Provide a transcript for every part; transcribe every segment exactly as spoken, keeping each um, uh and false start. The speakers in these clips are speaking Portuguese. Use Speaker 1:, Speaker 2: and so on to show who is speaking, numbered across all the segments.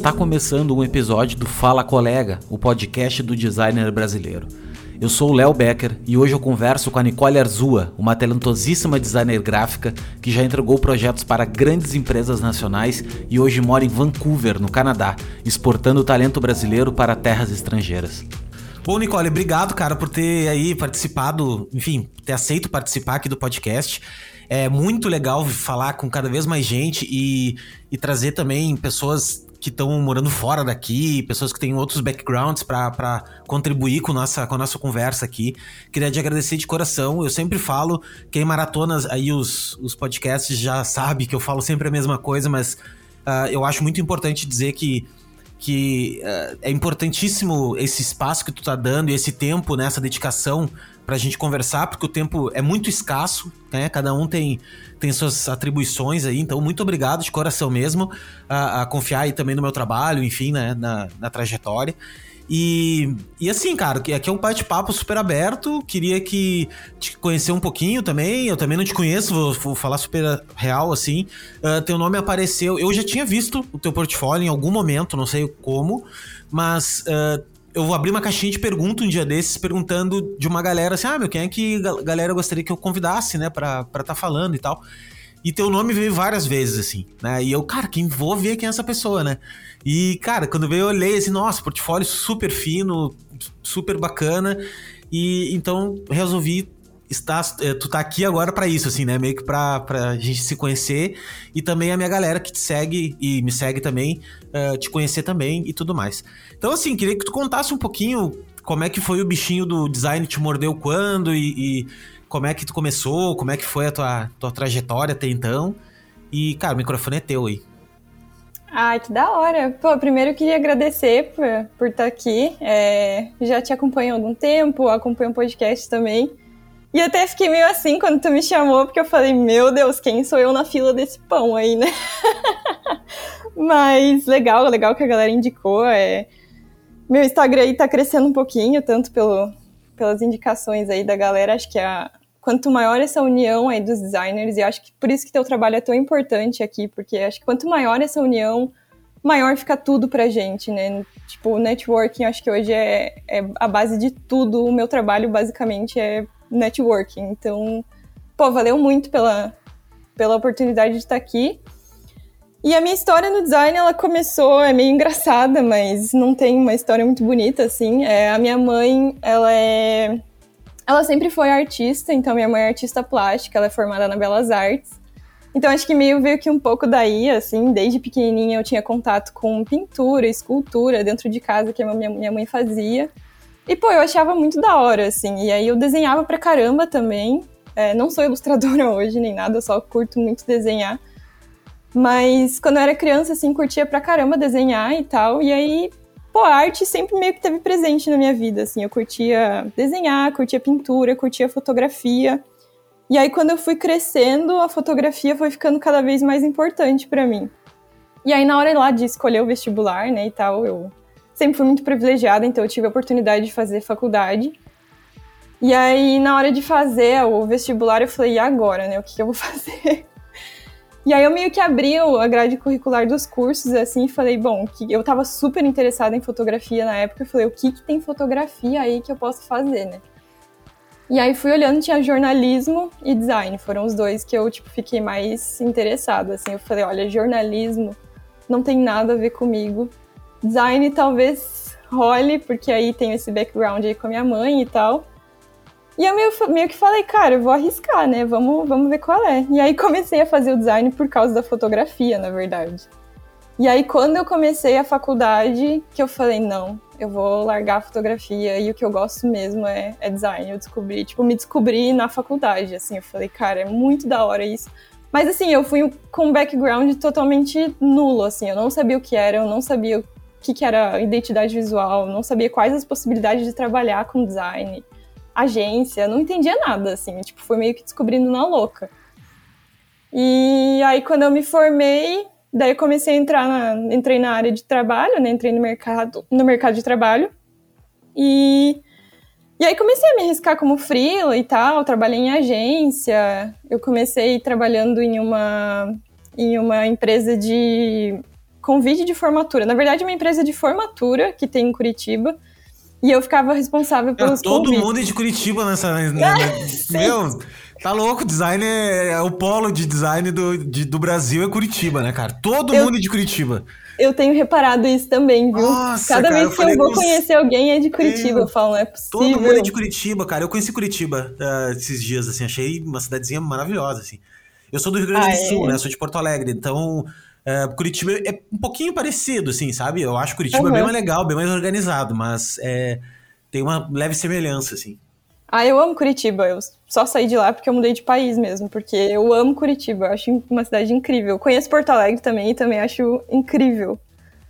Speaker 1: Está começando um episódio do Fala Colega, o podcast do designer brasileiro. Eu sou o Léo Becker e hoje eu converso com a Nicole Arzua, uma talentosíssima designer gráfica que já entregou projetos para grandes empresas nacionais e hoje mora em Vancouver, no Canadá, exportando o talento brasileiro para terras estrangeiras. Bom, Nicole, obrigado, cara, por ter aí participado, enfim, ter aceito participar aqui do podcast. É muito legal falar com cada vez mais gente e, e trazer também pessoas que estão morando fora daqui, pessoas que têm outros backgrounds para contribuir com, nossa, com a nossa conversa aqui. Queria te agradecer de coração. Eu sempre falo, quem maratona aí os, os podcasts já sabe que eu falo sempre a mesma coisa, mas uh, eu acho muito importante dizer que que uh, é importantíssimo esse espaço que tu tá dando e esse tempo, né, essa dedicação pra gente conversar, porque o tempo é muito escasso, né, cada um tem, tem suas atribuições aí, então muito obrigado de coração mesmo a, a confiar aí também no meu trabalho, enfim, né, na, na trajetória. E, e assim, cara, aqui é um bate-papo super aberto, queria que te conhecer um pouquinho também, eu também não te conheço, vou, vou falar super real, assim, uh, teu nome apareceu, eu já tinha visto o teu portfólio em algum momento, não sei como, mas uh, eu vou abrir uma caixinha de perguntas um dia desses, perguntando de uma galera assim, ah, meu, quem é que a galera gostaria que eu convidasse, né, pra estar tá falando e tal. E teu nome veio várias vezes, assim, né? E eu, cara, quem vou ver quem é essa pessoa, né? E, cara, quando veio eu olhei assim, nossa, portfólio super fino, super bacana. E então resolvi estar, tu tá aqui agora pra isso, assim, né? Meio que pra, pra gente se conhecer. E também a minha galera que te segue e me segue também, uh, te conhecer também e tudo mais. Então, assim, queria que tu contasse um pouquinho como é que foi o bichinho do design, te mordeu quando e... e como é que tu começou, como é que foi a tua, tua trajetória até então. E, cara, o microfone é teu aí.
Speaker 2: Ai, que da hora. Pô, primeiro eu queria agradecer por, por estar aqui. É, já te acompanho há algum tempo, acompanho o podcast também. E até fiquei meio assim quando tu me chamou, porque eu falei, meu Deus, quem sou eu na fila desse pão aí, né? Mas legal, legal que a galera indicou. É... Meu Instagram aí tá crescendo um pouquinho, tanto pelo... pelas indicações aí da galera, acho que a, quanto maior essa união aí dos designers, e acho que por isso que teu trabalho é tão importante aqui, porque acho que quanto maior essa união, maior fica tudo pra gente, né? Tipo, o networking acho que hoje é, é a base de tudo, o meu trabalho basicamente é networking, então, pô, valeu muito pela, pela oportunidade de estar aqui. E a minha história no design, ela começou, é meio engraçada, mas não tem uma história muito bonita, assim. É, a minha mãe, ela é... Ela sempre foi artista, então minha mãe é artista plástica, ela é formada na Belas Artes. Então acho que meio veio que um pouco daí, assim, desde pequenininha eu tinha contato com pintura, escultura dentro de casa que a minha, minha mãe fazia. E, pô, eu achava muito da hora, assim. E aí eu desenhava pra caramba também. É, não sou ilustradora hoje nem nada, eu só curto muito desenhar. Mas quando eu era criança, assim, curtia pra caramba desenhar e tal. E aí, pô, a arte sempre meio que teve presente na minha vida, assim. Eu curtia desenhar, curtia pintura, curtia fotografia. E aí, quando eu fui crescendo, a fotografia foi ficando cada vez mais importante pra mim. E aí, na hora lá de escolher o vestibular, né, e tal, eu sempre fui muito privilegiada, então eu tive a oportunidade de fazer faculdade. E aí, na hora de fazer o vestibular, eu falei, e agora, né, o que, que eu vou fazer? E aí eu meio que abri a grade curricular dos cursos, assim, e falei, bom, que eu tava super interessada em fotografia na época, eu falei, o que que tem fotografia aí que eu posso fazer, né? E aí fui olhando, tinha jornalismo e design, foram os dois que eu, tipo, fiquei mais interessada, assim, eu falei, olha, jornalismo não tem nada a ver comigo, design talvez role, porque aí tem esse background aí com a minha mãe e tal. E eu meio, meio que falei, cara, eu vou arriscar, né? Vamos, vamos ver qual é. E aí comecei a fazer o design por causa da fotografia, na verdade. E aí quando eu comecei a faculdade, que eu falei, não, eu vou largar a fotografia e o que eu gosto mesmo é, é design. Eu descobri, tipo, me descobri na faculdade, assim. Eu falei, cara, é muito da hora isso. Mas assim, eu fui com um background totalmente nulo, assim. Eu não sabia o que era, eu não sabia o que, que era identidade visual, não sabia quais as possibilidades de trabalhar com design. Agência, não entendia nada, assim, tipo, foi meio que descobrindo na louca. E aí, quando eu me formei, daí eu comecei a entrar na, entrei na área de trabalho, né, entrei no mercado, no mercado de trabalho, e, e aí comecei a me arriscar como freela e tal, trabalhei em agência, eu comecei trabalhando em uma, em uma empresa de convite de formatura. Na verdade, é uma empresa de formatura que tem em Curitiba. E eu ficava responsável pelos
Speaker 1: é, todo
Speaker 2: convites.
Speaker 1: mundo é de Curitiba nessa... Na, na, meu, tá louco, design é, é o polo de design do, de, do Brasil é Curitiba, né, cara? Todo eu, mundo é de Curitiba.
Speaker 2: Eu tenho reparado isso também, viu?
Speaker 1: Nossa,
Speaker 2: Cada
Speaker 1: cara,
Speaker 2: vez que eu vou com... conhecer alguém é de Curitiba, eu, eu falo, não é possível.
Speaker 1: Todo mundo é de Curitiba, cara. Eu conheci Curitiba uh, esses dias, assim, achei uma cidadezinha maravilhosa, assim. Eu sou do Rio Grande ah, do Sul, é? né? Sou de Porto Alegre, então... Uh, Curitiba é um pouquinho parecido, assim, sabe? Eu acho Curitiba uhum. bem mais legal, bem mais organizado, mas é, tem uma leve semelhança, assim.
Speaker 2: Ah, eu amo Curitiba. Eu só saí de lá porque eu mudei de país mesmo, porque eu amo Curitiba. Eu acho uma cidade incrível. Eu conheço Porto Alegre também e também acho incrível.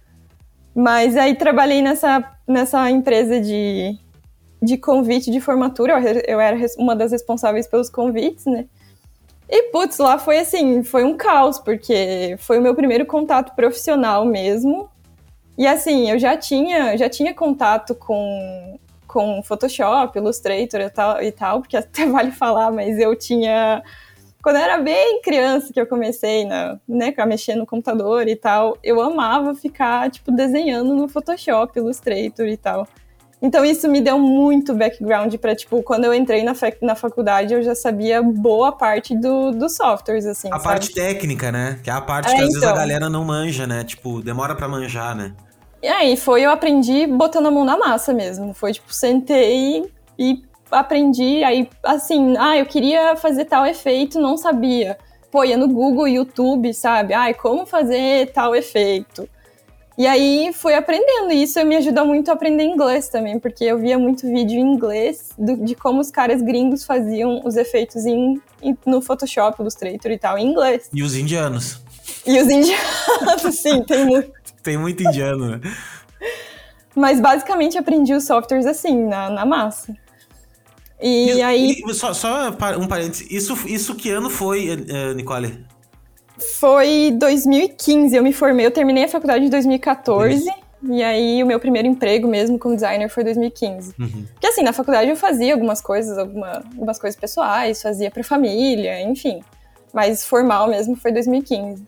Speaker 2: Mas aí trabalhei nessa, nessa empresa de, de convite de formatura. Eu, eu era uma das responsáveis pelos convites, né? E, putz, lá foi assim, foi um caos, porque foi o meu primeiro contato profissional mesmo. E assim, eu já tinha, já tinha contato com, com Photoshop, Illustrator e tal, e tal, porque até vale falar, mas eu tinha... Quando eu era bem criança que eu comecei na, né, a mexer no computador e tal, eu amava ficar, tipo, desenhando no Photoshop, Illustrator e tal. Então isso me deu muito background pra, tipo, quando eu entrei na, fa- na faculdade, eu já sabia boa parte do, dos softwares, assim,
Speaker 1: A
Speaker 2: sabe?
Speaker 1: parte técnica, né? Que é a parte
Speaker 2: é,
Speaker 1: que às
Speaker 2: então.
Speaker 1: vezes a galera não manja, né? Tipo, demora pra manjar, né?
Speaker 2: E aí foi, eu aprendi botando a mão na massa mesmo. Foi, tipo, sentei e aprendi, aí, assim, ah, eu queria fazer tal efeito, não sabia. Pô, ia no Google, YouTube, sabe? Ai, como fazer tal efeito? E aí fui aprendendo, e isso me ajuda muito a aprender inglês também, porque eu via muito vídeo em inglês do, de como os caras gringos faziam os efeitos em, em, no Photoshop, Illustrator e tal, em inglês.
Speaker 1: E os indianos.
Speaker 2: E os indianos, sim, tem muito.
Speaker 1: Tem muito indiano, né?
Speaker 2: Mas basicamente aprendi os softwares assim, na, na massa. E, e aí...
Speaker 1: E, só, só um parênteses, isso, isso que ano foi, uh, Nicole?
Speaker 2: Foi dois mil e quinze, eu me formei, eu terminei a faculdade em dois mil e catorze, isso. E aí o meu primeiro emprego mesmo como designer foi em dois mil e quinze. Uhum. Porque assim, na faculdade eu fazia algumas coisas, alguma, algumas coisas pessoais, fazia pra família, enfim. Mas formal mesmo foi em dois mil e quinze.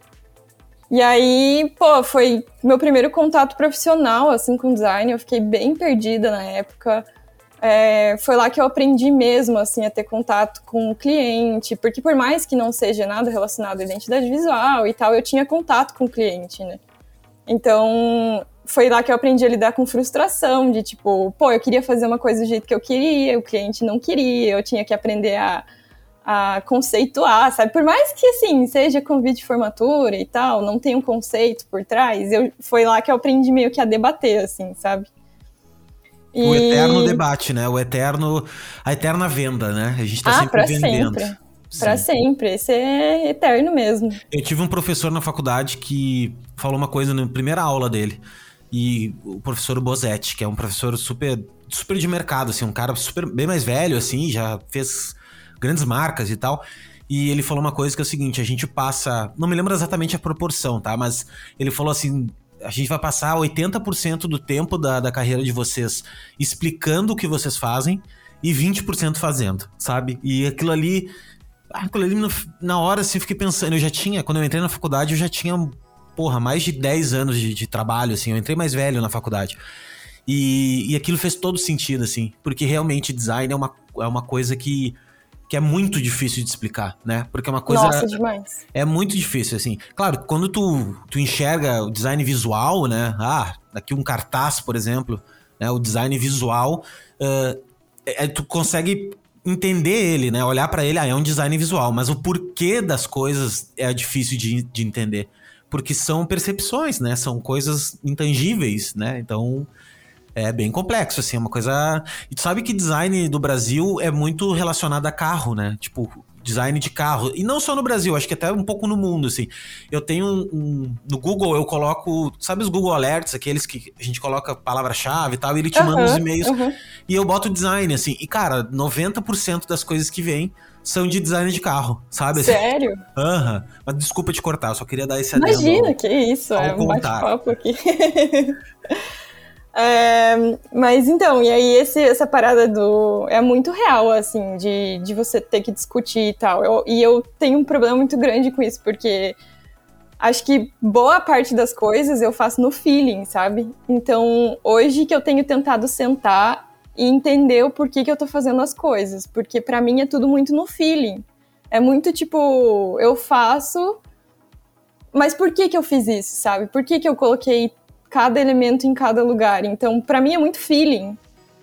Speaker 2: E aí, pô, foi meu primeiro contato profissional, assim, com design, eu fiquei bem perdida na época. É, foi lá que eu aprendi mesmo, assim, a ter contato com o cliente, porque por mais que não seja nada relacionado à identidade visual e tal, eu tinha contato com o cliente, né? Então, foi lá que eu aprendi a lidar com frustração, de tipo, pô, eu queria fazer uma coisa do jeito que eu queria, o cliente não queria, eu tinha que aprender a, a conceituar, sabe? Por mais que, assim, seja convite de formatura e tal, não tem um conceito por trás, eu, foi lá que eu aprendi meio que a debater, assim, sabe?
Speaker 1: O e... eterno debate, né? O eterno, a eterna venda, né? A gente tá
Speaker 2: ah,
Speaker 1: sempre
Speaker 2: pra
Speaker 1: vendendo.
Speaker 2: Sempre. Pra sempre. Esse é eterno mesmo.
Speaker 1: Eu tive um professor na faculdade que falou uma coisa na primeira aula dele. E o professor Bozetti, que é um professor super, super de mercado, assim, um cara super, bem mais velho, assim, já fez grandes marcas e tal. E ele falou uma coisa que é o seguinte, a gente passa... Não me lembro exatamente a proporção, tá? Mas ele falou assim... A gente vai passar oitenta por cento do tempo da, da carreira de vocês explicando o que vocês fazem e vinte por cento fazendo, sabe? E aquilo ali, aquilo ali na hora assim, eu fiquei pensando, eu já tinha, quando eu entrei na faculdade, eu já tinha, porra, mais de dez anos de, de trabalho, assim, eu entrei mais velho na faculdade. E, e aquilo fez todo sentido, assim, porque realmente design é uma, é uma coisa que... que é muito difícil de explicar, né? Porque é uma coisa...
Speaker 2: Nossa, demais.
Speaker 1: É muito difícil, assim. Claro, quando tu, tu enxerga o design visual, né? Ah, aqui um cartaz, por exemplo, né? O design visual, uh, é, tu consegue entender ele, né? Olhar pra ele, ah, é um design visual. Mas o porquê das coisas é difícil de, de entender. Porque são percepções, né? São coisas intangíveis, né? Então... é bem complexo, assim, é uma coisa... E tu sabe que design do Brasil é muito relacionado a carro, né? Tipo, design de carro. E não só no Brasil, acho que até um pouco no mundo, assim. Eu tenho um... um no Google, eu coloco... Sabe os Google Alerts, aqueles que a gente coloca palavra-chave e tal, e ele te
Speaker 2: uhum,
Speaker 1: manda os e-mails.
Speaker 2: Uhum.
Speaker 1: E eu boto design, assim. E, cara, noventa por cento das coisas que vêm são de design de carro, sabe?
Speaker 2: Sério?
Speaker 1: Aham. Uhum. Mas desculpa te cortar, eu só queria dar esse adendo.
Speaker 2: Imagina, ao, que isso, é um bate-papo aqui. É, mas então, e aí esse, essa parada do... é muito real, assim, de, de você ter que discutir e tal. Eu, e eu tenho um problema muito grande com isso, porque acho que boa parte das coisas eu faço no feeling, sabe? Então, hoje que eu tenho tentado sentar e entender o porquê que eu tô fazendo as coisas, porque pra mim é tudo muito no feeling. É muito tipo, eu faço, mas por que que eu fiz isso, sabe? Por que que eu coloquei cada elemento em cada lugar? Então, pra mim é muito feeling.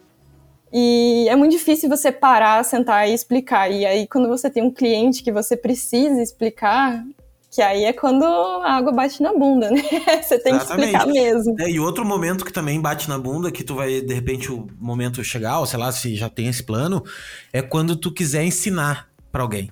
Speaker 2: E é muito difícil você parar, sentar e explicar. E aí, quando você tem um cliente que você precisa explicar, que aí é quando a água bate na bunda, né? Você tem
Speaker 3: Exatamente.
Speaker 2: que explicar mesmo.
Speaker 3: É, e outro momento que também bate na bunda, que tu vai, de repente, o momento chegar, ou sei lá, se já tem esse plano, é quando tu quiser ensinar pra alguém.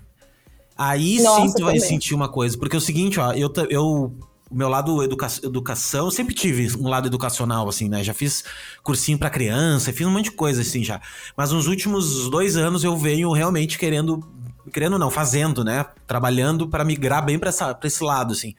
Speaker 3: Aí
Speaker 2: Nossa,
Speaker 3: sim tu vai
Speaker 2: também.
Speaker 3: sentir uma coisa. Porque é o seguinte, ó, eu, eu o meu lado educa educação, eu sempre tive um lado educacional, assim, né? Já fiz cursinho pra criança, fiz um monte de coisa, assim, já. Mas nos últimos dois anos eu venho realmente querendo, querendo não, fazendo, né? Trabalhando pra migrar bem pra, essa, pra esse lado, assim.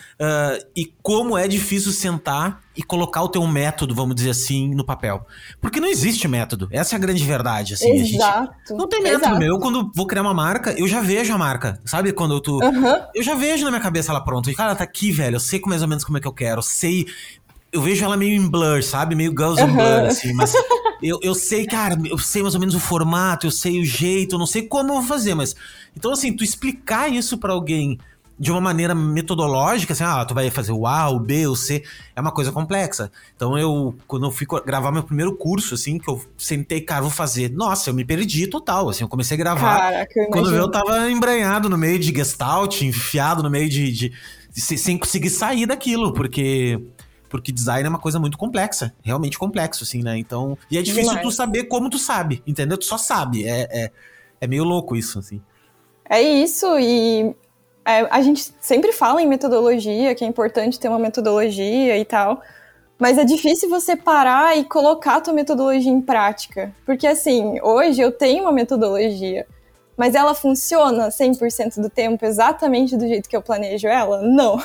Speaker 3: Uh, e como é difícil sentar e colocar o teu método, vamos dizer assim, no papel. Porque não existe método. Essa é a grande verdade. Assim,
Speaker 2: Exato.
Speaker 3: A gente não tem método,
Speaker 2: exato.
Speaker 3: meu. Eu, quando vou criar uma marca, eu já vejo a marca. Sabe? Quando eu tô.
Speaker 2: Uhum.
Speaker 3: Eu já vejo na minha cabeça ela pronta. E, cara, tá aqui, velho. Eu sei mais ou menos como é que eu quero. Eu sei. Eu vejo ela meio em blur, sabe? Meio Girls in
Speaker 2: Uhum.
Speaker 3: Blur, assim. Mas eu, eu sei, cara, eu sei mais ou menos o formato, eu sei o jeito, eu não sei como eu vou fazer, mas. Então, assim, tu explicar isso pra alguém de uma maneira metodológica, assim, ah, tu vai fazer o A, o B, o C, é uma coisa complexa. Então eu, quando eu fui gravar meu primeiro curso, assim, que eu sentei, cara, vou fazer, nossa, eu me perdi total, assim, eu comecei a gravar,
Speaker 2: Caraca, eu
Speaker 3: quando
Speaker 2: imagino.
Speaker 3: eu tava embranhado no meio de Gestalt, enfiado no meio de, de, de sem conseguir sair daquilo, porque... Porque design é uma coisa muito complexa, realmente complexo, assim, né? Então, e é difícil
Speaker 2: Demais.
Speaker 3: tu saber como tu sabe, entendeu? Tu só sabe, é, é, é meio louco isso, assim.
Speaker 2: É isso, e é, a gente sempre fala em metodologia, que é importante ter uma metodologia e tal, mas é difícil você parar e colocar a tua metodologia em prática. Porque, assim, hoje eu tenho uma metodologia, mas ela funciona cem por cento do tempo exatamente do jeito que eu planejo ela? Não.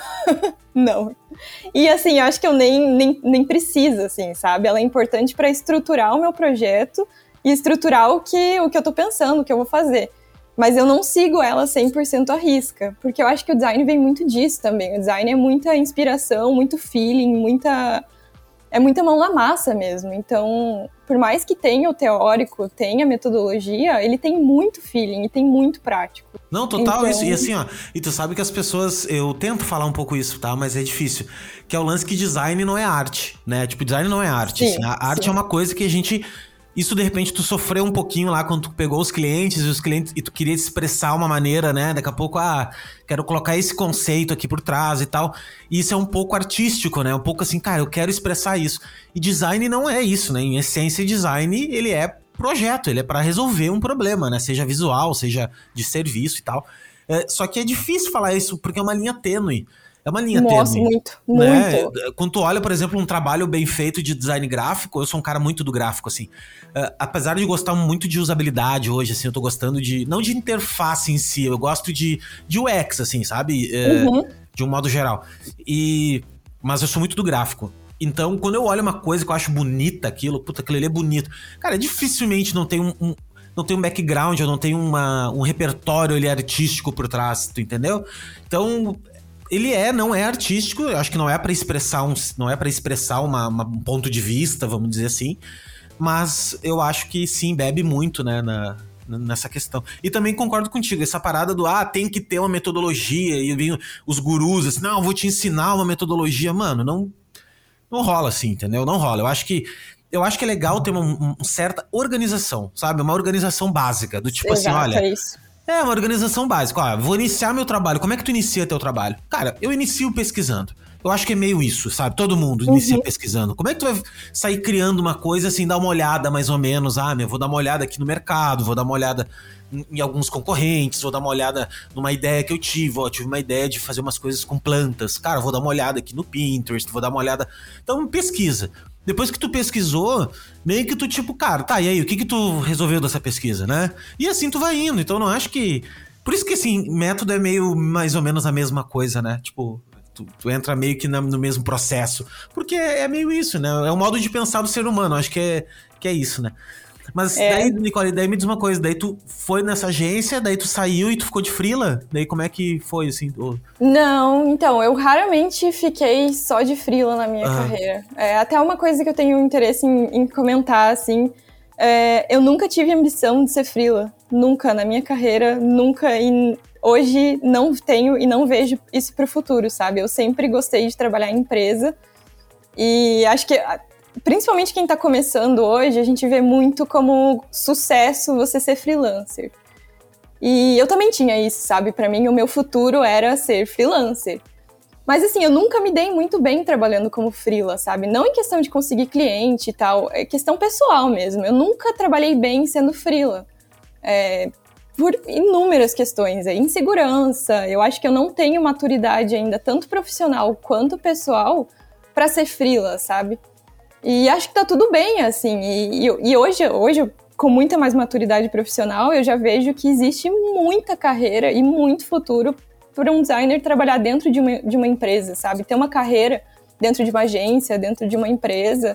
Speaker 2: Não. E, assim, eu acho que eu nem, nem, nem preciso, assim, sabe? Ela é importante para estruturar o meu projeto e estruturar o que, o que eu tô pensando, o que eu vou fazer. Mas eu não sigo ela cem por cento à risca, porque eu acho que o design vem muito disso também. O design é muita inspiração, muito feeling, muita... é muita mão na massa mesmo. Então, por mais que tenha o teórico, tenha a metodologia, ele tem muito feeling e tem muito prático.
Speaker 3: Não, total
Speaker 2: Então...
Speaker 3: isso. E assim, ó, e tu sabe que as pessoas, eu tento falar um pouco isso, tá? Mas é difícil. Que é o lance que design não é arte, né? Tipo, design não é arte.
Speaker 2: Sim,
Speaker 3: assim. A arte
Speaker 2: sim.
Speaker 3: é uma coisa que a gente... Isso, de repente, tu sofreu um pouquinho lá quando tu pegou os clientes e os clientes e tu queria expressar uma maneira, né? Daqui a pouco, ah, quero colocar esse conceito aqui por trás e tal. E isso é um pouco artístico, né? Um pouco assim, cara, eu quero expressar isso. E design não é isso, né? Em essência, design, ele é projeto, ele é pra resolver um problema, né? Seja visual, seja de serviço e tal. É, só que é difícil falar isso porque é uma linha tênue. É uma linha
Speaker 2: Nossa,
Speaker 3: tênue.
Speaker 2: muito,
Speaker 3: Né?
Speaker 2: muito.
Speaker 3: Quando tu olha, por exemplo, um trabalho bem feito de design gráfico, eu sou um cara muito do gráfico, assim. Uh, apesar de gostar muito de usabilidade hoje, assim, eu tô gostando de... Não de interface em si, eu gosto de, de U X, assim, sabe? Uh,
Speaker 2: Uhum.
Speaker 3: De um modo geral. E... Mas eu sou muito do gráfico. Então, quando eu olho uma coisa que eu acho bonita, aquilo, puta, aquilo ali é bonito. Cara, dificilmente não tem um... um não tem um background, ou não tem uma, um repertório ali artístico por trás, tu entendeu? Então... Ele é, não é artístico, eu acho que não é pra expressar um, não é para expressar uma, uma, um ponto de vista, vamos dizer assim, mas eu acho que sim, bebe muito, né, na, nessa questão. E também concordo contigo, essa parada do, ah, tem que ter uma metodologia, e vem os gurus assim, não, eu vou te ensinar uma metodologia, mano, não, não rola assim, entendeu? Não rola, eu acho que eu acho que é legal ter uma, uma certa organização, sabe? Uma organização básica, do tipo
Speaker 2: Exato,
Speaker 3: assim, olha...
Speaker 2: é isso.
Speaker 3: É, uma organização básica. Ó, vou iniciar meu trabalho. Como é que tu inicia teu trabalho? Cara, eu inicio pesquisando. Eu acho que é meio isso, sabe? Todo mundo inicia
Speaker 2: Uhum.
Speaker 3: pesquisando. Como é que tu vai sair criando uma coisa assim, dar uma olhada mais ou menos? Ah, meu, vou dar uma olhada aqui no mercado, vou dar uma olhada em, em alguns concorrentes, vou dar uma olhada numa ideia que eu tive. Ó, tive uma ideia de fazer umas coisas com plantas. Cara, vou dar uma olhada aqui no Pinterest, vou dar uma olhada... Então, pesquisa. Depois que tu pesquisou, meio que tu tipo, cara, tá, e aí, o que que tu resolveu dessa pesquisa, né? E assim tu vai indo, então eu não acho que... Por isso que, assim, método é meio mais ou menos a mesma coisa, né? Tipo, tu, tu entra meio que na, no mesmo processo. Porque é, é meio isso, né? É o modo de pensar do ser humano, acho que é, que é isso, né? Mas
Speaker 2: É.
Speaker 3: daí, Nicole, daí me diz uma coisa, daí tu foi nessa agência, daí tu saiu e tu ficou de freela? Daí como é que foi, assim? o-
Speaker 2: Não, então, eu raramente fiquei só de freela na minha
Speaker 3: Ah.
Speaker 2: carreira. É, até uma coisa que eu tenho interesse em, em comentar, assim, é, eu nunca tive ambição de ser freela. Nunca, na minha carreira, nunca. E hoje não tenho e não vejo isso pro futuro, sabe? Eu sempre gostei de trabalhar em empresa. E acho que, principalmente quem tá começando hoje, a gente vê muito como sucesso você ser freelancer. E eu também tinha isso, sabe? Pra mim, o meu futuro era ser freelancer. Mas assim, eu nunca me dei muito bem trabalhando como freela, sabe? Não em questão de conseguir cliente e tal, é questão pessoal mesmo. Eu nunca trabalhei bem sendo freela. É, por inúmeras questões, é, insegurança. Eu acho que eu não tenho maturidade ainda, tanto profissional quanto pessoal, pra ser freela, sabe? E acho que tá tudo bem, assim. E, e, e hoje, hoje, com muita mais maturidade profissional, eu já vejo que existe muita carreira e muito futuro para um designer trabalhar dentro de uma, de uma empresa, sabe? Ter uma carreira dentro de uma agência, dentro de uma empresa.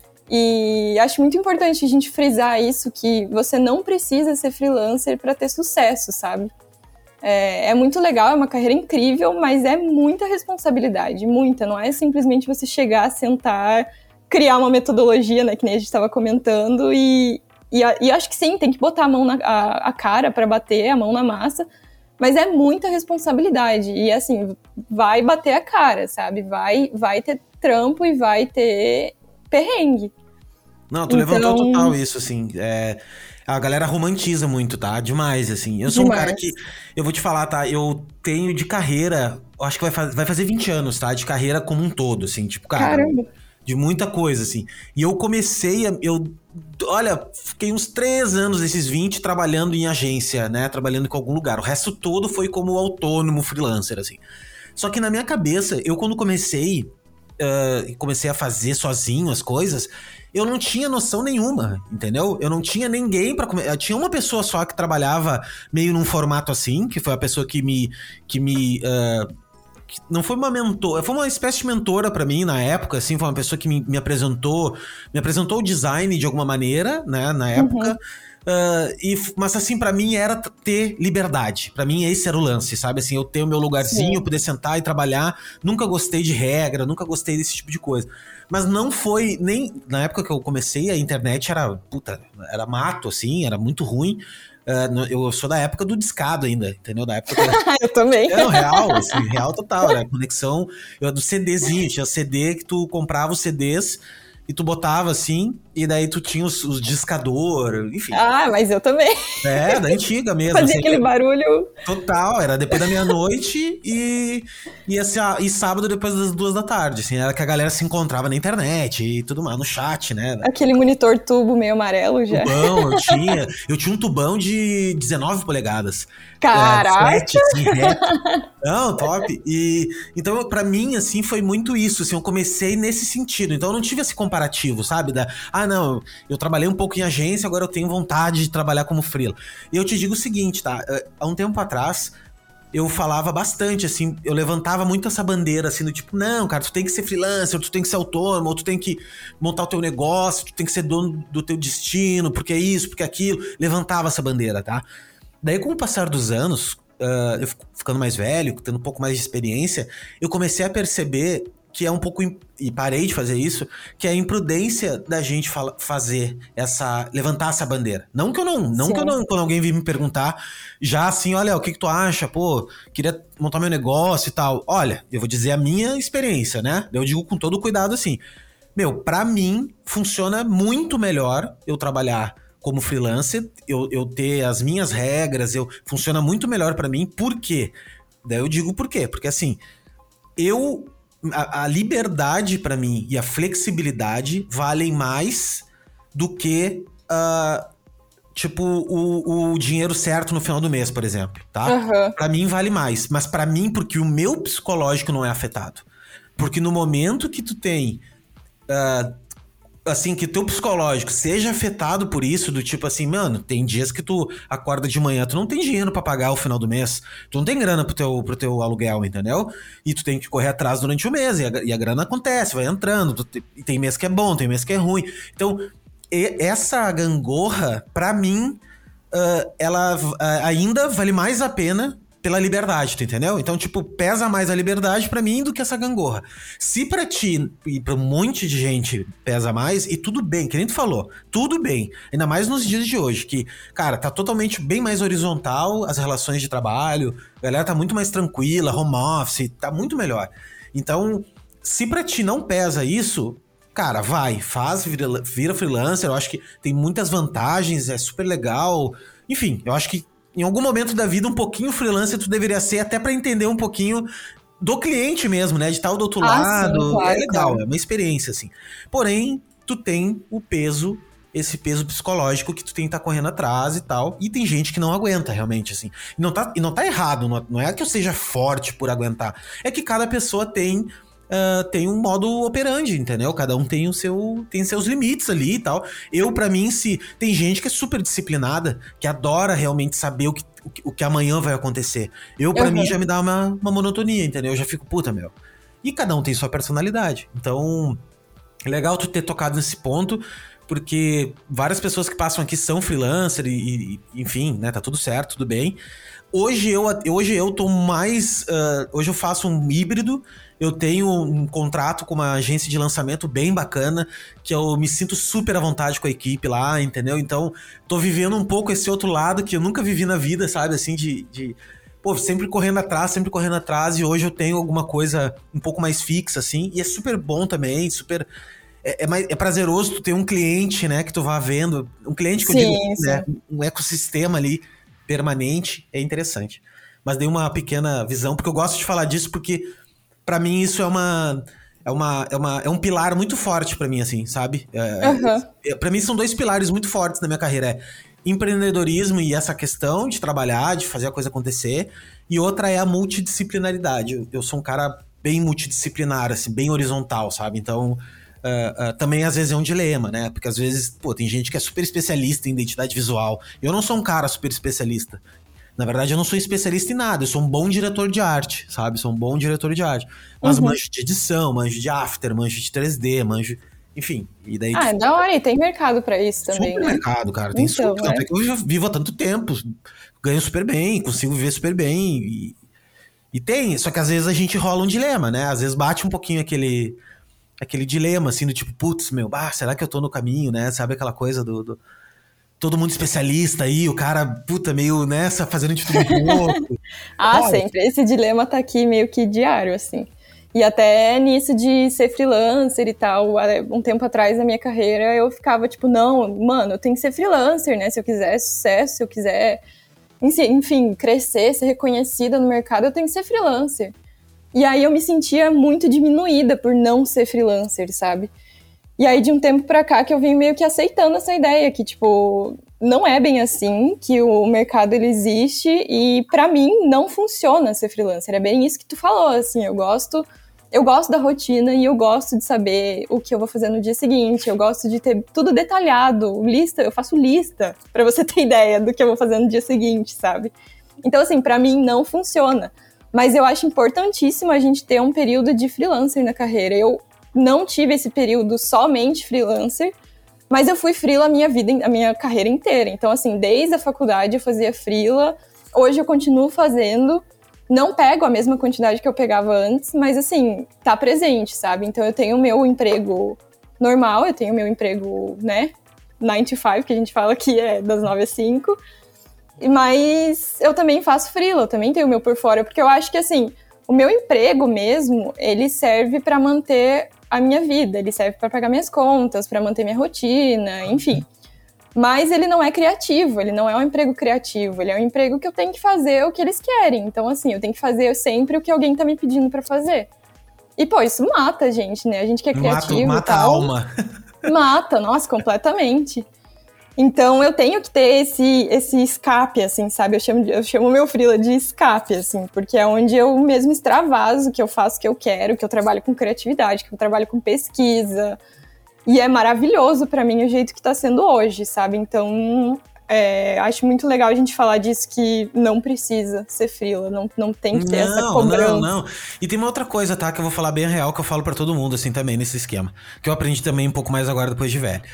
Speaker 2: E acho muito importante a gente frisar isso, que você não precisa ser freelancer para ter sucesso, sabe? É, é muito legal, é uma carreira incrível, mas é muita responsabilidade, muita. Não é simplesmente você chegar, sentar, criar uma metodologia, né, que nem a gente estava comentando, e, e, e acho que sim, tem que botar a mão na a, a cara para bater, a mão na massa, mas é muita responsabilidade, e assim, vai bater a cara, sabe? Vai, vai ter trampo e vai ter perrengue.
Speaker 3: Não, tu
Speaker 2: Então-
Speaker 3: levantou total isso, assim. É, a galera romantiza muito, tá? Demais, assim. Eu sou um
Speaker 2: Demais.
Speaker 3: cara que, eu vou te falar, tá? Eu tenho de carreira, eu acho que vai, faz- vai fazer vinte anos, tá? De carreira como um todo, assim. Tipo, cara,
Speaker 2: Caramba.
Speaker 3: de muita coisa, assim. E eu comecei, a, eu, olha, fiquei uns três anos desses vinte trabalhando em agência, né? Trabalhando com algum lugar. O resto todo foi como autônomo, freelancer, assim. Só que na minha cabeça, eu quando comecei, ah, e comecei a fazer sozinho as coisas, eu não tinha noção nenhuma, entendeu? Eu não tinha ninguém pra... come- eu tinha uma pessoa só que trabalhava meio num formato assim, que foi a pessoa que me... Que me ah, que não foi uma mentora, foi uma espécie de mentora pra mim na época, assim, foi uma pessoa que me, me apresentou, me apresentou o design de alguma maneira, né, na época. Ah, e, f- mas assim, pra mim era t- ter liberdade. Pra mim esse era o lance, sabe? Assim, eu ter o meu lugarzinho,
Speaker 2: Sim.
Speaker 3: eu poder sentar e trabalhar. Nunca gostei de regra, nunca gostei desse tipo de coisa. Mas não foi nem na época que eu comecei, a internet era, puta, era mato, assim, era muito ruim. Ah, no- eu sou da época do discado ainda, entendeu? Da época que
Speaker 2: Ah, eu também.
Speaker 3: é, não, real, assim, real total, era conexão, eu do CDzinho, tinha C D que tu comprava os C Ds e tu botava assim, e daí tu tinha os, os discador, enfim,
Speaker 2: Ah, mas eu também.
Speaker 3: é, da antiga mesmo,
Speaker 2: Fazia
Speaker 3: assim,
Speaker 2: aquele barulho.
Speaker 3: total, era depois da meia-noite e, e, assim, ah, e sábado depois das duas da tarde, assim, era que a galera se encontrava na internet e tudo mais, no chat, né,
Speaker 2: Aquele monitor tubo meio amarelo já.
Speaker 3: tubão, eu tinha, eu tinha um tubão de dezenove polegadas.
Speaker 2: Caraca!
Speaker 3: É, flat, assim, reto. Não, top. E então, pra mim, assim, foi muito isso. Assim, eu comecei nesse sentido. Então, eu não tive esse comparativo, sabe? Da, ah, não, eu trabalhei um pouco em agência, agora eu tenho vontade de trabalhar como freela. E eu te digo o seguinte, tá? Há um tempo atrás, eu falava bastante, assim, eu levantava muito essa bandeira, assim, do tipo, não, cara, tu tem que ser freelancer, tu tem que ser autônomo, ou tu tem que montar o teu negócio, tu tem que ser dono do teu destino, porque é isso, porque é aquilo. Levantava essa bandeira, tá? Daí, com o passar dos anos, uh, eu fico ficando mais velho, tendo um pouco mais de experiência, eu comecei a perceber que é um pouco, e parei de fazer isso, que é a imprudência da gente fala, fazer essa, levantar essa bandeira. Não que eu não, não
Speaker 2: Sim.
Speaker 3: que eu não, quando alguém vir me perguntar, já assim, olha, o que que tu acha? Pô, queria montar meu negócio e tal. Olha, eu vou dizer a minha experiência, né? Eu digo com todo cuidado assim, meu, pra mim, funciona muito melhor eu trabalhar como freelancer, eu, eu ter as minhas regras, eu funciona muito melhor pra mim. Por quê? Daí eu digo por quê? Porque assim, eu a, a liberdade pra mim e a flexibilidade valem mais do que ah, tipo o, o dinheiro certo no final do mês, por exemplo, tá?
Speaker 2: Aham.
Speaker 3: Pra mim vale mais, mas pra mim porque o meu psicológico não é afetado. Porque no momento que tu tem ah, assim, que teu psicológico seja afetado por isso, do tipo assim, mano, tem dias que tu acorda de manhã, tu não tem dinheiro pra pagar o final do mês, tu não tem grana pro teu, pro teu aluguel, entendeu? E tu tem que correr atrás durante o mês, e a, e a grana acontece, vai entrando, tu te- e tem mês que é bom, tem mês que é ruim. Então, e, essa gangorra, pra mim, uh, ela uh, ainda vale mais a pena pela liberdade, tu entendeu? Então, tipo, pesa mais a liberdade pra mim do que essa gangorra. Se pra ti e pra um monte de gente pesa mais, e tudo bem, que nem tu falou, tudo bem. Ainda mais nos dias de hoje, que, cara, tá totalmente bem mais horizontal as relações de trabalho, a galera tá muito mais tranquila, home office, tá muito melhor. Então, se pra ti não pesa isso, cara, vai, faz, vira, vira freelancer, eu acho que tem muitas vantagens, é super legal. Enfim, eu acho que em algum momento da vida, um pouquinho freelancer tu deveria ser, até pra entender um pouquinho do cliente mesmo, né? De estar do outro ah, lado. Sim, claro, é legal, claro. É uma experiência, assim. Porém, tu tem o peso, esse peso psicológico que tu tem que estar correndo atrás e tal. E tem gente que não aguenta, realmente, assim. E não tá, e não tá errado, não, não é que eu seja forte por aguentar. É que cada pessoa tem... Uh, tem um modo operandi, entendeu? Cada um tem o seu, tem seus limites ali e tal. Eu, pra mim, se tem gente que é super disciplinada, que adora realmente saber o que, o que, o que amanhã vai acontecer. Eu, pra uhum. mim, já me dá uma, uma monotonia, entendeu? Eu já fico, puta, meu. E cada um tem sua personalidade. Então, é legal tu ter tocado nesse ponto, porque várias pessoas que passam aqui são freelancer e, e enfim, né? Tá tudo certo, tudo bem. Hoje eu, hoje eu tô mais... Uh, hoje eu faço um híbrido. Eu tenho um contrato com uma agência de lançamento bem bacana, que eu me sinto super à vontade com a equipe lá, entendeu? Então, tô vivendo um pouco esse outro lado que eu nunca vivi na vida, sabe? Assim, de... de pô, sempre correndo atrás, sempre correndo atrás. E hoje eu tenho alguma coisa um pouco mais fixa, assim. E é super bom também, super... É, é, mais, é prazeroso tu ter um cliente, né? Que tu vá vendo. Um cliente que sim, eu digo, sim. Né? Um ecossistema ali permanente, é interessante. Mas dei uma pequena visão, porque eu gosto de falar disso, porque pra mim isso é uma é uma é, uma, é um pilar muito forte pra mim, assim, sabe? É, uhum. é, pra mim são dois pilares muito fortes na minha carreira, é empreendedorismo e essa questão de trabalhar, de fazer a coisa acontecer, e outra é a multidisciplinaridade. Eu, eu sou um cara bem multidisciplinar, assim, bem horizontal, sabe? Então Uh, uh, também às vezes é um dilema, né? Porque às vezes, pô, tem gente que é super especialista em identidade visual. Eu não sou um cara super especialista. Na verdade, eu não sou especialista em nada. Eu sou um bom diretor de arte, sabe? Sou um bom diretor de arte. Mas uhum. manjo de edição, manjo de after, manjo de três D, manjo... Enfim, e daí...
Speaker 2: Ah, é da hora, e tem mercado pra isso também,
Speaker 3: super
Speaker 2: né?
Speaker 3: mercado, cara. Tem então, super... É. Até que eu já vivo há tanto tempo. Ganho super bem, consigo viver super bem. E, e tem, só que às vezes a gente rola um dilema, né? Às vezes bate um pouquinho aquele... aquele dilema, assim, do tipo, putz, meu, ah, será que eu tô no caminho, né? Sabe aquela coisa do... do... todo mundo especialista aí, o cara, puta, meio nessa, fazendo de tudo um pouco.
Speaker 2: ah, Olha. Sempre. Esse dilema tá aqui meio que diário, assim. E até nisso de ser freelancer e tal, um tempo atrás na minha carreira, eu ficava tipo, não, mano, eu tenho que ser freelancer, né? Se eu quiser sucesso, se eu quiser, enfim, crescer, ser reconhecida no mercado, eu tenho que ser freelancer. E aí eu me sentia muito diminuída por não ser freelancer, sabe? E aí de um tempo pra cá que eu vim meio que aceitando essa ideia, que tipo, não é bem assim, que o mercado ele existe e pra mim não funciona ser freelancer. É bem isso que tu falou, assim, eu gosto, eu gosto da rotina e eu gosto de saber o que eu vou fazer no dia seguinte, eu gosto de ter tudo detalhado, lista, eu faço lista pra você ter ideia do que eu vou fazer no dia seguinte, sabe? Então assim, pra mim não funciona. Mas eu acho importantíssimo a gente ter um período de freelancer na carreira. Eu não tive esse período somente freelancer, mas eu fui freela a minha vida, a minha carreira inteira. Então, assim, desde a faculdade eu fazia freela, hoje eu continuo fazendo, não pego a mesma quantidade que eu pegava antes, mas, assim, tá presente, sabe? Então, eu tenho o meu emprego normal, eu tenho o meu emprego, né, nine to five, que a gente fala que é das nove às cinco, mas eu também faço freela, eu também tenho o meu por fora, porque eu acho que, assim, o meu emprego mesmo, ele serve para manter a minha vida, ele serve para pagar minhas contas, para manter minha rotina, enfim. Mas ele não é criativo, ele não é um emprego criativo, ele é um emprego que eu tenho que fazer o que eles querem. Então, assim, eu tenho que fazer sempre o que alguém tá me pedindo para fazer. E, pô, isso mata a gente, né? A gente que é criativo
Speaker 3: mata, mata
Speaker 2: e tal.
Speaker 3: a alma.
Speaker 2: Mata, nossa, completamente. Então, eu tenho que ter esse, esse escape, assim, sabe? Eu chamo, eu chamo meu freela de escape, assim, porque é onde eu mesmo extravaso, que eu faço o que eu quero, que eu trabalho com criatividade, que eu trabalho com pesquisa. E é maravilhoso pra mim o jeito que tá sendo hoje, sabe? Então, é, acho muito legal a gente falar disso, que não precisa ser freela, não, não tem que ter não, essa cobrança.
Speaker 3: Não, não. E tem uma outra coisa, tá? Que eu vou falar bem real, que eu falo pra todo mundo, assim, também, nesse esquema. Que eu aprendi também um pouco mais agora, depois de velho.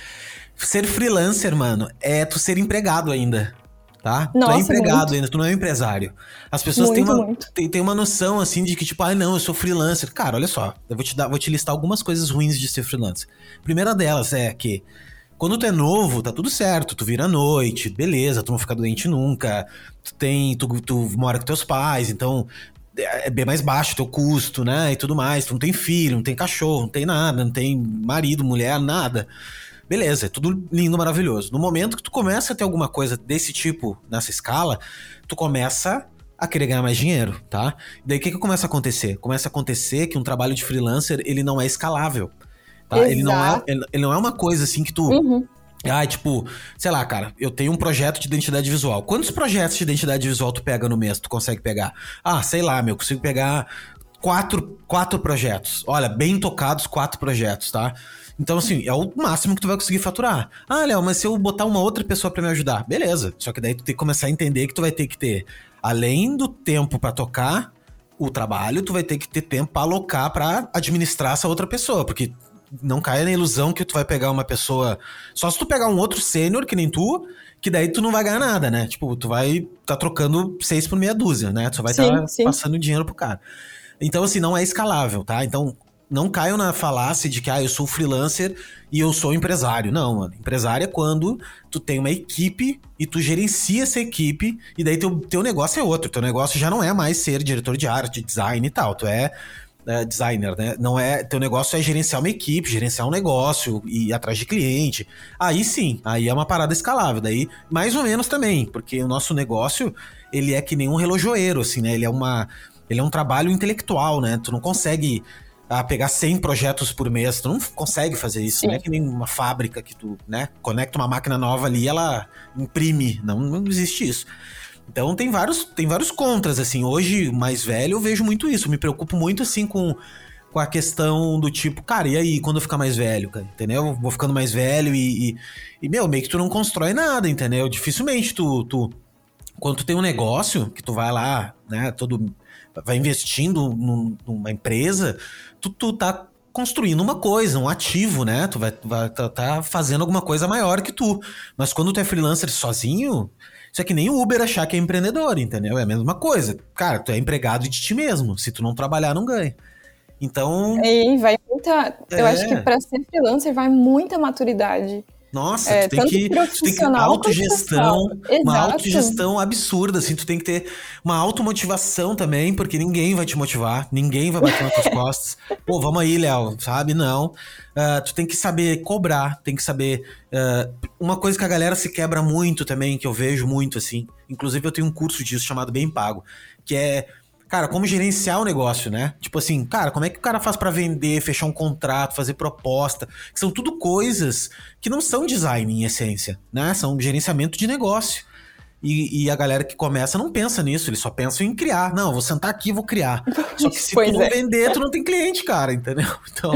Speaker 3: ser freelancer, mano, é tu ser empregado ainda, tá?
Speaker 2: Nossa,
Speaker 3: tu é empregado
Speaker 2: muito.
Speaker 3: ainda, tu não é um empresário. As pessoas
Speaker 2: Muito,
Speaker 3: têm, uma,
Speaker 2: muito.
Speaker 3: têm, têm uma noção, assim, de que tipo, ah, não, eu sou freelancer. Cara, olha só, eu vou te, dar, vou te listar algumas coisas ruins de ser freelancer. A primeira delas é que quando tu é novo, tá tudo certo, tu vira à noite, beleza, tu não fica doente nunca, tu tem, tu, tu mora com teus pais, então é bem mais baixo o teu custo, né, e tudo mais, tu não tem filho, não tem cachorro, não tem nada, não tem marido, mulher, nada. Beleza, é tudo lindo, maravilhoso. No momento que tu começa a ter alguma coisa desse tipo, nessa escala, tu começa a querer ganhar mais dinheiro, tá? Daí o que que começa a acontecer? Começa a acontecer que um trabalho de freelancer, ele não é escalável. Tá? Ele não é, ele não é uma coisa assim que tu...
Speaker 2: Uhum.
Speaker 3: Ah, tipo, sei lá, cara, eu tenho um projeto de identidade visual. Quantos projetos de identidade visual tu pega no mês, tu consegue pegar? Ah, sei lá, meu, eu consigo pegar quatro, quatro projetos. Olha, bem tocados, quatro projetos, tá? Então, assim, é o máximo que tu vai conseguir faturar. Ah, Léo, mas se eu botar uma outra pessoa pra me ajudar, beleza. Só que daí tu tem que começar a entender que tu vai ter que ter, além do tempo pra tocar o trabalho, tu vai ter que ter tempo pra alocar pra administrar essa outra pessoa, porque não caia na ilusão que tu vai pegar uma pessoa... Só se tu pegar um outro sênior, que nem tu, que daí tu não vai ganhar nada, né? Tipo, tu vai tá trocando seis por meia dúzia, né? Tu só vai estar tá passando dinheiro pro cara. Então, assim, não é escalável, tá? Então, não caiam na falácia de que, ah, eu sou freelancer e eu sou empresário. Não, mano. Empresário é quando tu tem uma equipe e tu gerencia essa equipe e daí teu, teu negócio é outro. Teu negócio já não é mais ser diretor de arte, design e tal. Tu é... É, designer, né? Não é, teu negócio é gerenciar uma equipe, gerenciar um negócio e ir atrás de cliente. Aí sim, aí é uma parada escalável. Daí, mais ou menos também, porque o nosso negócio, ele é que nem um relojoeiro, assim, né? Ele é uma, ele é um trabalho intelectual, né? Tu não consegue ah, pegar cem projetos por mês, tu não consegue fazer isso, não é que nem uma fábrica que tu, né, conecta uma máquina nova ali e ela imprime. Não, não existe isso. Então tem vários, tem vários contras, assim. Hoje, mais velho, eu vejo muito isso. Eu me preocupo muito, assim, com, com a questão do tipo, cara, e aí, quando eu ficar mais velho, cara, entendeu? Eu vou ficando mais velho e, e, e, meu, meio que tu não constrói nada, entendeu? Dificilmente tu, tu... Quando tu tem um negócio, que tu vai lá, né, todo... vai investindo num, numa empresa, tu, tu tá construindo uma coisa, um ativo, né? Tu vai, vai tá, tá fazendo alguma coisa maior que tu. Mas quando tu é freelancer sozinho... Isso é que nem o Uber achar que é empreendedor, entendeu? É a mesma coisa. Cara, tu é empregado de ti mesmo. Se tu não trabalhar, não ganha. Então...
Speaker 2: E vai muita...
Speaker 3: É.
Speaker 2: Eu acho que para ser freelancer vai muita maturidade.
Speaker 3: Nossa,
Speaker 2: é,
Speaker 3: tu, tem que, tu tem que autogestão, uma autogestão absurda, assim, tu tem que ter uma automotivação também, porque ninguém vai te motivar, ninguém vai bater nas tuas costas. Pô, vamos aí, Léo, sabe? Não. Uh, tu tem que saber cobrar, tem que saber... Uh, uma coisa que a galera se quebra muito também, que eu vejo muito, assim, inclusive eu tenho um curso disso chamado Bem Pago, que é... Cara, como gerenciar o negócio, né? Tipo assim, cara, como é que o cara faz pra vender, fechar um contrato, fazer proposta? Que são tudo coisas que não são design em essência, né? São gerenciamento de negócio. E, e a galera que começa não pensa nisso, eles só pensam em criar. Não, eu vou sentar aqui e vou criar. Só que se tu não é. vender, tu não tem cliente, cara, entendeu? Então...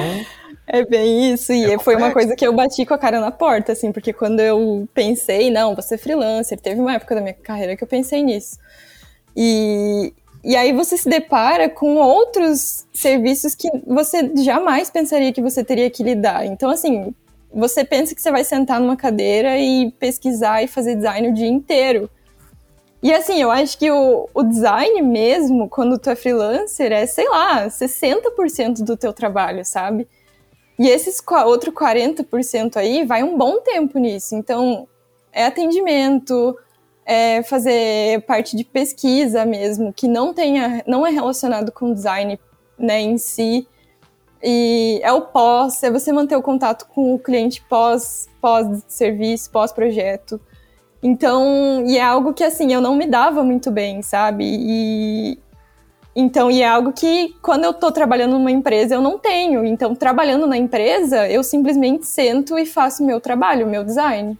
Speaker 2: É bem isso, e é foi uma coisa que eu bati com a cara na porta, assim, porque quando eu pensei, não, vou ser freelancer, teve uma época da minha carreira que eu pensei nisso. E... E aí você se depara com outros serviços que você jamais pensaria que você teria que lidar. Então, assim, você pensa que você vai sentar numa cadeira e pesquisar e fazer design o dia inteiro. E assim, eu acho que o, o design mesmo, quando tu é freelancer, é, sei lá, sessenta por cento do teu trabalho, sabe? E esses outros quarenta por cento aí, vai um bom tempo nisso. Então, é atendimento... É fazer parte de pesquisa mesmo, que não, tenha, não é relacionado com design, né, em si. E é o pós, é você manter o contato com o cliente pós, pós-serviço, pós-projeto. Então, e é algo que, assim, eu não me dava muito bem, sabe? E, então, e é algo que, quando eu tô trabalhando numa empresa, eu não tenho. Então, trabalhando na empresa, eu simplesmente sento e faço o meu trabalho, o meu design.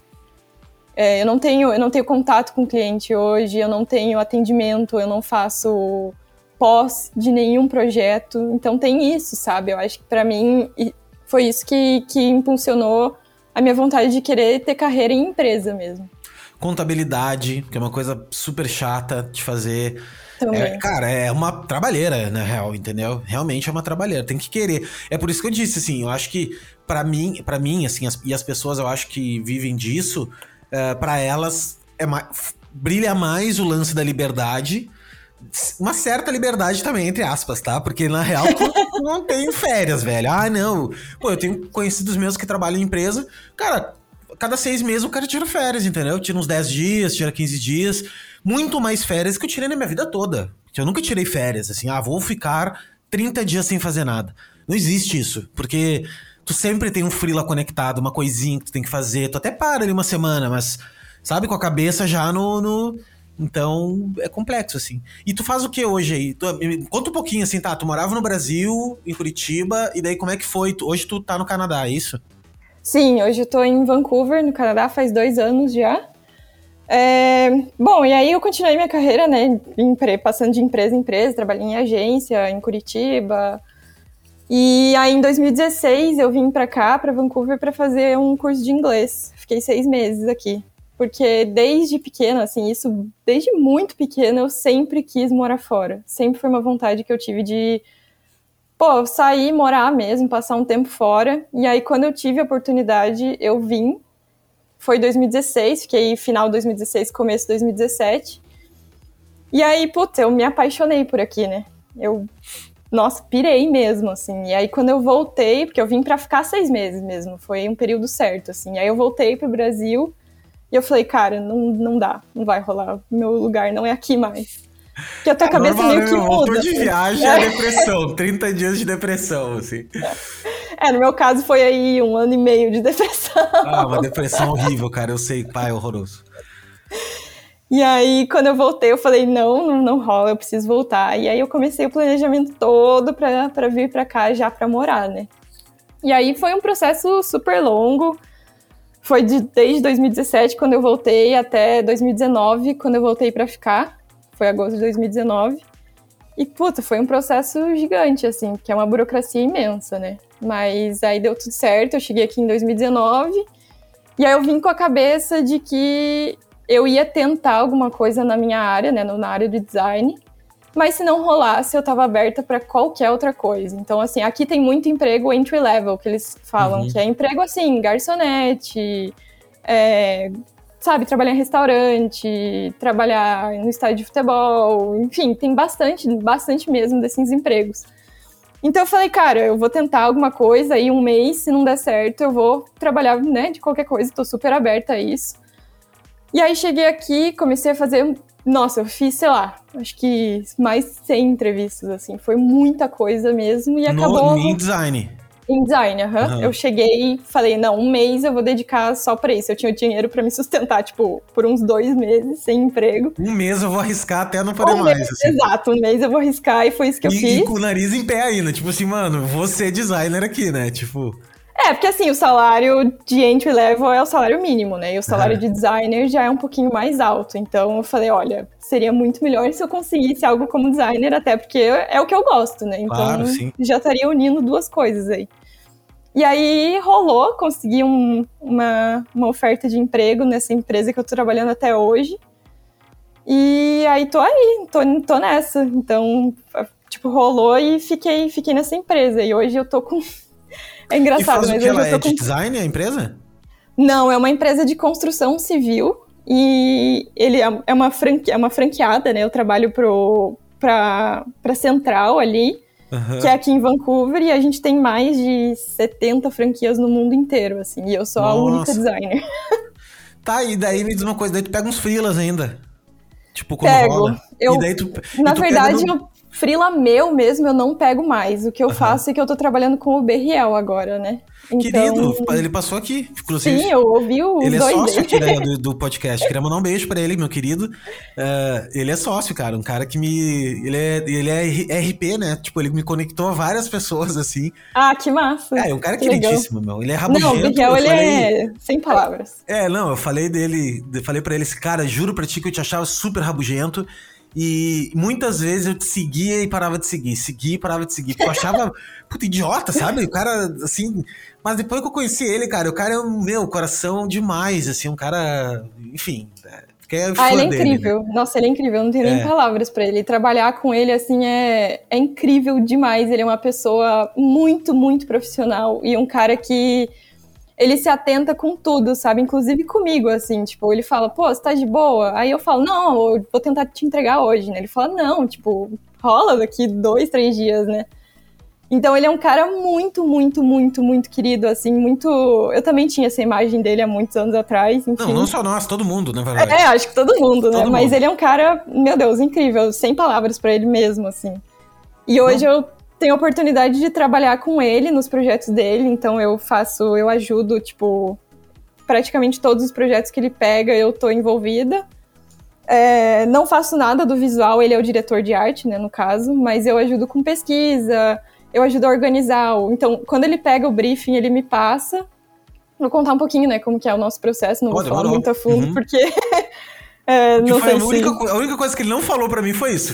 Speaker 2: É, eu não tenho, eu não tenho contato com o cliente hoje, eu não tenho atendimento, eu não faço pós de nenhum projeto, então tem isso, sabe? Eu acho que pra mim foi isso que, que impulsionou a minha vontade de querer ter carreira em empresa mesmo.
Speaker 3: contabilidade, que é uma coisa super chata de fazer.
Speaker 2: Também.
Speaker 3: É, cara, é uma trabalheira, na real, entendeu? Realmente é uma trabalheira, tem que querer. É por isso que eu disse, assim, eu acho que pra mim, pra mim assim, as, e as pessoas eu acho que vivem disso, uh, pra elas é mais, brilha mais o lance da liberdade, uma certa liberdade também, entre aspas, tá? Porque na real tu não tem férias, velho. Ah, não. Pô, eu tenho conhecidos meus que trabalham em empresa, cara, cada seis meses o cara tira férias, entendeu? Tira uns dez dias, tira quinze dias. Muito mais férias que eu tirei na minha vida toda. Porque eu nunca tirei férias, assim, ah, vou ficar trinta dias sem fazer nada. Não existe isso, porque tu sempre tem um freela conectado, uma coisinha que tu tem que fazer, tu até para ali uma semana, mas, sabe, com a cabeça já no... no... Então, é complexo, assim. E tu faz o que hoje aí? Tu, conta um pouquinho, assim, tá, tu morava no Brasil, em Curitiba, e daí como é que foi? Tu, hoje tu tá no Canadá, é isso?
Speaker 2: Sim, hoje eu tô em Vancouver, no Canadá, faz dois anos já. É, bom, e aí eu continuei minha carreira, né, passando de empresa em empresa, trabalhei em agência, em Curitiba. E aí em dois mil e dezesseis eu vim pra cá, pra Vancouver, pra fazer um curso de inglês. Fiquei seis meses aqui. Porque desde pequena, assim, isso, desde muito pequena, eu sempre quis morar fora. Sempre foi uma vontade que eu tive de, pô, sair, morar mesmo, passar um tempo fora. E aí quando eu tive a oportunidade, eu vim. Foi dois mil e dezesseis, fiquei final de dois mil e dezesseis, começo de dois mil e dezessete. E aí, putz, eu me apaixonei por aqui, né? Eu, nossa, pirei mesmo, assim. E aí, quando eu voltei, porque eu vim pra ficar seis meses mesmo, foi um período certo, assim. Aí eu voltei pro Brasil e eu falei, cara, não, não dá, não vai rolar. Meu lugar não é aqui mais. Porque a tua é cabeça
Speaker 3: normal,
Speaker 2: meio que muda.
Speaker 3: Voltou de viagem é depressão, trinta dias de depressão, assim.
Speaker 2: É, no meu caso foi aí um ano e meio de depressão.
Speaker 3: Ah, uma depressão horrível, cara, eu sei, pai, é horroroso.
Speaker 2: E aí, quando eu voltei, eu falei, não, não, não rola, eu preciso voltar. E aí eu comecei o planejamento todo pra, pra vir pra cá já pra morar, né? E aí foi um processo super longo. Foi de, desde dois mil e dezessete, quando eu voltei, até dois mil e dezenove, quando eu voltei pra ficar. Foi agosto de dois mil e dezenove. E, puta, foi um processo gigante, assim, porque é uma burocracia imensa, né? Mas aí deu tudo certo, eu cheguei aqui em dois mil e dezenove. E aí eu vim com a cabeça de que eu ia tentar alguma coisa na minha área, né, na área de design, mas se não rolasse, eu estava aberta para qualquer outra coisa. Então, assim, aqui tem muito emprego entry level, que eles falam, uhum. que é emprego, assim, garçonete, é, sabe, trabalhar em restaurante, trabalhar no estádio de futebol, enfim, tem bastante, bastante mesmo desses empregos. Então eu falei, cara, eu vou tentar alguma coisa, aí um mês, se não der certo, eu vou trabalhar, né, de qualquer coisa, tô super aberta a isso. E aí cheguei aqui, comecei a fazer, nossa, eu fiz, sei lá, acho que mais cem entrevistas, assim, foi muita coisa mesmo, e acabou...
Speaker 3: No, em design?
Speaker 2: Em design, aham. Uhum. Eu cheguei e falei, não, um mês eu vou dedicar só pra isso. Eu tinha dinheiro pra me sustentar, tipo, por uns dois meses, sem emprego.
Speaker 3: Um mês eu vou arriscar até não poder
Speaker 2: um
Speaker 3: mais,
Speaker 2: mês,
Speaker 3: assim.
Speaker 2: Exato, um mês eu vou arriscar e foi isso que
Speaker 3: e,
Speaker 2: eu fiz.
Speaker 3: E com o nariz em pé ainda, tipo assim, mano, vou ser designer aqui, né, tipo...
Speaker 2: É, porque assim, o salário de entry level é o salário mínimo, né? E o salário é. de designer já é um pouquinho mais alto. Então eu falei, olha, seria muito melhor se eu conseguisse algo como designer, até porque é o que eu gosto, né? Então
Speaker 3: claro, sim.
Speaker 2: já estaria unindo duas coisas aí. E aí rolou, consegui um, uma, uma oferta de emprego nessa empresa que eu tô trabalhando até hoje. E aí tô aí, tô, tô nessa. Então, tipo, rolou e fiquei, fiquei nessa empresa. E hoje eu tô com... É engraçado,
Speaker 3: e faz
Speaker 2: mas
Speaker 3: o que
Speaker 2: hoje
Speaker 3: ela
Speaker 2: eu tô
Speaker 3: é
Speaker 2: com...
Speaker 3: de design, a empresa?
Speaker 2: Não, é uma empresa de construção civil. E ele é uma, franque... é uma franqueada, né? Eu trabalho pro, pra, pra Central ali. Uhum. Que é aqui em Vancouver, e a gente tem mais de setenta franquias no mundo inteiro, assim, e eu sou Nossa. a única designer.
Speaker 3: Tá, e daí me diz uma coisa, daí tu pega uns freelas ainda, tipo, como
Speaker 2: Pego.
Speaker 3: rola.
Speaker 2: Eu,
Speaker 3: e daí tu,
Speaker 2: na
Speaker 3: e tu
Speaker 2: verdade,
Speaker 3: no...
Speaker 2: eu, freela meu mesmo eu não pego mais, o que eu uhum. faço é que eu tô trabalhando com o B R L agora, né. Então...
Speaker 3: Querido, ele passou aqui, inclusive.
Speaker 2: Sim, eu ouvi os
Speaker 3: ele
Speaker 2: dois
Speaker 3: é sócio
Speaker 2: dele.
Speaker 3: aqui né, do, do podcast. Queria mandar um beijo pra ele, meu querido. Uh, ele é sócio, cara. Um cara que me... Ele é, ele é R P, né? Tipo, ele me conectou a várias pessoas, assim.
Speaker 2: Ah, que massa.
Speaker 3: É, um cara
Speaker 2: que
Speaker 3: queridíssimo, meu. Ele é rabugento.
Speaker 2: Não, o B R L, ele
Speaker 3: falei...
Speaker 2: é sem palavras.
Speaker 3: É, não, eu falei dele... Eu falei pra ele, cara, juro pra ti que eu te achava super rabugento. E muitas vezes eu te seguia e parava de seguir, seguia e parava de seguir. Porque eu achava, puta, idiota, sabe? O cara, assim... Mas depois que eu conheci ele, cara, o cara é um, meu, coração demais, assim, um cara... Enfim, fiquei fã
Speaker 2: Ah, ele é
Speaker 3: dele,
Speaker 2: incrível.
Speaker 3: né?
Speaker 2: Nossa, ele é incrível, eu não tenho
Speaker 3: É.
Speaker 2: nem palavras pra ele. Trabalhar com ele, assim, é, é incrível demais. Ele é uma pessoa muito, muito profissional e um cara que... Ele se atenta com tudo, sabe? Inclusive comigo, assim, tipo, ele fala, pô, você tá de boa? Aí eu falo, não, eu vou tentar te entregar hoje, né? Ele fala, não, tipo, rola daqui dois, três dias, né? Então ele é um cara muito, muito, muito, muito querido, assim, muito... Eu também tinha essa imagem dele há muitos anos atrás, enfim.
Speaker 3: Não, não só nós, todo mundo, na verdade.
Speaker 2: É, acho que todo mundo, né?
Speaker 3: Todo
Speaker 2: Mas
Speaker 3: mundo.
Speaker 2: ele é um cara, meu Deus, incrível, sem palavras pra ele mesmo, assim. E hoje não. eu tenho a oportunidade de trabalhar com ele nos projetos dele, então eu faço, eu ajudo, tipo, praticamente todos os projetos que ele pega, eu tô envolvida. É, não faço nada do visual, ele é o diretor de arte, né, no caso, mas eu ajudo com pesquisa, eu ajudo a organizar. Então, quando ele pega o briefing, ele me passa. Vou contar um pouquinho, né, como que é o nosso processo, não
Speaker 3: Pode,
Speaker 2: vou falar
Speaker 3: demorou.
Speaker 2: muito a fundo,
Speaker 3: Uhum.
Speaker 2: porque... É, não
Speaker 3: foi
Speaker 2: sei
Speaker 3: a, única,
Speaker 2: se...
Speaker 3: a única coisa que ele não falou pra mim foi isso.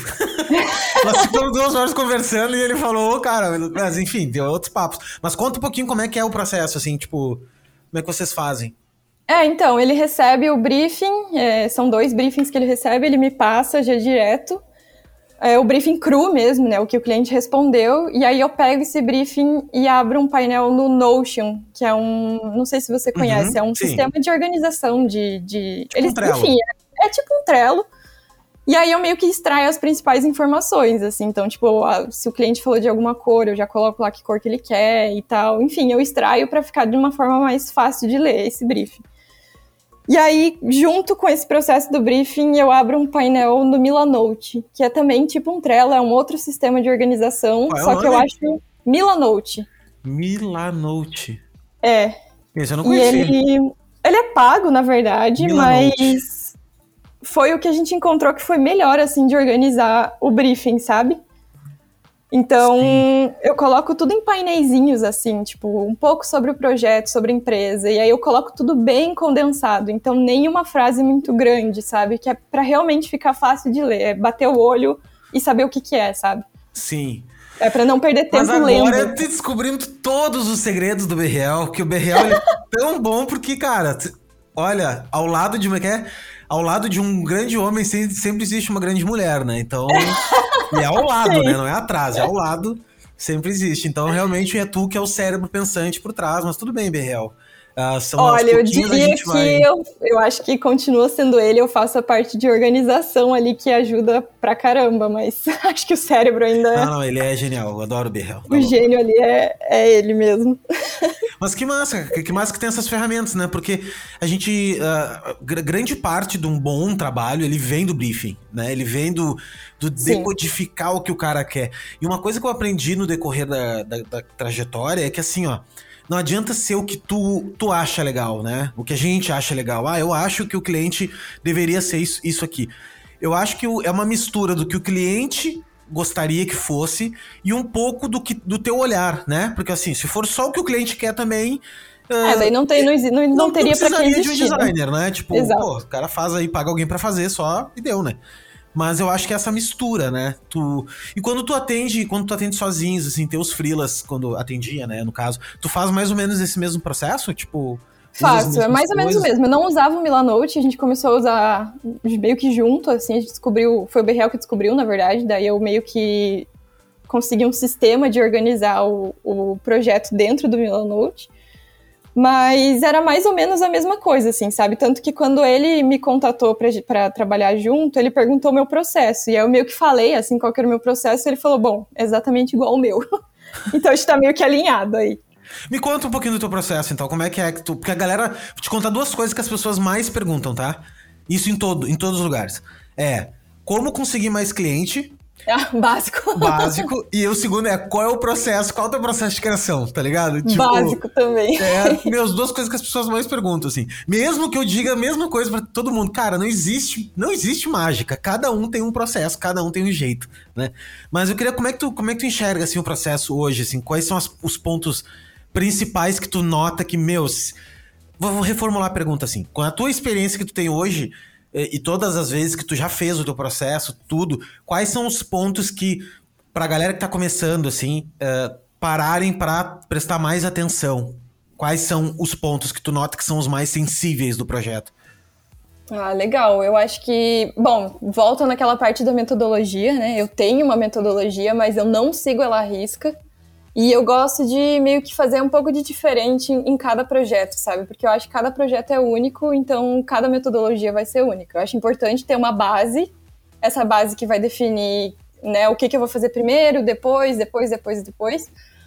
Speaker 3: Nós ficamos duas horas conversando e ele falou, cara, mas enfim, deu outros papos. Mas conta um pouquinho como é que é o processo, assim, tipo, como é que vocês fazem?
Speaker 2: É, então, ele recebe o briefing, é, são dois briefings que ele recebe, ele me passa já direto, é, o briefing cru mesmo, né, o que o cliente respondeu, e aí eu pego esse briefing e abro um painel no Notion, que é um, não sei se você conhece,
Speaker 3: Uhum,
Speaker 2: é um
Speaker 3: sim.
Speaker 2: sistema de organização de... de
Speaker 3: Tipo um Trello.
Speaker 2: Enfim, é, é tipo um Trello, e aí eu meio que extraio as principais informações, assim, então, tipo, se o cliente falou de alguma cor, eu já coloco lá que cor que ele quer e tal, enfim, eu extraio para ficar de uma forma mais fácil de ler esse briefing. E aí, junto com esse processo do briefing, eu abro um painel no Milanote, que é também tipo um Trello, é um outro sistema de organização,
Speaker 3: Qual é o
Speaker 2: só que eu
Speaker 3: nome?
Speaker 2: acho Milanote.
Speaker 3: Milanote.
Speaker 2: É.
Speaker 3: Esse eu não
Speaker 2: E
Speaker 3: conhecia.
Speaker 2: ele, ele é pago, na verdade,
Speaker 3: Milanote.
Speaker 2: mas foi o que a gente encontrou que foi melhor, assim, de organizar o briefing, sabe? Então, Sim. eu coloco tudo em paineizinhos, assim, tipo, um pouco sobre o projeto, sobre a empresa, e aí eu coloco tudo bem condensado, então nenhuma frase muito grande, sabe? Que é pra realmente ficar fácil de ler, é bater o olho e saber o que que é, sabe?
Speaker 3: Sim.
Speaker 2: É pra não perder tempo
Speaker 3: lendo. Mas
Speaker 2: lendo.
Speaker 3: agora eu tô descobrindo todos os segredos do B R L, que o B R L ele é tão bom porque, cara, olha, ao lado de uma... Ao lado de um grande homem sempre existe uma grande mulher, né? Então... E é ao lado, Sim. né? Não é atrás, é ao lado. Sempre existe. Então, realmente, é tu que é o cérebro pensante por trás. Mas tudo bem, B R L. Uh, são
Speaker 2: Olha, eu diria que
Speaker 3: vai...
Speaker 2: eu, eu acho que continua sendo ele. Eu faço a parte de organização ali que ajuda pra caramba. Mas acho que o cérebro ainda é...
Speaker 3: Não, não, ele é genial. Eu adoro o B R L.
Speaker 2: O gênio ali é, é ele mesmo.
Speaker 3: Mas que massa, que massa que tem essas ferramentas, né? Porque a gente, uh, grande parte de um bom trabalho, ele vem do briefing, né? Ele vem do, do decodificar o que o cara quer. E uma coisa que eu aprendi no decorrer da, da, da trajetória é que assim, ó, não adianta ser o que tu, tu acha legal, né? O que a gente acha legal. Ah, eu acho que o cliente deveria ser isso, isso aqui. Eu acho que é uma mistura do que o cliente... gostaria que fosse, e um pouco do, que, do teu olhar, né? Porque assim, se for só o que o cliente quer também...
Speaker 2: É, uh, daí não, tem, não, não, não, não teria pra que existir.
Speaker 3: De um designer, né? né? Tipo,
Speaker 2: Exato.
Speaker 3: Pô, o cara faz aí, paga alguém pra fazer só e deu, né? Mas eu acho que é essa mistura, né? Tu... E quando tu atende, quando tu atende sozinhos, assim, teus freelas, quando atendia, né, no caso, tu faz mais ou menos esse mesmo processo? Tipo...
Speaker 2: Faço, é mais ou menos o mesmo. Eu não usava o Milanote, a gente começou a usar meio que junto, assim, a gente descobriu, foi o B R L que descobriu, na verdade, daí eu meio que consegui um sistema de organizar o, o projeto dentro do Milanote, mas era mais ou menos a mesma coisa, assim, sabe? Tanto que quando ele me contatou pra, pra trabalhar junto, ele perguntou o meu processo, e aí eu meio que falei, assim, qual que era o meu processo, e ele falou, bom, exatamente igual ao meu. Então a gente tá meio que alinhado aí.
Speaker 3: Me conta um pouquinho do teu processo, então. Como é que é que tu... Porque a galera... Vou te contar duas coisas que as pessoas mais perguntam, tá? Isso em, todo, em todos os lugares. É, como conseguir mais cliente...
Speaker 2: Ah, básico.
Speaker 3: Básico. E o segundo é, qual é o processo, qual é o teu processo de criação, tá ligado?
Speaker 2: Tipo, básico também.
Speaker 3: É, meus, duas coisas que as pessoas mais perguntam, assim. Mesmo que eu diga a mesma coisa pra todo mundo. Cara, não existe, não existe mágica. Cada um tem um processo, cada um tem um jeito, né? Mas eu queria, como é que tu, como é que tu enxerga, assim, o processo hoje, assim? Quais são as, os pontos... principais que tu nota que, meus... Vou reformular a pergunta assim. Com a tua experiência que tu tem hoje, e, e todas as vezes que tu já fez o teu processo, tudo, quais são os pontos que, pra galera que tá começando, assim, uh, pararem pra prestar mais atenção? Quais são os pontos que tu nota que são os mais sensíveis do projeto?
Speaker 2: Ah, legal. Eu acho que, bom, volta naquela parte da metodologia, né? Eu tenho uma metodologia, mas eu não sigo ela à risca. E eu gosto de meio que fazer um pouco de diferente em, em cada projeto, sabe? Porque eu acho que cada projeto é único, então cada metodologia vai ser única. Eu acho importante ter uma base, essa base que vai definir, né, o que, que eu vou fazer primeiro, depois, depois, depois, depois.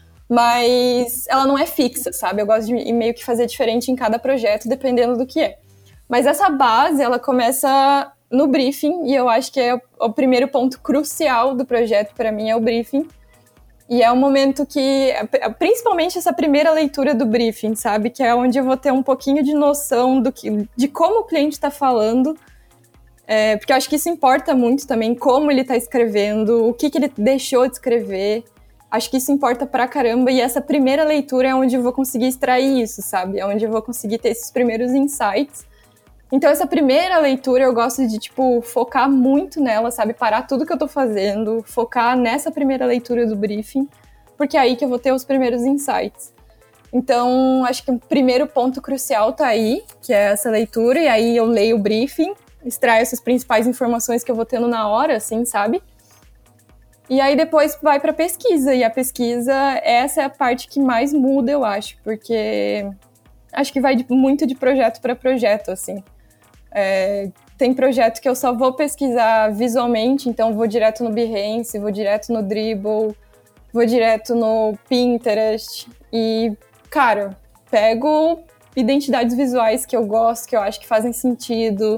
Speaker 2: Mas ela não é fixa, sabe? Eu gosto de meio que fazer diferente em cada projeto, dependendo do que é. Mas essa base, ela começa no briefing, e eu acho que é o, o primeiro ponto crucial do projeto para mim é o briefing. E é um momento que, principalmente essa primeira leitura do briefing, sabe? Que é onde eu vou ter um pouquinho de noção do que, de como o cliente está falando, é, porque eu acho que isso importa muito também, como ele está escrevendo, o que, que ele deixou de escrever. Acho que isso importa pra caramba, e essa primeira leitura é onde eu vou conseguir extrair isso, sabe? É onde eu vou conseguir ter esses primeiros insights. Então, essa primeira leitura, eu gosto de, tipo, focar muito nela, sabe? Parar tudo que eu tô fazendo, focar nessa primeira leitura do briefing, porque é aí que eu vou ter os primeiros insights. Então, acho que o primeiro ponto crucial tá aí, que é essa leitura, e aí eu leio o briefing, extraio essas principais informações que eu vou tendo na hora, assim, sabe? E aí depois vai pra pesquisa, e a pesquisa, essa é a parte que mais muda, eu acho, porque acho que vai de, muito de projeto para projeto, assim. É, tem projeto que eu só vou pesquisar visualmente, então vou direto no Behance, vou direto no Dribbble, vou direto no Pinterest e, cara, pego identidades visuais que eu gosto, que eu acho que fazem sentido.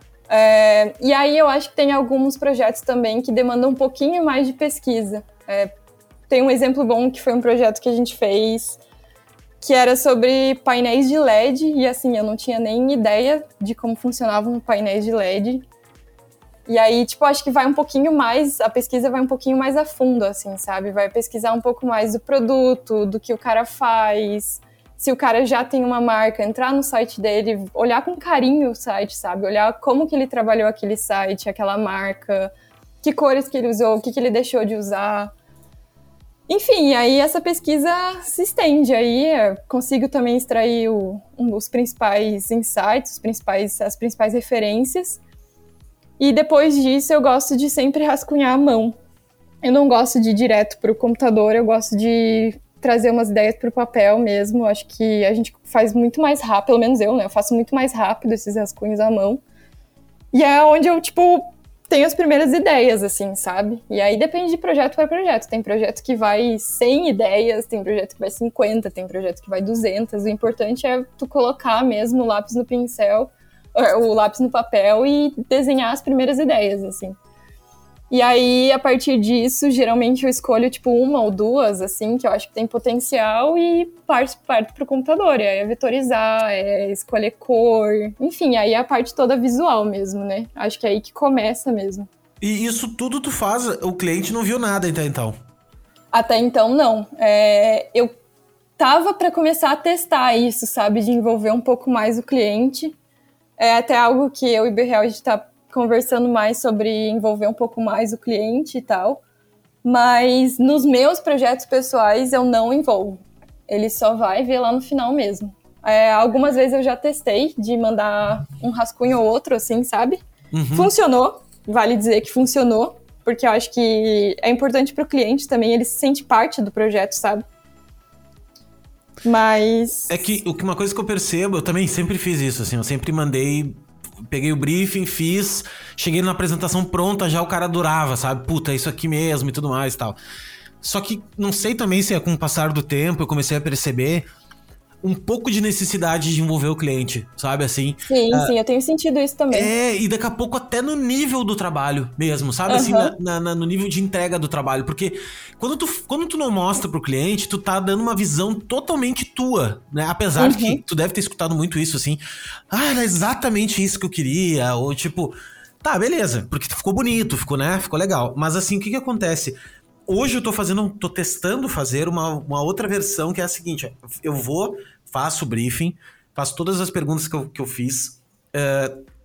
Speaker 2: É, e aí eu acho que tem alguns projetos também que demandam um pouquinho mais de pesquisa. É, tem um exemplo bom que foi um projeto que a gente fez que era sobre painéis de L E D, e assim, eu não tinha nem ideia de como funcionavam painéis de L E D. E aí, tipo, acho que vai um pouquinho mais, a pesquisa vai um pouquinho mais a fundo, assim, sabe? Vai pesquisar um pouco mais do produto, do que o cara faz, se o cara já tem uma marca, entrar no site dele, olhar com carinho o site, sabe? Olhar como que ele trabalhou aquele site, aquela marca, que cores que ele usou, o que, que ele deixou de usar. Enfim, aí essa pesquisa se estende, aí eu consigo também extrair o, um, os principais insights, os principais, as principais referências, e depois disso eu gosto de sempre rascunhar à mão. Eu não gosto de ir direto para o computador, eu gosto de trazer umas ideias para o papel mesmo. Acho que a gente faz muito mais rápido, pelo menos eu, né? Eu faço muito mais rápido esses rascunhos à mão. E é onde eu, tipo, tenho as primeiras ideias, assim, sabe? E aí depende de projeto para projeto. Tem projeto que vai cem ideias, tem projeto que vai cinquenta, tem projeto que vai duzentas. O importante é tu colocar mesmo o lápis no pincel, o lápis no papel e desenhar as primeiras ideias, assim. E aí, a partir disso, geralmente eu escolho, tipo, uma ou duas, assim, que eu acho que tem potencial e parto, parto pro computador. E aí é vetorizar, é escolher cor, enfim, aí é a parte toda visual mesmo, né? Acho que é aí que começa mesmo.
Speaker 3: E isso tudo tu faz, o cliente não viu nada até então?
Speaker 2: Até então, não. É, eu tava para começar a testar isso, sabe? De envolver um pouco mais o cliente. É até algo que eu e o Bereal, a gente tá conversando mais sobre envolver um pouco mais o cliente e tal, mas nos meus projetos pessoais eu não envolvo, ele só vai ver lá no final mesmo. É, algumas vezes eu já testei de mandar um rascunho ou outro, assim, sabe? Uhum. Funcionou, vale dizer que funcionou, porque eu acho que é importante para o cliente também, ele se sente parte do projeto, sabe? Mas...
Speaker 3: É que uma coisa que eu percebo, eu também sempre fiz isso, assim, eu sempre mandei... Peguei o briefing, fiz, cheguei na apresentação pronta, já o cara adorava, sabe? Puta, isso aqui mesmo e tudo mais e tal. Só que não sei também se é com o passar do tempo eu comecei a perceber um pouco de necessidade de envolver o cliente, sabe, assim?
Speaker 2: Sim,
Speaker 3: uh,
Speaker 2: sim, eu tenho sentido isso também.
Speaker 3: É, e daqui a pouco até no nível do trabalho mesmo, sabe? Uhum. Assim, na, na, no nível de entrega do trabalho. Porque quando tu, quando tu não mostra pro cliente, tu tá dando uma visão totalmente tua, né? Apesar uhum. de que tu deve ter escutado muito isso, assim. Ah, era exatamente isso que eu queria. Ou tipo, tá, beleza, porque ficou bonito, ficou, né? Ficou legal. Mas assim, o que que acontece? Hoje eu tô fazendo, tô testando fazer uma, uma outra versão que é a seguinte, eu vou, faço o briefing, faço todas as perguntas que eu, que eu fiz, uh,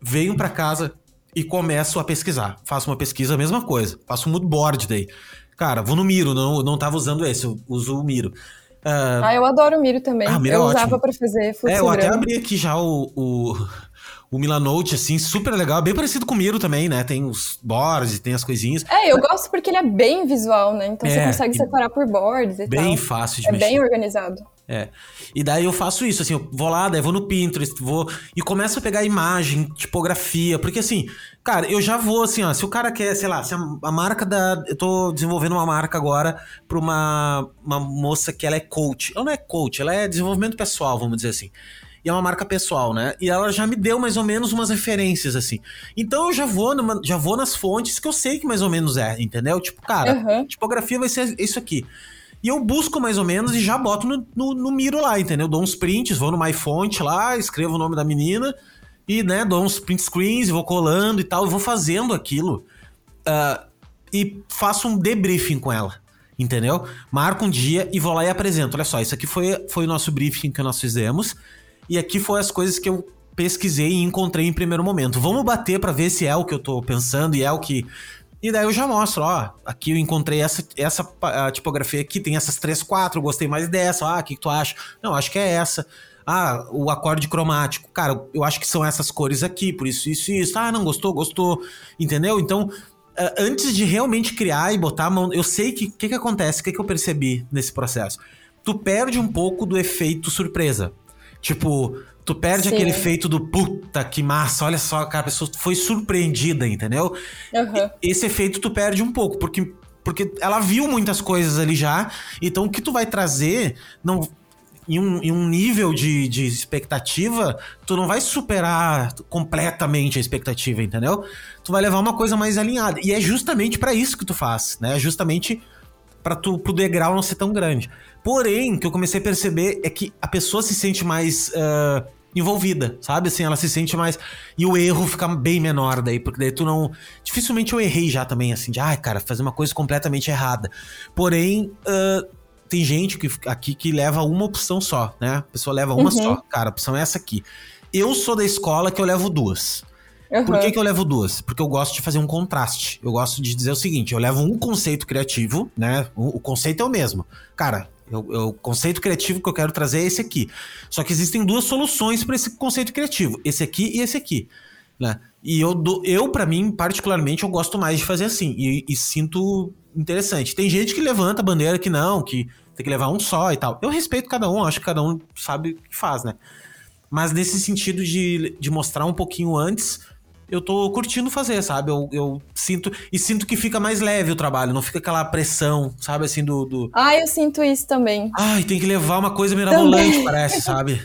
Speaker 3: venho pra casa e começo a pesquisar. Faço uma pesquisa, a mesma coisa. Faço um mood board daí. Cara, vou no Miro, não, não tava usando esse, eu uso o Miro. Uh,
Speaker 2: ah, eu adoro o Miro também.
Speaker 3: Ah, o Miro
Speaker 2: eu
Speaker 3: é
Speaker 2: usava
Speaker 3: ótimo.
Speaker 2: pra fazer fluxograma.
Speaker 3: É, eu até abri aqui já o, o, o Milanote, assim, super legal. Bem parecido com o Miro também, né? Tem os boards, tem as coisinhas.
Speaker 2: É, eu gosto porque ele é bem visual, né? Então é, você consegue separar por boards e
Speaker 3: bem
Speaker 2: tal.
Speaker 3: Bem fácil de
Speaker 2: é
Speaker 3: mexer.
Speaker 2: É bem organizado.
Speaker 3: É, e daí eu faço isso, assim, eu vou lá, daí vou no Pinterest, vou e começo a pegar imagem, tipografia, porque assim, cara, eu já vou assim, ó, se o cara quer, sei lá, se a, a marca da, eu tô desenvolvendo uma marca agora pra uma, uma moça que ela é coach, ela não é coach, ela é desenvolvimento pessoal, vamos dizer assim, e é uma marca pessoal, né, e ela já me deu mais ou menos umas referências, assim, então eu já vou, numa, já vou nas fontes que eu sei que mais ou menos é, entendeu, tipo, cara, uhum. tipografia vai ser isso aqui. E eu busco mais ou menos e já boto no, no, no Miro lá, entendeu? Dou uns prints, vou no MyFont lá, escrevo o nome da menina e, né, dou uns print screens, vou colando e tal, e vou fazendo aquilo uh, e faço um debriefing com ela, entendeu? Marco um dia e vou lá e apresento. Olha só, isso aqui foi, foi o nosso briefing que nós fizemos e aqui foi as coisas que eu pesquisei e encontrei em primeiro momento. Vamos bater pra ver se é o que eu tô pensando e é o que... E daí eu já mostro, ó, aqui eu encontrei essa, essa a tipografia aqui, tem essas três, quatro, eu gostei mais dessa, ah, o que, que tu acha? Não, acho que é essa. Ah, o acorde cromático, cara, eu acho que são essas cores aqui, por isso, isso e isso. Ah, não gostou, gostou, entendeu? Então, antes de realmente criar e botar a mão, eu sei que, o que que acontece, o que que eu percebi nesse processo? Tu perde um pouco do efeito surpresa. Tipo, tu perde Sim. aquele efeito do puta, que massa, olha só, cara, a pessoa foi surpreendida, entendeu? Uhum. Esse efeito tu perde um pouco, porque, porque ela viu muitas coisas ali já, então o que tu vai trazer não, em, um, em um nível de, de expectativa, tu não vai superar completamente a expectativa, entendeu? Tu vai levar uma coisa mais alinhada, e é justamente pra isso que tu faz, né? É justamente pra tu, pro degrau não ser tão grande. Porém, o que eu comecei a perceber é que a pessoa se sente mais uh, envolvida, sabe? Assim, ela se sente mais... E o erro fica bem menor daí, porque daí tu não... Dificilmente eu errei já também, assim, de... Ai, cara, fazer uma coisa completamente errada. Porém, uh, tem gente que, aqui que leva uma opção só, né? A pessoa leva uma uhum. só. Cara, a opção é essa aqui. Eu sou da escola que eu levo duas. Uhum. Por que que eu levo duas? Porque eu gosto de fazer um contraste. Eu gosto de dizer o seguinte, eu levo um conceito criativo, né? O, o conceito é o mesmo. Cara... Eu, eu, o conceito criativo que eu quero trazer é esse aqui. Só que existem duas soluções para esse conceito criativo. Esse aqui e esse aqui. Né? E eu, eu para mim, particularmente, eu gosto mais de fazer assim. E, e sinto interessante. Tem gente que levanta a bandeira que não, que tem que levar um só e tal. Eu respeito cada um, acho que cada um sabe o que faz, né? Mas nesse sentido de, de mostrar um pouquinho antes... Eu tô curtindo fazer, sabe? Eu, eu sinto... E sinto que fica mais leve o trabalho. Não fica aquela pressão, sabe? Assim, do... do...
Speaker 2: Ah, eu sinto isso também.
Speaker 3: Ai, tem que levar uma coisa mirabolante, parece, sabe?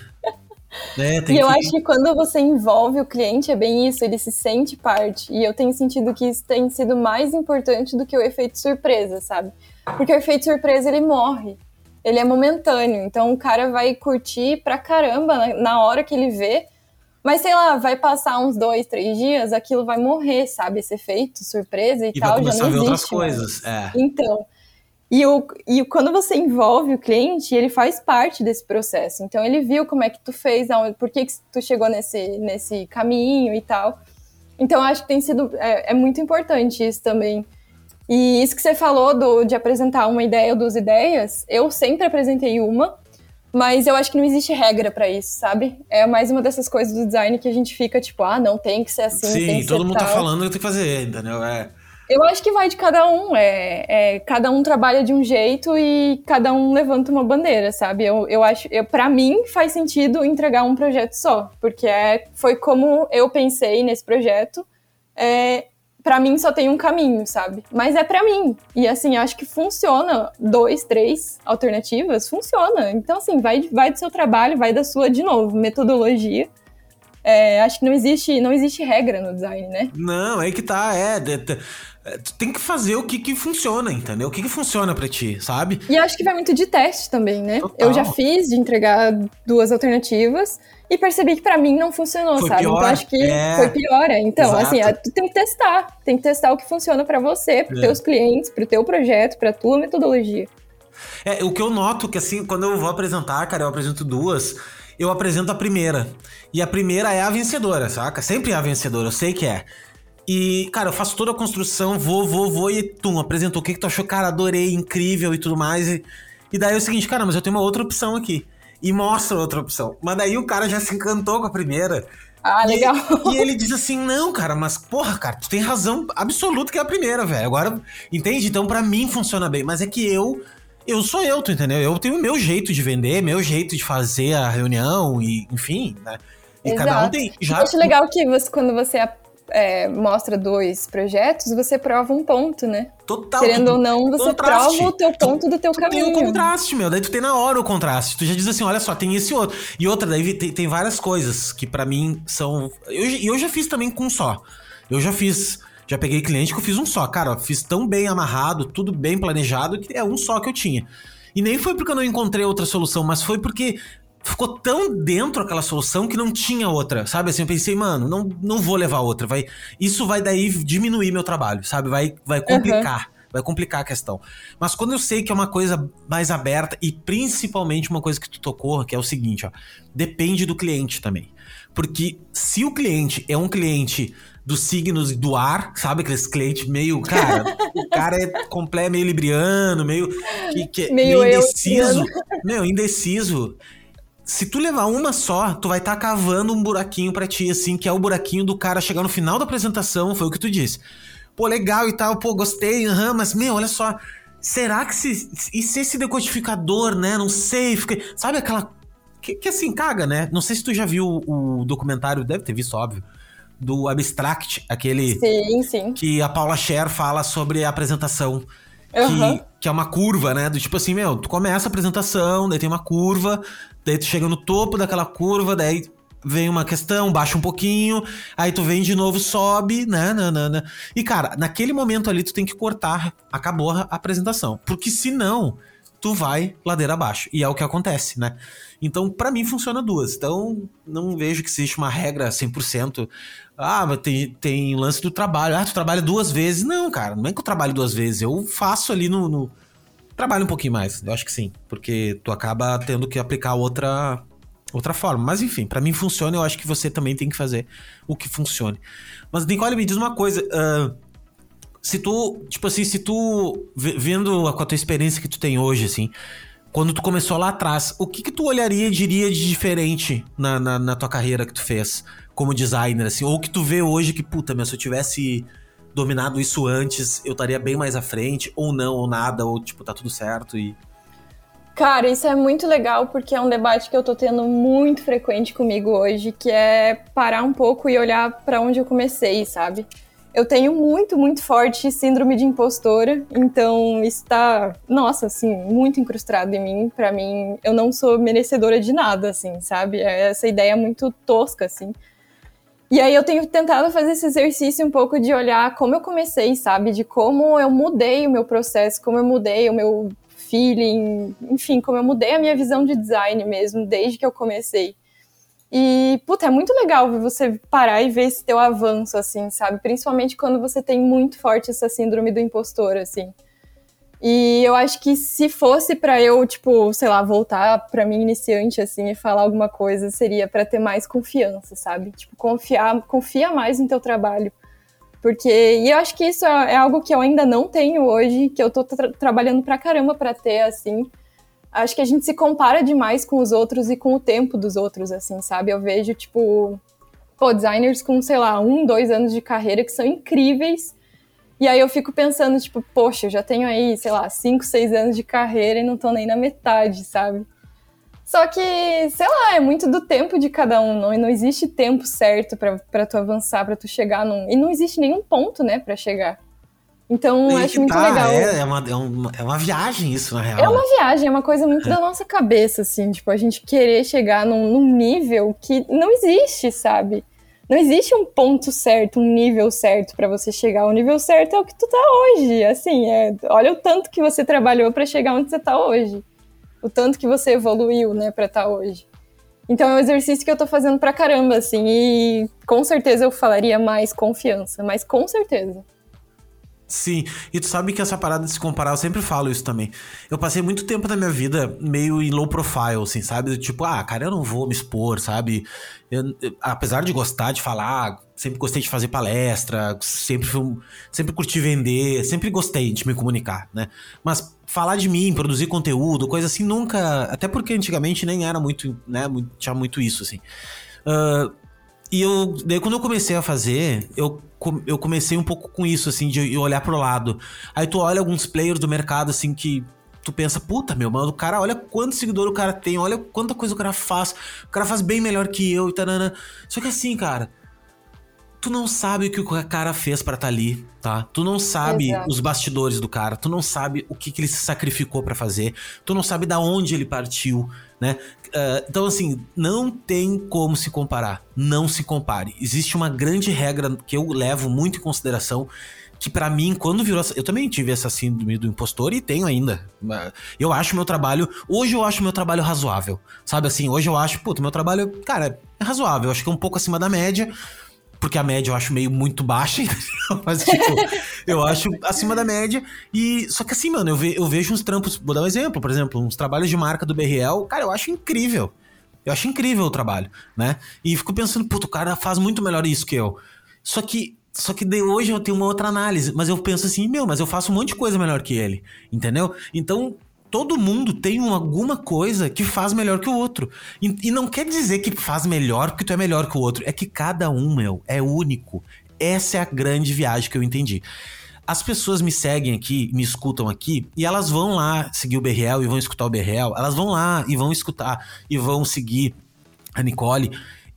Speaker 3: É, tem
Speaker 2: e eu
Speaker 3: que...
Speaker 2: acho que quando você envolve o cliente, é bem isso. Ele se sente parte. E eu tenho sentido que isso tem sido mais importante do que o efeito surpresa, sabe? Porque o efeito surpresa, ele morre. Ele é momentâneo. Então, o cara vai curtir pra caramba na, na hora que ele vê... Mas, sei lá, vai passar uns dois, três dias, aquilo vai morrer, sabe? Esse efeito, surpresa e, e tal, já não existe. E vai começar a ver outras
Speaker 3: coisas, é.
Speaker 2: Então, e, o, e quando você envolve o cliente, ele faz parte desse processo. Então, ele viu como é que tu fez, por que que tu chegou nesse, nesse caminho e tal. Então, acho que tem sido... É, é muito importante isso também. E isso que você falou do, de apresentar uma ideia ou duas ideias, eu sempre apresentei uma, mas eu acho que não existe regra pra isso, sabe? É mais uma dessas coisas do design que a gente fica tipo, ah, não, tem que ser assim,
Speaker 3: Sim,
Speaker 2: tem que
Speaker 3: todo
Speaker 2: ser
Speaker 3: mundo
Speaker 2: tal.
Speaker 3: tá falando que tem que fazer, entendeu? É.
Speaker 2: Eu acho que vai de cada um, é, é, cada um trabalha de um jeito e cada um levanta uma bandeira, sabe? Eu, eu acho, eu, pra mim faz sentido entregar um projeto só, porque é, foi como eu pensei nesse projeto, é, pra mim só tem um caminho, sabe? Mas é pra mim. E assim, acho que funciona. Dois, três alternativas, funciona. Então assim, vai, vai do seu trabalho, vai da sua, de novo, metodologia. É, acho que não existe, não existe regra no design, né?
Speaker 3: Não, aí que tá, é... Tu tem que fazer o que que funciona, entendeu? O que que funciona pra ti, sabe?
Speaker 2: E acho que vai muito de teste também, né?
Speaker 3: Total.
Speaker 2: Eu já fiz de entregar duas alternativas e percebi que pra mim não funcionou,
Speaker 3: foi
Speaker 2: sabe?
Speaker 3: Pior.
Speaker 2: Então acho que
Speaker 3: é.
Speaker 2: foi pior. Então,
Speaker 3: Exato.
Speaker 2: assim, tu tem que testar. Tem que testar o que funciona pra você, pros é. teus clientes, pro teu projeto, pra tua metodologia.
Speaker 3: É, o que eu noto que assim, quando eu vou apresentar, cara, eu apresento duas... eu apresento a primeira. E a primeira é a vencedora, saca? Sempre é a vencedora, eu sei que é. E, cara, eu faço toda a construção, vou, vou, vou e tum, apresentou o que que tu achou, cara, adorei, incrível e tudo mais. E, e daí é o seguinte, cara, mas eu tenho uma outra opção aqui. E mostra outra opção. Mas daí o cara já se encantou com a primeira.
Speaker 2: Ah,
Speaker 3: e,
Speaker 2: legal.
Speaker 3: E ele diz assim, não, cara, mas porra, cara, tu tem razão absoluta que é a primeira, velho. Agora, entende? Então pra mim funciona bem. Mas é que eu, eu sou eu, tu entendeu? Eu tenho o meu jeito de vender, meu jeito de fazer a reunião e, enfim, né? E
Speaker 2: Exato.
Speaker 3: cada um tem... Já...
Speaker 2: Eu acho legal que você, quando você é, mostra dois projetos, você prova um ponto, né?
Speaker 3: Total.
Speaker 2: Querendo
Speaker 3: tu,
Speaker 2: ou não, você
Speaker 3: contraste.
Speaker 2: prova o teu ponto
Speaker 3: tu,
Speaker 2: do teu
Speaker 3: tu
Speaker 2: caminho.
Speaker 3: Tem o contraste, meu. Daí tu tem na hora o contraste. Tu já diz assim, olha só, tem esse outro. E outra, daí tem, tem várias coisas que pra mim são... E eu, eu já fiz também com um só. Eu já fiz... Já peguei cliente que eu fiz um só. Cara, eu fiz tão bem amarrado, tudo bem planejado, que é um só que eu tinha. E nem foi porque eu não encontrei outra solução, mas foi porque... ficou tão dentro aquela solução que não tinha outra, sabe? Assim, eu pensei, mano, não, não vou levar outra. Vai, isso vai daí diminuir meu trabalho, sabe? Vai, vai complicar, uhum. vai complicar a questão. Mas quando eu sei que é uma coisa mais aberta e principalmente uma coisa que tu tocou, que é o seguinte, ó, depende do cliente também. Porque se o cliente é um cliente dos signos do ar, sabe? Aqueles clientes meio, cara, o cara é completo, meio libriano, meio, que, que,
Speaker 2: meio,
Speaker 3: meio indeciso.
Speaker 2: Eu,
Speaker 3: meu, indeciso. Se tu levar uma só, tu vai estar tá cavando um buraquinho pra ti, assim, que é o buraquinho do cara chegar no final da apresentação, foi o que tu disse. Pô, legal e tal, pô, gostei, uhum, mas, meu, olha só, será que se... E se esse decodificador, né, não sei, fica, sabe aquela... Que, que assim, caga, né? Não sei se tu já viu o, o documentário, deve ter visto, óbvio, do Abstract, aquele...
Speaker 2: Sim, sim.
Speaker 3: Que a Paula Scher fala sobre a apresentação.
Speaker 2: Uhum.
Speaker 3: Que, que é uma curva, né? Do tipo assim, meu, tu começa a apresentação, daí tem uma curva, daí tu chega no topo daquela curva, daí vem uma questão, baixa um pouquinho, aí tu vem de novo, sobe, né? Nanana. E, cara, naquele momento ali tu tem que cortar, acabou a apresentação. Porque senão, tu vai ladeira abaixo. E é o que acontece, né? Então, pra mim, funciona duas. Então, não vejo que existe uma regra cem por cento. Ah, mas tem, tem lance do trabalho. Ah, tu trabalha duas vezes. Não, cara, não é que eu trabalho duas vezes. Eu faço ali no... no... Trabalho um pouquinho mais, eu acho que sim. Porque tu acaba tendo que aplicar outra, outra forma. Mas, enfim, pra mim funciona. Eu acho que você também tem que fazer o que funcione. Mas, Nicole, me diz uma coisa... Uh... Se tu, tipo assim, se tu, vendo com a tua experiência que tu tem hoje, assim, quando tu começou lá atrás, o que que tu olharia e diria de diferente na, na, na tua carreira que tu fez como designer, assim, ou que tu vê hoje que, puta, meu, se eu tivesse dominado isso antes, eu estaria bem mais à frente, ou não, ou nada, ou, tipo, tá tudo certo e...
Speaker 2: Cara, isso é muito legal, porque é um debate que eu tô tendo muito frequente comigo hoje, que é parar um pouco e olhar pra onde eu comecei, sabe? Eu tenho muito, muito forte síndrome de impostora, então isso tá, nossa, assim, muito incrustado em mim. Pra mim, eu não sou merecedora de nada, assim, sabe? Essa ideia é muito tosca, assim. E aí eu tenho tentado fazer esse exercício um pouco de olhar como eu comecei, sabe? De como eu mudei o meu processo, como eu mudei o meu feeling, enfim, como eu mudei a minha visão de design mesmo, desde que eu comecei. E, puta, é muito legal você parar e ver esse teu avanço, assim, sabe? Principalmente quando você tem muito forte essa síndrome do impostor, assim. E eu acho que se fosse pra eu, tipo, sei lá, voltar pra mim iniciante, assim, e falar alguma coisa, seria pra ter mais confiança, sabe? Tipo, confiar, confia mais no teu trabalho. Porque, e eu acho que isso é, é algo que eu ainda não tenho hoje, que eu tô tra- trabalhando pra caramba pra ter, assim. Acho que a gente se compara demais com os outros e com o tempo dos outros, assim, sabe? Eu vejo, tipo, pô, designers com, sei lá, um, dois anos de carreira que são incríveis. E aí eu fico pensando, tipo, poxa, eu já tenho aí, sei lá, cinco, seis anos de carreira e não tô nem na metade, sabe? Só que, sei lá, é muito do tempo de cada um, não, e não existe tempo certo pra, pra tu avançar, pra tu chegar num... E não existe nenhum ponto, né, pra chegar. Então, eu acho muito
Speaker 3: tá,
Speaker 2: legal.
Speaker 3: É, é, uma, é, uma, é uma viagem isso, na real.
Speaker 2: É uma viagem, é uma coisa muito da nossa cabeça, assim. Tipo, a gente querer chegar num, num nível que não existe, sabe? Não existe um ponto certo, um nível certo pra você chegar. O nível certo é o que tu tá hoje, assim. É, olha o tanto que você trabalhou pra chegar onde você tá hoje. O tanto que você evoluiu, né, pra estar hoje. Então, é um exercício que eu tô fazendo pra caramba, assim. E com certeza eu falaria mais confiança, mas com certeza.
Speaker 3: Sim, e tu sabe que essa parada de se comparar, eu sempre falo isso também. Eu passei muito tempo da minha vida meio em low profile, assim, sabe? Tipo, ah, cara, eu não vou me expor, sabe? Eu, eu, apesar de gostar de falar, sempre gostei de fazer palestra, sempre, fui, sempre curti vender, sempre gostei de me comunicar, né? Mas falar de mim, produzir conteúdo, coisa assim, nunca... Até porque antigamente nem era muito, né? Tinha muito isso, assim. Uh, E eu, daí quando eu comecei a fazer, eu, eu comecei um pouco com isso, assim, de olhar pro lado. Aí tu olha alguns players do mercado, assim, que tu pensa, puta, meu, mano, o cara, olha quanto seguidor o cara tem, olha quanta coisa o cara faz, o cara faz bem melhor que eu e tarana. Só que assim, cara, tu não sabe o que o cara fez pra tá ali, tá? Tu não sabe Exato. Os bastidores do cara, tu não sabe o que, que ele se sacrificou pra fazer, tu não sabe da onde ele partiu, né? Uh, então, assim, não tem como se comparar. Não se compare. Existe uma grande regra que eu levo muito em consideração, que pra mim, quando virou... Eu também tive essa síndrome do impostor e tenho ainda. Eu acho meu trabalho... Hoje eu acho meu trabalho razoável. Sabe assim, hoje eu acho... Puta, meu trabalho, cara, é razoável. Eu acho que é um pouco acima da média. Porque a média eu acho meio muito baixa, mas tipo, eu acho acima da média. E só que assim, mano, eu, ve, eu vejo uns trampos, vou dar um exemplo, por exemplo, uns trabalhos de marca do B R L, cara, eu acho incrível. Eu acho incrível o trabalho, né? E fico pensando, puto, o cara faz muito melhor isso que eu. Só que, só que de hoje eu tenho uma outra análise, mas eu penso assim, meu, mas eu faço um monte de coisa melhor que ele, entendeu? Então, todo mundo tem alguma coisa que faz melhor que o outro. E, e não quer dizer que faz melhor porque tu é melhor que o outro. É que cada um, meu, é único. Essa é a grande viagem que eu entendi. As pessoas me seguem aqui, me escutam aqui, e elas vão lá seguir o B R L e vão escutar o B R L. Elas vão lá e vão escutar e vão seguir a Nicole.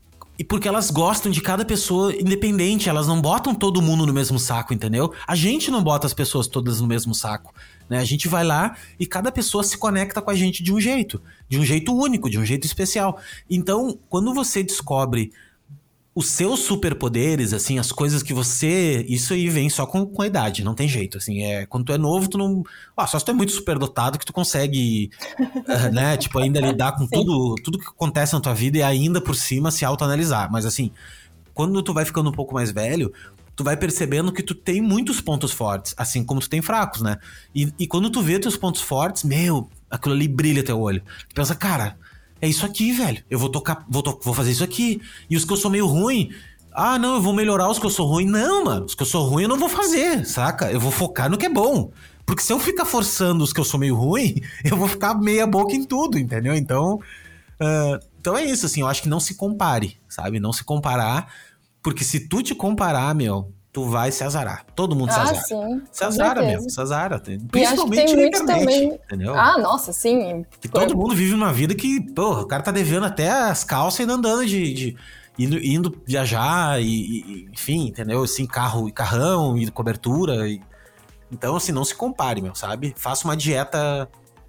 Speaker 3: E porque elas gostam de cada pessoa independente, elas não botam todo mundo no mesmo saco, entendeu? A gente não bota as pessoas todas no mesmo saco, né? A gente vai lá e cada pessoa se conecta com a gente de um jeito, de um jeito único, de um jeito especial. Então, quando você descobre os seus superpoderes, assim, as coisas que você... Isso aí vem só com, com a idade, não tem jeito, assim. É, quando tu é novo, tu não... Ah, só se tu é muito superdotado que tu consegue, uh, né, tipo, ainda lidar com tudo, tudo que acontece na tua vida e ainda por cima se autoanalisar. Mas, assim, quando tu vai ficando um pouco mais velho, tu vai percebendo que tu tem muitos pontos fortes, assim como tu tem fracos, né? E, e quando tu vê teus pontos fortes, meu, aquilo ali brilha teu olho. Tu pensa, cara... É isso aqui, velho. Eu vou tocar, vou, to- vou fazer isso aqui. E os que eu sou meio ruim, ah, não, eu vou melhorar os que eu sou ruim. Não, mano, os que eu sou ruim eu não vou fazer, saca? Eu vou focar no que é bom. Porque se eu ficar forçando os que eu sou meio ruim, eu vou ficar meia boca em tudo, entendeu? Então, uh, então é isso, assim, eu acho que não se compare, sabe? Não se comparar, porque se tu te comparar, meu... Tu vai se azarar. Todo mundo se
Speaker 2: ah,
Speaker 3: azara.
Speaker 2: Sim,
Speaker 3: se azara mesmo, se azara. Principalmente
Speaker 2: e acho que tem
Speaker 3: na
Speaker 2: muito
Speaker 3: internet,
Speaker 2: também...
Speaker 3: entendeu?
Speaker 2: Ah, nossa, sim.
Speaker 3: Que todo mundo vive uma vida que, porra, o cara tá devendo até as calças e andando de... de indo, indo viajar e, e, enfim, entendeu? Assim, carro e carrão e cobertura. E... Então, assim, não se compare, meu, sabe? Faça uma dieta...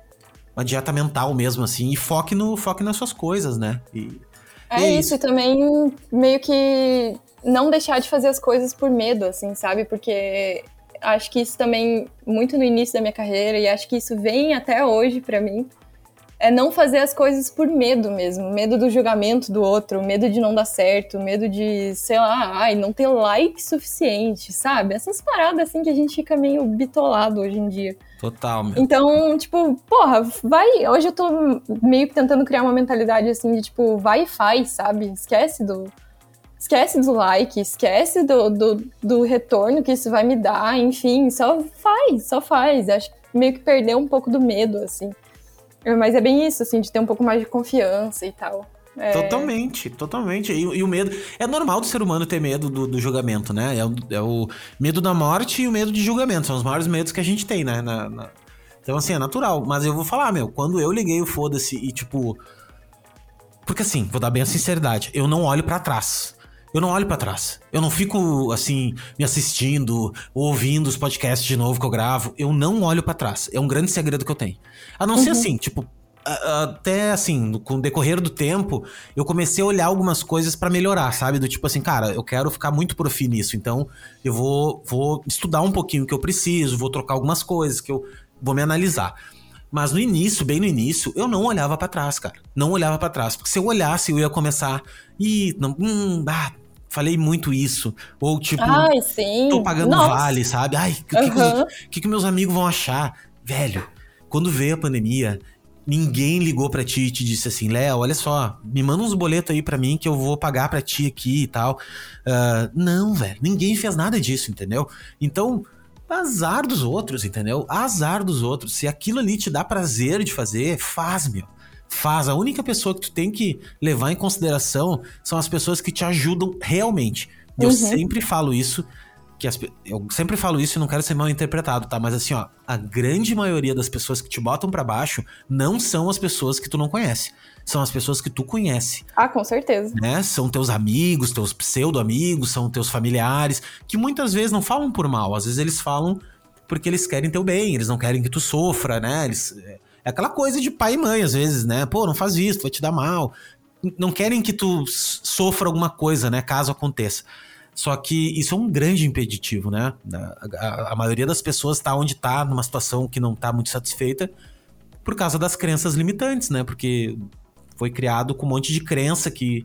Speaker 3: Uma dieta mental mesmo, assim, e foque, no, foque nas suas coisas, né? E,
Speaker 2: é,
Speaker 3: e é
Speaker 2: isso,
Speaker 3: isso,
Speaker 2: e também meio que... não deixar de fazer as coisas por medo, assim, sabe? Porque acho que isso também, muito no início da minha carreira, e acho que isso vem até hoje pra mim, é não fazer as coisas por medo mesmo. Medo do julgamento do outro, medo de não dar certo, medo de, sei lá, ai, não ter like suficiente, sabe? Essas paradas, assim, que a gente fica meio bitolado hoje em dia.
Speaker 3: Total, meu.
Speaker 2: Então, tipo, porra, vai... Hoje eu tô meio que tentando criar uma mentalidade, assim, de, tipo, vai e faz, sabe? Esquece do... Esquece do like, esquece do, do, do retorno que isso vai me dar, enfim, só faz, só faz. Acho que meio que perdeu um pouco do medo, assim. Mas é bem isso, assim, de ter um pouco mais de confiança e tal. É...
Speaker 3: Totalmente, totalmente. E, e o medo... É normal do ser humano ter medo do, do julgamento, né? É o, é o medo da morte e o medo de julgamento. São os maiores medos que a gente tem, né? Na, na... Então, assim, é natural. Mas eu vou falar, meu, quando eu liguei o foda-se e, tipo... Porque, assim, vou dar bem a sinceridade. Eu não olho pra trás. Eu não olho pra trás. Eu não fico, assim, me assistindo, ouvindo os podcasts de novo que eu gravo. Eu não olho pra trás. É um grande segredo que eu tenho. A não uhum. ser assim, tipo, até assim, com o decorrer do tempo, eu comecei a olhar algumas coisas pra melhorar, sabe? Do tipo assim, cara, eu quero ficar muito profi nisso. Então, eu vou, vou estudar um pouquinho o que eu preciso, vou trocar algumas coisas que eu vou me analisar. Mas no início, bem no início, eu não olhava pra trás, cara. Não olhava pra trás. Porque se eu olhasse, eu ia começar... Ih, não... Hum, ah, falei muito isso. Ou tipo,
Speaker 2: Ai, sim.
Speaker 3: tô pagando
Speaker 2: Nossa.
Speaker 3: vale, sabe? Ai, o que,
Speaker 2: Uhum.
Speaker 3: que, os- que, que meus amigos vão achar? Velho, quando veio a pandemia, ninguém ligou pra ti e te disse assim, Léo, olha só, me manda uns boletos aí pra mim que eu vou pagar pra ti aqui e tal. Uh, não, velho, ninguém fez nada disso, entendeu? Então, azar dos outros, entendeu? Azar dos outros. Se aquilo ali te dá prazer de fazer, faz, meu. Faz. A única pessoa que tu tem que levar em consideração são as pessoas que te ajudam realmente. Eu
Speaker 2: Uhum.
Speaker 3: sempre falo isso, que as, eu sempre falo isso e não quero ser mal interpretado, tá? Mas assim, ó, a grande maioria das pessoas que te botam pra baixo não são as pessoas que tu não conhece. São as pessoas que tu conhece.
Speaker 2: Ah, com certeza.
Speaker 3: Né? São teus amigos, teus pseudo-amigos, são teus familiares, que muitas vezes não falam por mal. Às vezes eles falam porque eles querem teu bem, eles não querem que tu sofra, né? Eles, é aquela coisa de pai e mãe, às vezes, né? Pô, não faz isso, vai te dar mal. Não querem que tu sofra alguma coisa, né? Caso aconteça. Só que isso é um grande impeditivo, né? A, a, a maioria das pessoas tá onde tá, numa situação que não tá muito satisfeita por causa das crenças limitantes, né? Porque foi criado com um monte de crença que,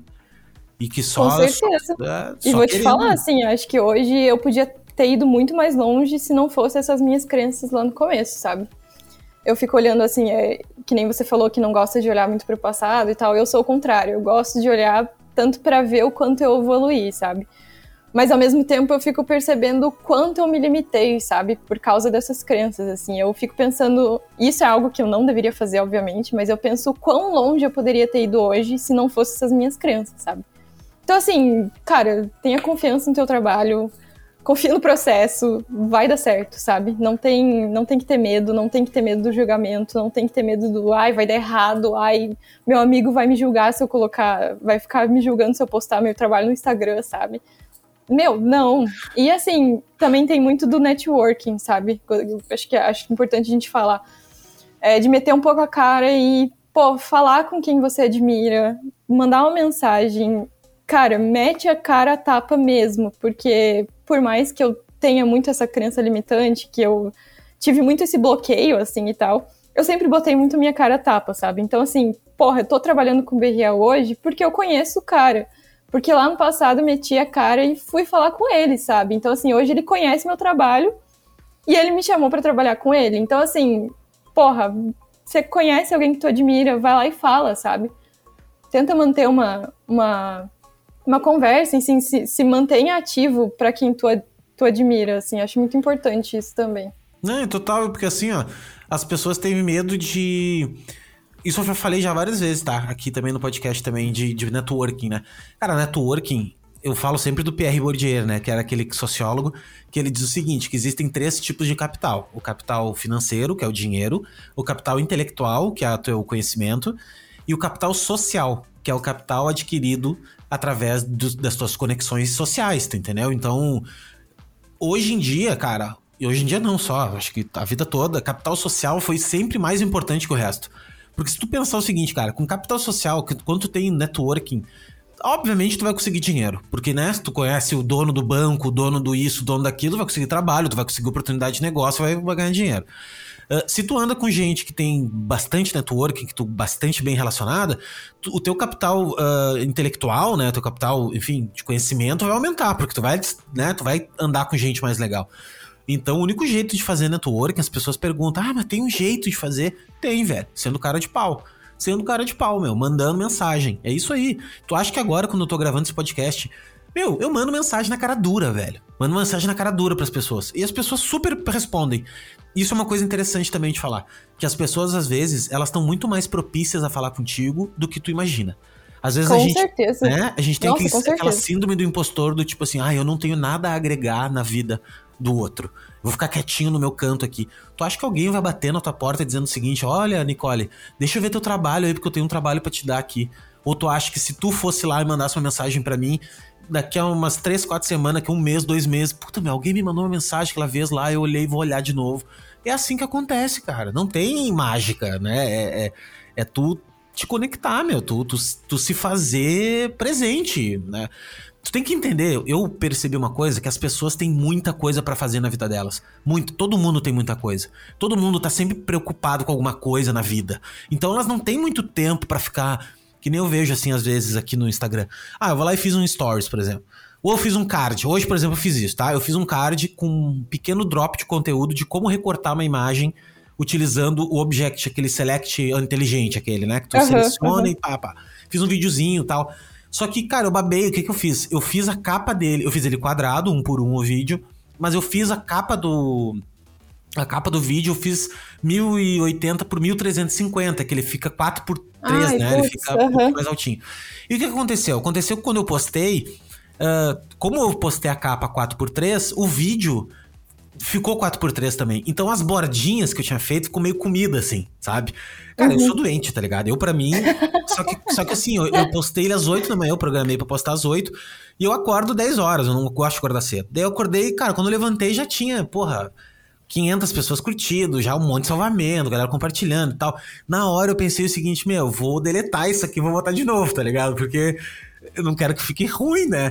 Speaker 3: e que só...
Speaker 2: Com certeza.
Speaker 3: Só, é,
Speaker 2: e
Speaker 3: só
Speaker 2: vou
Speaker 3: querendo.
Speaker 2: te falar, assim, acho que hoje eu podia ter ido muito mais longe se não fosse essas minhas crenças lá no começo, sabe? Eu fico olhando assim, é, que nem você falou que não gosta de olhar muito pro passado e tal, eu sou o contrário, eu gosto de olhar tanto pra ver o quanto eu evoluí, sabe? Mas ao mesmo tempo eu fico percebendo o quanto eu me limitei, sabe? Por causa dessas crenças, assim. Eu fico pensando... Isso é algo que eu não deveria fazer, obviamente, mas eu penso quão longe eu poderia ter ido hoje se não fossem essas minhas crenças, sabe? Então, assim, cara, tenha confiança no teu trabalho, confia no processo, vai dar certo, sabe? Não tem, não tem que ter medo, não tem que ter medo do julgamento, não tem que ter medo do, ai, vai dar errado, ai, meu amigo vai me julgar se eu colocar... Vai ficar me julgando se eu postar meu trabalho no Instagram, sabe? Meu, não. E assim, também tem muito do networking, sabe? Eu acho que acho importante a gente falar. É, de meter um pouco a cara e, pô, falar com quem você admira, mandar uma mensagem. Cara, mete a cara a tapa mesmo, porque por mais que eu tenha muito essa crença limitante, que eu tive muito esse bloqueio, assim, e tal, eu sempre botei muito minha cara a tapa, sabe? Então, assim, porra, eu tô trabalhando com B R A hoje porque eu conheço o cara. Porque lá no passado eu meti a cara e fui falar com ele, sabe? Então, assim, hoje ele conhece meu trabalho e ele me chamou pra trabalhar com ele. Então, assim, porra, você conhece alguém que tu admira, vai lá e fala, sabe? Tenta manter uma, uma, uma conversa, assim, se, se mantenha ativo pra quem tu, tu admira, assim. Acho muito importante isso também.
Speaker 3: Não, é total, porque assim, ó, as pessoas têm medo de... Isso eu já falei já várias vezes, tá? Aqui também no podcast também de, de networking, né? Cara, networking, eu falo sempre do Pierre Bourdieu, né? Que era aquele sociólogo, que ele diz o seguinte, que existem três tipos de capital. O capital financeiro, que é o dinheiro, o capital intelectual, que é o teu conhecimento, e o capital social, que é o capital adquirido através do, das tuas conexões sociais, tu entendeu? Então, hoje em dia, cara, e hoje em dia não só, acho que a vida toda, capital social foi sempre mais importante que o resto. Porque se tu pensar o seguinte, cara, com capital social, quando tu tem networking, obviamente tu vai conseguir dinheiro. Porque, né, tu conhece o dono do banco, o dono do isso, o dono daquilo, tu vai conseguir trabalho, tu vai conseguir oportunidade de negócio, vai, vai ganhar dinheiro. Uh, se tu anda com gente que tem bastante networking, que tu bastante bem relacionada, tu, o teu capital uh, intelectual, né, o teu capital, enfim, de conhecimento vai aumentar, porque tu vai, né, tu vai andar com gente mais legal. Então, o único jeito de fazer networking, as pessoas perguntam, ah, mas tem um jeito de fazer? Tem, velho, sendo cara de pau. Sendo cara de pau, meu, mandando mensagem. É isso aí. Tu acha que agora, quando eu tô gravando esse podcast, meu, eu mando mensagem na cara dura, velho. Mando mensagem na cara dura pras pessoas. E as pessoas super respondem. Isso é uma coisa interessante também de falar. Que as pessoas, às vezes, elas estão muito mais propícias a falar contigo do que tu imagina. Às vezes
Speaker 2: com
Speaker 3: a gente,
Speaker 2: certeza.
Speaker 3: Né, a gente tem
Speaker 2: Nossa,
Speaker 3: aquele, aquela síndrome do impostor do tipo assim, ah, eu não tenho nada a agregar na vida do outro. Eu vou ficar quietinho no meu canto aqui. Tu acha que alguém vai bater na tua porta dizendo o seguinte, olha, Nicole, deixa eu ver teu trabalho aí, porque eu tenho um trabalho pra te dar aqui. Ou tu acha que se tu fosse lá e mandasse uma mensagem pra mim, daqui a umas três, quatro semanas, que um mês, dois meses, puta, meu, alguém me mandou uma mensagem aquela vez lá, eu olhei e vou olhar de novo. É assim que acontece, cara. Não tem mágica, né? É, é, é tu te conectar, meu. Tu, tu, tu se fazer presente, né? Tu tem que entender, eu percebi uma coisa, que as pessoas têm muita coisa pra fazer na vida delas. Muito, todo mundo tem muita coisa. Todo mundo tá sempre preocupado com alguma coisa na vida. Então elas não têm muito tempo pra ficar... Que nem eu vejo assim, às vezes, aqui no Instagram. Ah, eu vou lá e fiz um stories, por exemplo. Ou eu fiz um card. Hoje, por exemplo, eu fiz isso, tá? Eu fiz um card com um pequeno drop de conteúdo de como recortar uma imagem utilizando o Object, aquele Select inteligente, aquele, né? Que tu
Speaker 2: Uhum,
Speaker 3: seleciona
Speaker 2: uhum.
Speaker 3: e pá, pá. Fiz um videozinho e tal. Só que, cara, eu babei. O que que eu fiz? Eu fiz a capa dele. Eu fiz ele quadrado, um por um o vídeo. Mas eu fiz a capa do... A capa do vídeo eu fiz mil e oitenta por mil trezentos e cinquenta, que ele fica quatro por três,
Speaker 2: Ai,
Speaker 3: né? Ele
Speaker 2: putz,
Speaker 3: fica um pouco
Speaker 2: aham.
Speaker 3: mais altinho. E o que aconteceu? Aconteceu que quando eu postei, uh, como eu postei a capa quatro por três, o vídeo ficou quatro por três também. Então as bordinhas que eu tinha feito ficou meio comida, assim, sabe? Cara, eu sou doente, tá ligado? Eu, pra mim... Só que, só que assim, eu, eu postei ele às oito da manhã, eu programei pra postar às oito, e eu acordo dez horas, eu não gosto de acordar cedo. Daí eu acordei, cara, quando eu levantei já tinha, porra... quinhentas pessoas curtindo, já um monte de salvamento, galera compartilhando e tal. Na hora eu pensei o seguinte, meu, vou deletar isso aqui, vou botar de novo, tá ligado? Porque eu não quero que fique ruim, né?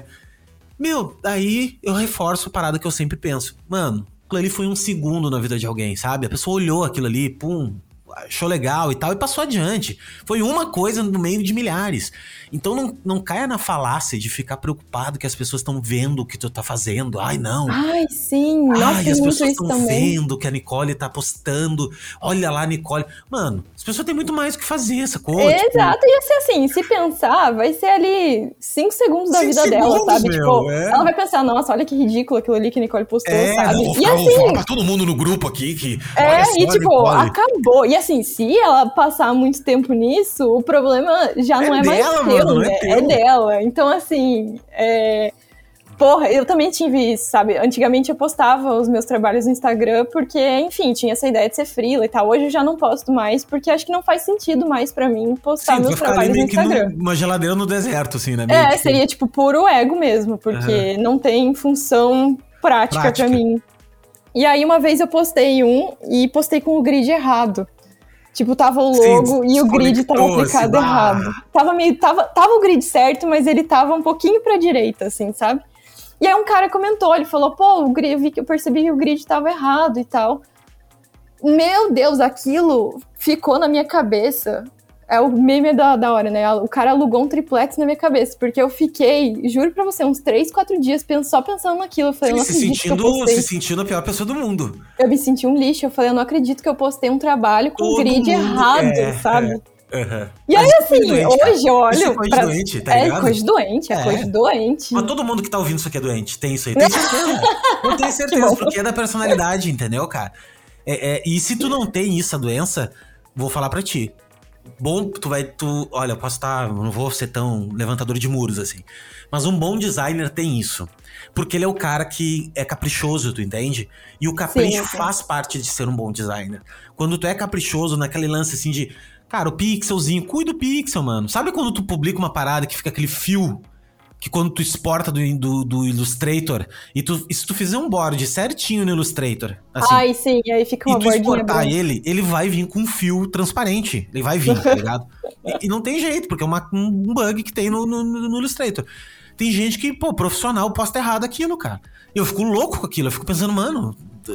Speaker 3: Meu, aí eu reforço a parada que eu sempre penso. Mano, aquilo ali foi um segundo na vida de alguém, sabe? A pessoa olhou aquilo ali, pum, achou legal e tal, e passou adiante. Foi uma coisa no meio de milhares. Então não, não caia na falácia de ficar preocupado que as pessoas estão vendo o que tu tá fazendo. Ai, não.
Speaker 2: Ai, sim. Nossa,
Speaker 3: Ai,
Speaker 2: tem
Speaker 3: as
Speaker 2: muito
Speaker 3: pessoas
Speaker 2: isso
Speaker 3: estão
Speaker 2: também.
Speaker 3: vendo que a Nicole tá postando. Olha lá, Nicole. Mano, as pessoas têm muito mais o que fazer, sacou? Tipo,
Speaker 2: Exato, ia ser assim, se pensar, vai ser ali cinco segundos da
Speaker 3: cinco
Speaker 2: vida dela,
Speaker 3: segundos,
Speaker 2: sabe?
Speaker 3: meu,
Speaker 2: Tipo,
Speaker 3: é.
Speaker 2: ela vai pensar, nossa, olha que ridículo aquilo ali que a Nicole postou,
Speaker 3: é,
Speaker 2: sabe?
Speaker 3: não, vou
Speaker 2: E
Speaker 3: ficar, vou
Speaker 2: assim,
Speaker 3: falar pra todo mundo no grupo aqui que.
Speaker 2: é,
Speaker 3: olha só,
Speaker 2: e tipo,
Speaker 3: Nicole.
Speaker 2: acabou. E assim, se ela passar muito tempo nisso, o problema já não
Speaker 3: É
Speaker 2: é, mais
Speaker 3: dela,
Speaker 2: teu,
Speaker 3: mano, não é
Speaker 2: né?
Speaker 3: teu.
Speaker 2: É dela. Então, assim, é... Porra, eu também tive isso, sabe? Antigamente eu postava os meus trabalhos no Instagram porque, enfim, tinha essa ideia de ser freela e tal. Hoje eu já não posto mais porque acho que não faz sentido mais pra mim postar
Speaker 3: Sim, tu
Speaker 2: meus
Speaker 3: vai ficar ali
Speaker 2: trabalhos no
Speaker 3: meio que
Speaker 2: Instagram.
Speaker 3: numa geladeira no deserto, assim, né? Meio
Speaker 2: É,
Speaker 3: que-
Speaker 2: seria tipo puro ego mesmo, porque não tem função prática,
Speaker 3: Prática.
Speaker 2: pra mim. E aí uma vez eu postei um e postei com o grid errado. Tipo, tava o
Speaker 3: Sim,
Speaker 2: logo e o grid tava
Speaker 3: desconectou,
Speaker 2: aplicado
Speaker 3: assim, bah.
Speaker 2: errado. Tava meio, tava, tava o grid certo, mas ele tava um pouquinho pra direita, assim, sabe? E aí um cara comentou, ele falou, pô, o grid, eu, vi que eu percebi que o grid tava errado e tal. Meu Deus, aquilo ficou na minha cabeça. É o meme da, da hora, né? O cara alugou um triplex na minha cabeça, porque eu fiquei, juro pra você, uns três, quatro dias pens- só pensando naquilo. Eu falei, eu não
Speaker 3: se,
Speaker 2: acredito que eu
Speaker 3: sentindo,
Speaker 2: postei.
Speaker 3: se sentindo a pior pessoa do mundo.
Speaker 2: Eu me senti um lixo. Eu falei, eu não acredito que eu postei um trabalho com
Speaker 3: Todo
Speaker 2: grid
Speaker 3: mundo
Speaker 2: errado,
Speaker 3: é,
Speaker 2: sabe?
Speaker 3: Uhum.
Speaker 2: E aí,
Speaker 3: Mas isso é
Speaker 2: assim,
Speaker 3: coisa de doente, cara.
Speaker 2: hoje eu olho.
Speaker 3: Isso é coisa
Speaker 2: pra...
Speaker 3: de doente, tá
Speaker 2: É
Speaker 3: ligado?
Speaker 2: coisa de doente, é,
Speaker 3: É.
Speaker 2: coisa de doente.
Speaker 3: Mas todo mundo que tá ouvindo isso aqui é doente, tem isso aí. Tem certeza. Eu tenho certeza,
Speaker 2: bom.
Speaker 3: porque é da personalidade, entendeu, cara? É, é, e se tu não tem isso, a doença, vou falar pra ti. Bom, tu vai, tu, olha, eu posso estar, não vou ser tão levantador de muros assim, mas um bom designer tem isso, porque ele é o cara que é caprichoso, tu entende? E o capricho
Speaker 2: Sim, sim.
Speaker 3: faz parte de ser um bom designer. Quando tu é caprichoso naquele lance assim de, cara, o pixelzinho, cuida do pixel, mano. Sabe quando tu publica uma parada que fica aquele fio, que quando tu exporta do, do, do Illustrator, e, tu, e se tu fizer um board certinho no Illustrator, assim,
Speaker 2: Ai, sim, aí fica uma
Speaker 3: e tu
Speaker 2: bordinha
Speaker 3: exportar
Speaker 2: branca.
Speaker 3: ele, ele vai vir com um fio transparente. Ele vai vir, tá ligado? e, e não tem jeito, porque é uma, um bug que tem no, no, no Illustrator. Tem gente que, pô, profissional posta errado aquilo, cara. Eu fico louco com aquilo. Eu fico pensando, mano,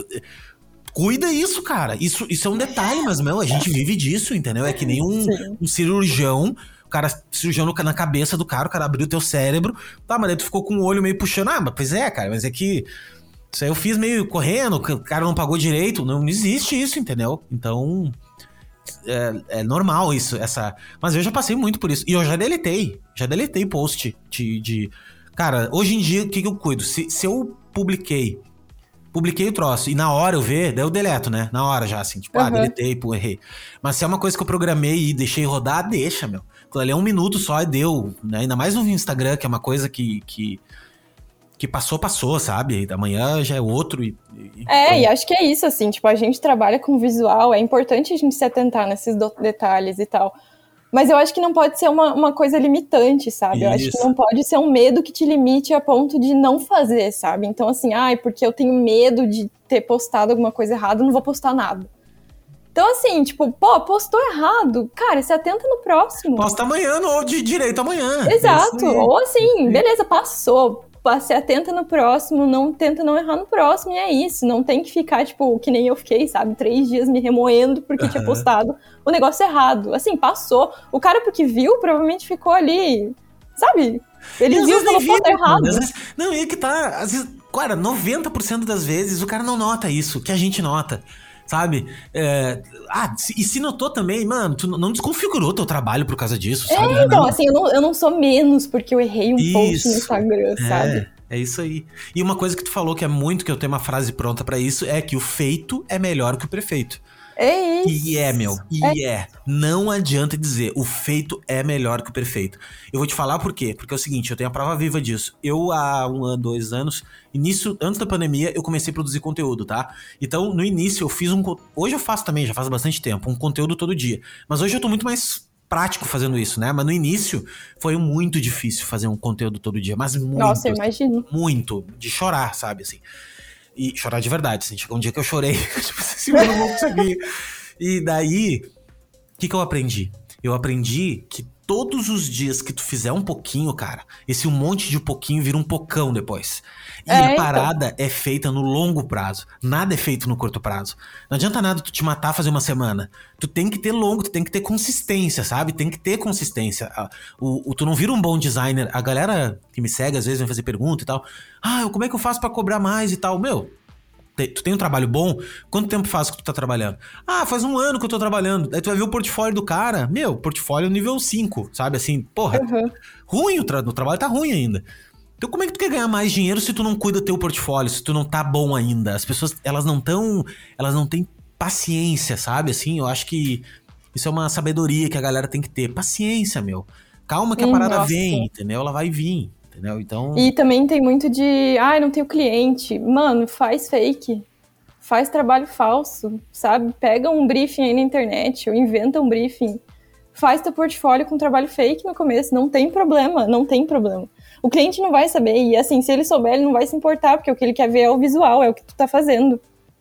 Speaker 3: cuida isso, cara. Isso, isso é um detalhe, mas, meu, a gente vive disso, entendeu? É que nem um,
Speaker 2: Sim.
Speaker 3: um cirurgião. O cara, cirurgião no- na cabeça do cara, o cara abriu o teu cérebro. Tá, mas aí tu ficou com o olho meio puxando. Ah, mas pois é, cara, mas é que isso aí eu fiz meio correndo, o cara não pagou direito. Não existe isso, entendeu? Então, é, é normal isso, essa... Mas eu já passei muito por isso. E eu já deletei. Já deletei post de... de... Cara, hoje em dia, o que, que eu cuido? Se, se eu publiquei, publiquei o troço, e na hora eu ver, daí eu deleto, né? Na hora já, assim. Tipo, ah,
Speaker 2: Uhum.
Speaker 3: deletei, pô, errei. Mas se é uma coisa que eu programei e deixei rodar, deixa, meu. Aquilo ali é um minuto só e deu, né? Ainda mais no Instagram, que é uma coisa que... que que passou, passou, sabe? Amanhã já é outro e... e
Speaker 2: É, e acho que é isso, assim, tipo, a gente trabalha com visual, é importante a gente se atentar nesses do- detalhes e tal. Mas eu acho que não pode ser uma, uma coisa limitante, sabe? Eu acho que
Speaker 3: Isso.
Speaker 2: não pode ser um medo que te limite a ponto de não fazer, sabe? Então, assim, ai, porque eu tenho medo de ter postado alguma coisa errada, eu não vou postar nada. Então, assim, tipo, pô, postou errado. Cara, se atenta no próximo.
Speaker 3: Posta amanhã, ou de direito amanhã.
Speaker 2: Exato.
Speaker 3: É isso aí.
Speaker 2: Ou assim, beleza, passou. Se atenta no próximo, não tenta não errar no próximo, e é isso. Não tem que ficar, tipo, que nem eu fiquei, sabe? Três dias me remoendo porque tinha postado o negócio errado. Assim, passou. O cara, porque viu, provavelmente ficou ali, sabe? Eles viram pela foto errada.
Speaker 3: Às vezes, não, e que tá. Às vezes, cara, noventa por cento das vezes o cara não nota isso, que a gente nota. Sabe? É, ah, e se notou também, mano, tu não desconfigurou teu trabalho por causa disso, sabe?
Speaker 2: É, então,
Speaker 3: não.
Speaker 2: assim, eu não, eu não sou menos porque eu errei um isso. post no Instagram,
Speaker 3: é,
Speaker 2: sabe?
Speaker 3: É isso aí. E uma coisa que tu falou que é muito, que eu tenho uma frase pronta pra isso, é que o feito é melhor que o perfeito.
Speaker 2: É isso.
Speaker 3: E é, meu. E é. é. Não adianta dizer, o feito é melhor que o perfeito. Eu vou te falar por quê. Porque é o seguinte, eu tenho a prova viva disso. Eu, há um ano, dois anos, início, antes da pandemia, eu comecei a produzir conteúdo, tá? Então, no início, eu fiz um... Hoje eu faço também, já faz bastante tempo, um conteúdo todo dia. Mas hoje eu tô muito mais prático fazendo isso, né? Mas no início, foi muito difícil fazer um conteúdo todo dia. Mas muito.
Speaker 2: Nossa, eu imagino.
Speaker 3: Muito. De chorar, sabe, assim. E chorar de verdade, assim. Chegou um dia que eu chorei. Tipo assim, eu não vou conseguir. E daí, o que que eu aprendi? Eu aprendi que todos os dias que tu fizer um pouquinho, cara, esse um monte de pouquinho vira um pocão depois. E
Speaker 2: é,
Speaker 3: a parada
Speaker 2: então.
Speaker 3: é feita no longo prazo. Nada é feito no curto prazo. Não adianta nada tu te matar fazer uma semana. Tu tem que ter longo, tu tem que ter consistência, sabe? Tem que ter consistência. O, o, tu não vira um bom designer. A galera que me segue às vezes vem fazer pergunta e tal. Ah, como é que eu faço pra cobrar mais e tal? Meu... Tu tem um trabalho bom? Quanto tempo faz que tu tá trabalhando? Ah, faz um ano que eu tô trabalhando. Aí tu vai ver o portfólio do cara. Meu, portfólio nível cinco, sabe? Assim, porra,
Speaker 2: uhum.
Speaker 3: ruim o, tra- o trabalho tá ruim ainda. Então como é que tu quer ganhar mais dinheiro se tu não cuida do teu portfólio, se tu não tá bom ainda? As pessoas, elas não tão, elas não têm paciência, sabe? Assim, eu acho que isso é uma sabedoria que a galera tem que ter. Paciência, meu. Calma que a
Speaker 2: hum,
Speaker 3: parada
Speaker 2: nossa.
Speaker 3: vem, entendeu? Ela vai vir. Entendeu? Então...
Speaker 2: E também tem muito de, ai, ah, não tenho cliente. Mano, faz fake. Faz trabalho falso, sabe? Pega um briefing aí na internet ou inventa um briefing. Faz teu portfólio com trabalho fake no começo. Não tem problema, não tem problema. O cliente não vai saber. E assim, se ele souber, ele não vai se importar, porque o que ele quer ver é o visual, é o que tu tá fazendo.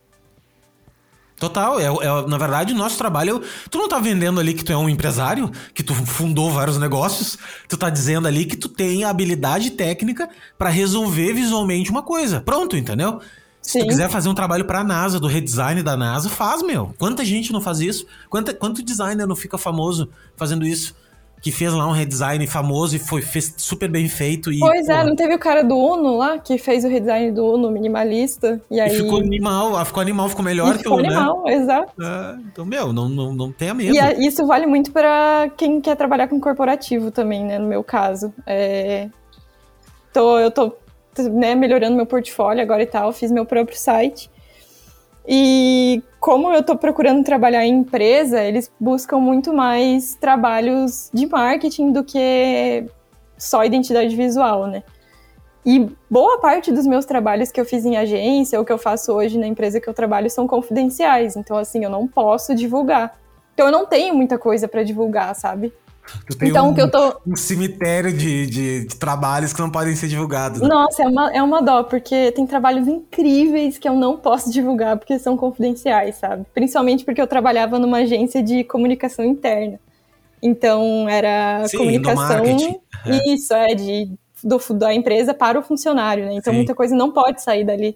Speaker 3: Total, é, é, na verdade o nosso trabalho, tu não tá vendendo ali que tu é um empresário, que tu fundou vários negócios, tu tá dizendo ali que tu tem a habilidade técnica pra resolver visualmente uma coisa, pronto, entendeu? Se
Speaker 2: Sim.
Speaker 3: tu quiser fazer um trabalho pra NASA, do redesign da NASA, faz, meu, quanta gente não faz isso, Quanta, quanto designer não fica famoso fazendo isso? Que fez lá um redesign famoso e foi, fez super bem feito. E,
Speaker 2: pois
Speaker 3: pô,
Speaker 2: é, não teve o cara do Uno lá, que fez o redesign do Uno minimalista, e aí...
Speaker 3: E ficou animal, ficou animal, ficou melhor
Speaker 2: e
Speaker 3: que
Speaker 2: ficou
Speaker 3: o,
Speaker 2: animal,
Speaker 3: né?
Speaker 2: exato.
Speaker 3: É, então, meu, não, não, não tenha medo.
Speaker 2: E a, isso vale muito para quem quer trabalhar com corporativo também, né, no meu caso. É, tô, eu tô né, melhorando meu portfólio agora e tal, fiz meu próprio site. E como eu tô procurando trabalhar em empresa, eles buscam muito mais trabalhos de marketing do que só identidade visual, né? E boa parte dos meus trabalhos que eu fiz em agência ou que eu faço hoje na empresa que eu trabalho são confidenciais. Então, assim, eu não posso divulgar. Então, eu não tenho muita coisa pra divulgar, sabe?
Speaker 3: Tu tem
Speaker 2: então,
Speaker 3: um,
Speaker 2: o que eu tô...
Speaker 3: um cemitério de, de, de trabalhos que não podem ser divulgados. Né?
Speaker 2: Nossa, é uma, é uma dó, porque tem trabalhos incríveis que eu não posso divulgar porque são confidenciais, sabe? Principalmente porque eu trabalhava numa agência de comunicação interna. Então, era
Speaker 3: Sim,
Speaker 2: comunicação...
Speaker 3: É.
Speaker 2: Isso, é, de, do, da empresa para o funcionário, né? Então,
Speaker 3: Sim.
Speaker 2: muita coisa não pode sair dali.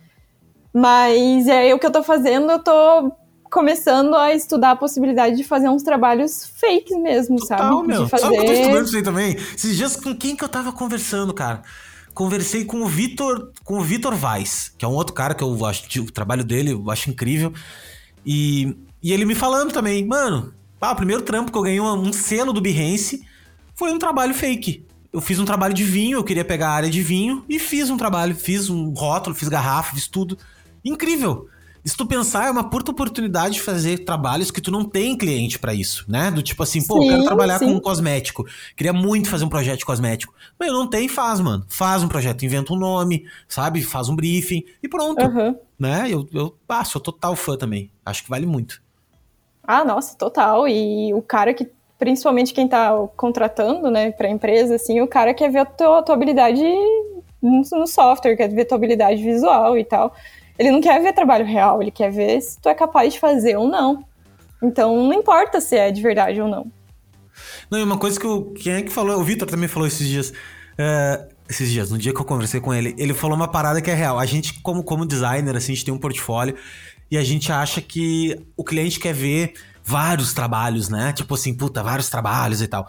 Speaker 2: Mas é o que eu tô fazendo, eu tô começando a estudar a possibilidade de fazer uns trabalhos fakes mesmo,
Speaker 3: Total,
Speaker 2: sabe?
Speaker 3: Meu.
Speaker 2: De fazer...
Speaker 3: Sabe que eu tô estudando isso aí também? Esses dias com quem que eu tava conversando, cara? Conversei com o Vitor, com o Vitor Vaz, que é um outro cara que eu acho, o trabalho dele eu acho incrível. E, e ele me falando também, mano, ah, o primeiro trampo que eu ganhei um, um selo do Behance foi um trabalho fake. Eu fiz um trabalho de vinho, eu queria pegar a área de vinho e fiz um trabalho, fiz um rótulo, fiz garrafa, fiz tudo. Incrível! E se tu pensar, é uma puta oportunidade de fazer trabalhos que tu não tem cliente pra isso, né? Do tipo assim, pô,
Speaker 2: sim,
Speaker 3: eu quero trabalhar
Speaker 2: sim.
Speaker 3: com um cosmético. Queria muito fazer um projeto de cosmético. Mas eu não tenho, faz, mano. Faz um projeto, inventa um nome, sabe? Faz um briefing e pronto.
Speaker 2: Uhum.
Speaker 3: Né? Eu, eu ah, sou total fã também. Acho que vale muito.
Speaker 2: Ah, nossa, total. E o cara que, principalmente quem tá contratando, né, pra empresa, assim, o cara quer ver a tua, a tua habilidade no, no software, quer ver a tua habilidade visual e tal. Ele não quer ver trabalho real, ele quer ver se tu é capaz de fazer ou não. Então, não importa se é de verdade ou não.
Speaker 3: Não, e uma coisa que eu... Quem é que falou? O Vitor também falou esses dias. Uh, esses dias, no dia que eu conversei com ele, ele falou uma parada que é real. A gente, como, como designer, assim, a gente tem um portfólio e a gente acha que o cliente quer ver vários trabalhos, né? Tipo assim, puta, vários trabalhos e tal.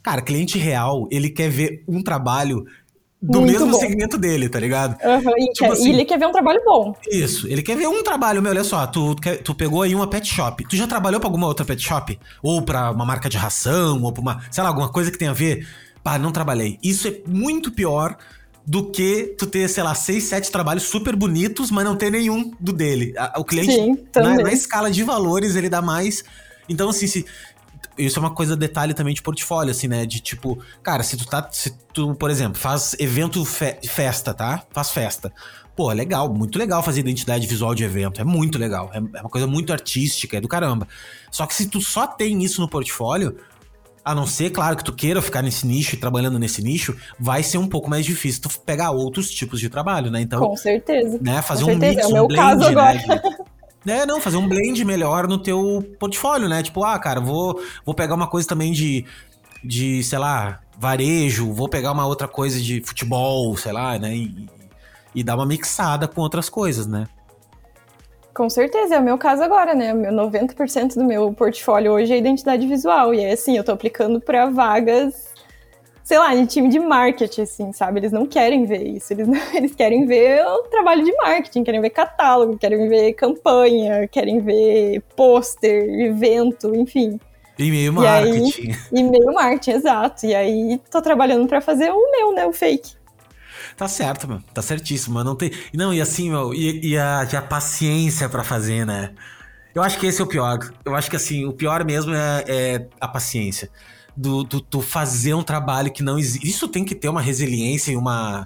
Speaker 3: Cara, cliente real, ele quer ver um trabalho do
Speaker 2: Muito
Speaker 3: mesmo
Speaker 2: bom.
Speaker 3: segmento dele, tá ligado?
Speaker 2: Uhum, e,
Speaker 3: Tipo
Speaker 2: quer-
Speaker 3: assim,
Speaker 2: e ele quer ver um trabalho bom.
Speaker 3: isso, ele quer ver um trabalho, meu, olha só, tu, quer- tu pegou aí uma pet shop. Tu já trabalhou pra alguma outra pet shop? Ou pra uma marca de ração, ou pra uma, sei lá, alguma coisa que tenha a ver? Pá, não trabalhei. Isso é muito pior do que tu ter, sei lá, seis, sete trabalhos super bonitos, mas não ter nenhum do dele. A- O cliente,
Speaker 2: Sim,
Speaker 3: na,
Speaker 2: também.
Speaker 3: na escala de valores, ele dá mais. Então, assim, se... Isso é uma coisa, detalhe também de portfólio, assim, né? De tipo, cara, se tu tá. Se tu, por exemplo, faz evento fe- festa, tá? Faz festa. Pô, é legal, muito legal fazer identidade visual de evento. É muito legal. É, é uma coisa muito artística, é do caramba. Só que se tu só tem isso no portfólio, a não ser, claro, que tu queira ficar nesse nicho e trabalhando nesse nicho, vai ser um pouco mais difícil tu pegar outros tipos de trabalho, né? Então,
Speaker 2: Com certeza.
Speaker 3: né, fazer
Speaker 2: Com
Speaker 3: um
Speaker 2: certeza.
Speaker 3: mix,
Speaker 2: É o
Speaker 3: um
Speaker 2: meu
Speaker 3: blend,
Speaker 2: caso agora.
Speaker 3: né? de- É, não, fazer um blend melhor no teu portfólio, né? Tipo, ah, cara, vou, vou pegar uma coisa também de, de, sei lá, varejo, vou pegar uma outra coisa de futebol, sei lá, né? E, e dar uma mixada com outras coisas, né?
Speaker 2: Com certeza, é o meu caso agora, né? Meu noventa por cento do meu portfólio hoje é identidade visual. E é assim, eu tô aplicando pra vagas, sei lá, de time de marketing, assim, sabe? Eles não querem ver isso. Eles, não- eles querem ver o trabalho de marketing, querem ver catálogo, querem ver campanha, querem ver pôster, evento, enfim.
Speaker 3: E-mail
Speaker 2: E aí,
Speaker 3: marketing.
Speaker 2: e-mail marketing, exato. E aí, tô trabalhando pra fazer o meu, né? O fake.
Speaker 3: Tá certo, meu. Tá certíssimo, mas não tem. Não, e assim, meu, e, e a, e a paciência pra fazer, né? Eu acho que esse é o pior. Eu acho que assim, o pior mesmo é, é a paciência. Do, do, do fazer um trabalho que não existe. Isso tem que ter uma resiliência e uma.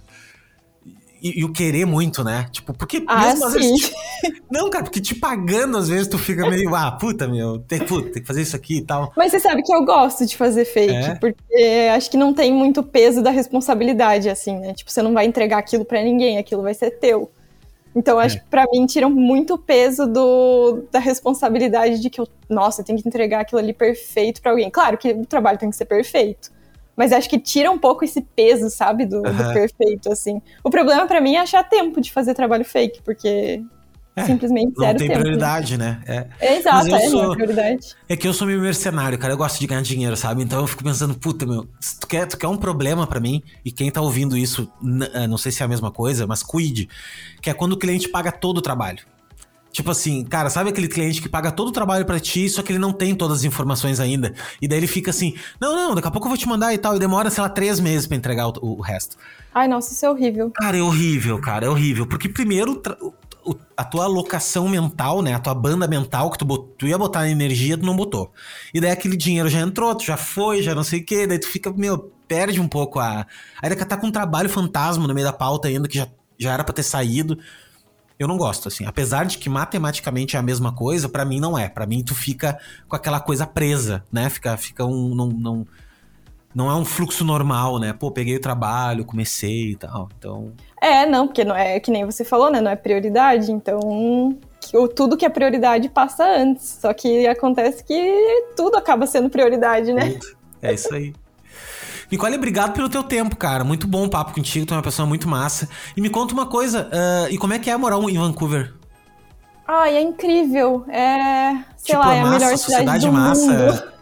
Speaker 3: E, e o querer muito, né? Tipo, porque
Speaker 2: Ah,
Speaker 3: mesmo às
Speaker 2: sim.
Speaker 3: vezes. te- Não, cara, porque te pagando, às vezes tu fica meio, ah, puta, meu, tem, puta, tem que fazer isso aqui e tal.
Speaker 2: Mas você sabe que eu gosto de fazer fake,
Speaker 3: É?
Speaker 2: porque acho que não tem muito peso da responsabilidade, assim, né? Tipo, você não vai entregar aquilo pra ninguém, aquilo vai ser teu. Então, acho
Speaker 3: É.
Speaker 2: que pra mim tiram muito peso do, da responsabilidade de que eu, nossa, eu tenho que entregar aquilo ali perfeito pra alguém. Claro que o trabalho tem que ser perfeito, mas acho que tira um pouco esse peso, sabe, do, do
Speaker 3: Aham.
Speaker 2: perfeito, assim. O problema pra mim é achar tempo de fazer trabalho fake, porque
Speaker 3: É,
Speaker 2: simplesmente
Speaker 3: não
Speaker 2: zero
Speaker 3: tem
Speaker 2: tempo. Né?
Speaker 3: prioridade, né? É.
Speaker 2: É
Speaker 3: Mas
Speaker 2: exato,
Speaker 3: eu
Speaker 2: é, não é
Speaker 3: sou.
Speaker 2: prioridade.
Speaker 3: É que eu sou meio mercenário, cara. Eu gosto de ganhar dinheiro, sabe? Então eu fico pensando, puta, meu, se tu quer, tu quer um problema pra mim, e quem tá ouvindo isso, n- eh, não sei se é a mesma coisa, mas cuide, que é quando o cliente paga todo o trabalho. Tipo assim, cara, sabe aquele cliente que paga todo o trabalho pra ti, só que ele não tem todas as informações ainda? E daí ele fica assim, não, não, daqui a pouco eu vou te mandar e tal, e demora, sei lá, três meses pra entregar o, o resto.
Speaker 2: Ai, nossa, isso é horrível.
Speaker 3: Cara, é horrível, cara, é horrível. Porque primeiro, tra- o- o- a tua alocação mental, né? A tua banda mental que tu, bot- tu ia botar energia, tu não botou. E daí aquele dinheiro já entrou, tu já foi, já não sei o quê. Daí tu fica, meu, perde um pouco a... Aí daqui a tá com um trabalho fantasma no meio da pauta ainda, que já, já era pra ter saído. Eu não gosto, assim. Apesar de que matematicamente é a mesma coisa, pra mim não é. Pra mim tu fica com aquela coisa presa, né? Fica, fica um... Não, não, não é um fluxo normal, né? Pô, peguei o trabalho, comecei e tal. Então...
Speaker 2: É, não, porque não é que nem você falou, né? Não é prioridade, então que o- tudo que é prioridade passa antes. Só que acontece que tudo acaba sendo prioridade, né?
Speaker 3: Tudo. É isso aí. Nicole, obrigado pelo teu tempo, cara. Muito bom o papo contigo, tu é uma pessoa muito massa. E me conta uma coisa, ah, e como é que é morar em Vancouver?
Speaker 2: Ai, é incrível. É, sei
Speaker 3: Tipo,
Speaker 2: lá,
Speaker 3: é
Speaker 2: é a
Speaker 3: massa,
Speaker 2: melhor
Speaker 3: a
Speaker 2: cidade
Speaker 3: sociedade
Speaker 2: do
Speaker 3: massa.
Speaker 2: mundo.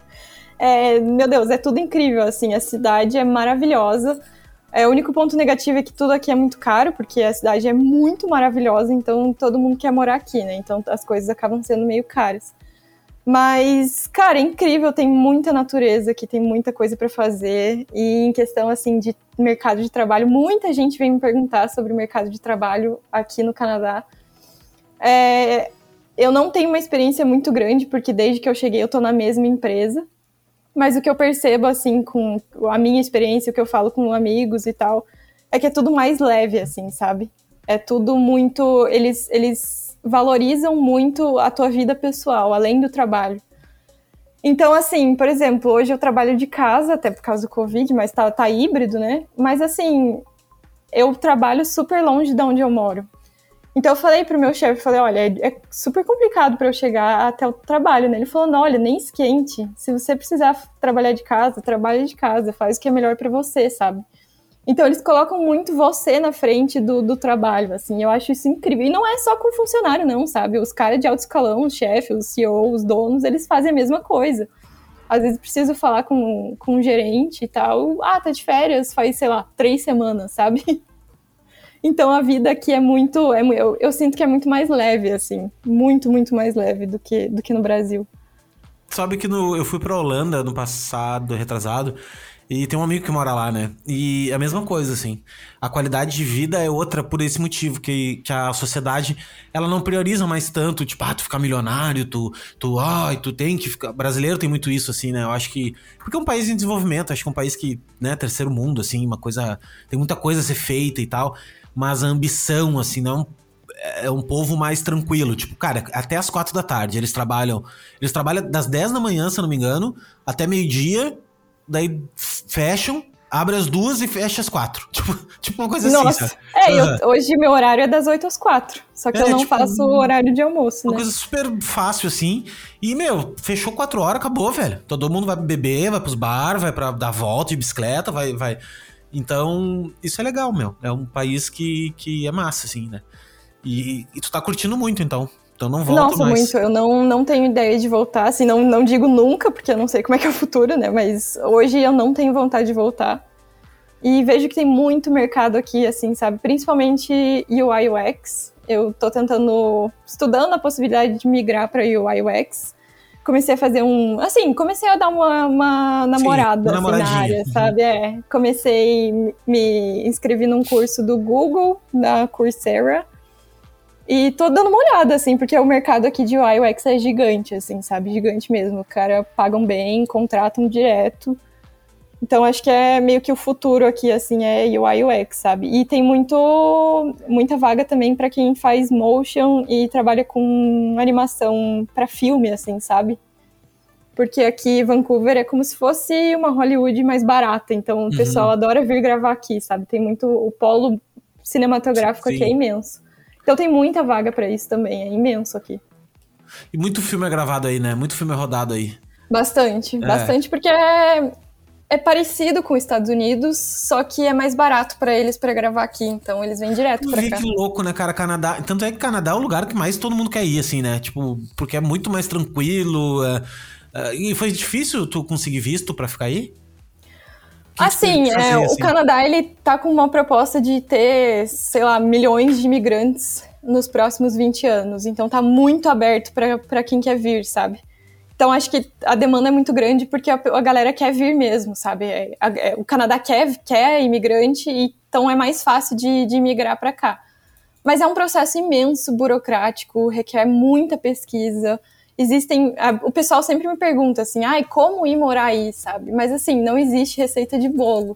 Speaker 2: É, meu Deus, é tudo incrível, assim, a cidade é maravilhosa. É, o único ponto negativo é que tudo aqui é muito caro, porque a cidade é muito maravilhosa, então todo mundo quer morar aqui, né? Então as coisas acabam sendo meio caras. Mas, cara, é incrível, tem muita natureza aqui, tem muita coisa pra fazer. E em questão, assim, de mercado de trabalho, muita gente vem me perguntar sobre o mercado de trabalho aqui no Canadá. É, eu não tenho uma experiência muito grande, porque desde que eu cheguei eu tô na mesma empresa. Mas o que eu percebo, assim, com a minha experiência, o que eu falo com amigos e tal, é que é tudo mais leve, assim, sabe? É tudo muito... Eles, eles valorizam muito a tua vida pessoal, além do trabalho. Então, assim, por exemplo, hoje eu trabalho de casa, até por causa do Covid, mas tá, tá híbrido, né? Mas, assim, eu trabalho super longe de onde eu moro. Então eu falei pro meu chefe, falei, olha, é, é super complicado para eu chegar até o trabalho, né? Ele falou, não, olha, nem esquente. Se você precisar trabalhar de casa, trabalha de casa, faz o que é melhor para você, sabe? Então eles colocam muito você na frente do, do trabalho, assim, eu acho isso incrível. E não é só com funcionário, não, sabe? Os caras de alto escalão, os chefes, os C E Os, os donos, eles fazem a mesma coisa. Às vezes preciso falar com, com um gerente e tal. Ah, tá de férias, faz, sei lá, três semanas, sabe? Então a vida aqui é muito... É, eu, eu sinto que é muito mais leve, assim. Muito, muito mais leve do que, do que no Brasil.
Speaker 3: Sabe que no, eu fui pra Holanda no passado, retrasado, e tem um amigo que mora lá, né? E é a mesma coisa, assim. A qualidade de vida é outra por esse motivo, que, que a sociedade, ela não prioriza mais tanto, tipo, ah, tu ficar milionário, tu, tu, ai, tu tem que ficar... Brasileiro tem muito isso, assim, né? Eu acho que... Porque é um país em desenvolvimento, acho que é um país que, né, terceiro mundo, assim, uma coisa... Tem muita coisa a ser feita e tal, mas a ambição, assim, não... É um povo mais tranquilo, tipo, cara, até as quatro da tarde eles trabalham, eles trabalham das dez da manhã, se eu não me engano, até meio-dia, daí fecham, abre as duas e fecha as quatro, tipo, tipo uma coisa
Speaker 2: Nossa,
Speaker 3: assim, sabe?
Speaker 2: é,
Speaker 3: Uhum.
Speaker 2: eu, hoje meu horário é das oito às quatro, só que
Speaker 3: É,
Speaker 2: eu não
Speaker 3: tipo,
Speaker 2: faço o horário de almoço,
Speaker 3: uma
Speaker 2: né?
Speaker 3: coisa super fácil, assim, e, meu, fechou quatro horas, acabou, velho, todo mundo vai beber, vai pros bar, vai pra dar volta de bicicleta, vai, vai, então, isso é legal, meu, é um país que, que é massa, assim, né? E, e tu tá curtindo muito, então. Então não volta
Speaker 2: Nossa,
Speaker 3: mais.
Speaker 2: muito. Eu não, não tenho ideia de voltar. Assim, não, não digo nunca, porque eu não sei como é que é o futuro, né? Mas hoje eu não tenho vontade de voltar. E vejo que tem muito mercado aqui, assim, sabe? Principalmente U I U X. Eu tô tentando, estudando a possibilidade de migrar para U I U X. Comecei a fazer um... Assim, comecei a dar uma, uma namorada,
Speaker 3: Sim, uma
Speaker 2: assim, na área,
Speaker 3: uhum.
Speaker 2: sabe? É, comecei, me inscrevi num curso do Google, da Coursera. E tô dando uma olhada, assim, porque o mercado aqui de U I U X é gigante, assim, sabe? Gigante mesmo. Os caras pagam bem, contratam direto. Então, acho que é meio que o futuro aqui, assim, é U I U X, sabe? E tem muito, muita vaga também para quem faz motion e trabalha com animação para filme, assim, sabe? Porque aqui, Vancouver, é como se fosse uma Hollywood mais barata. Então, o pessoal
Speaker 3: Uhum.
Speaker 2: adora vir gravar aqui, sabe? Tem muito... O polo cinematográfico
Speaker 3: Sim.
Speaker 2: aqui é imenso. Então tem muita vaga pra isso também, é imenso aqui.
Speaker 3: E muito filme é gravado aí, né? Muito filme é rodado aí.
Speaker 2: Bastante,
Speaker 3: É.
Speaker 2: bastante, porque é, é parecido com os Estados Unidos, só que é mais barato pra eles pra gravar aqui, então eles vêm direto
Speaker 3: Eu
Speaker 2: pra
Speaker 3: vi
Speaker 2: cá.
Speaker 3: que louco, né, cara? Canadá. Tanto é que Canadá é o lugar que mais todo mundo quer ir, assim, né? Tipo, porque é muito mais tranquilo. É... É... E foi difícil tu conseguir visto pra ficar aí? Que
Speaker 2: Assim,
Speaker 3: que fazer,
Speaker 2: é,
Speaker 3: assim,
Speaker 2: o Canadá, ele tá com uma proposta de ter, sei lá, milhões de imigrantes nos próximos vinte anos. Então tá muito aberto pra, pra quem quer vir, sabe? Então acho que a demanda é muito grande porque a, a galera quer vir mesmo, sabe? É, a, é, o Canadá quer, quer imigrante, e, então é mais fácil de, de imigrar pra cá. Mas é um processo imenso, burocrático, requer muita pesquisa. Existem... A, o pessoal sempre me pergunta assim, ai, como ir morar aí, sabe? Mas assim, não existe receita de bolo.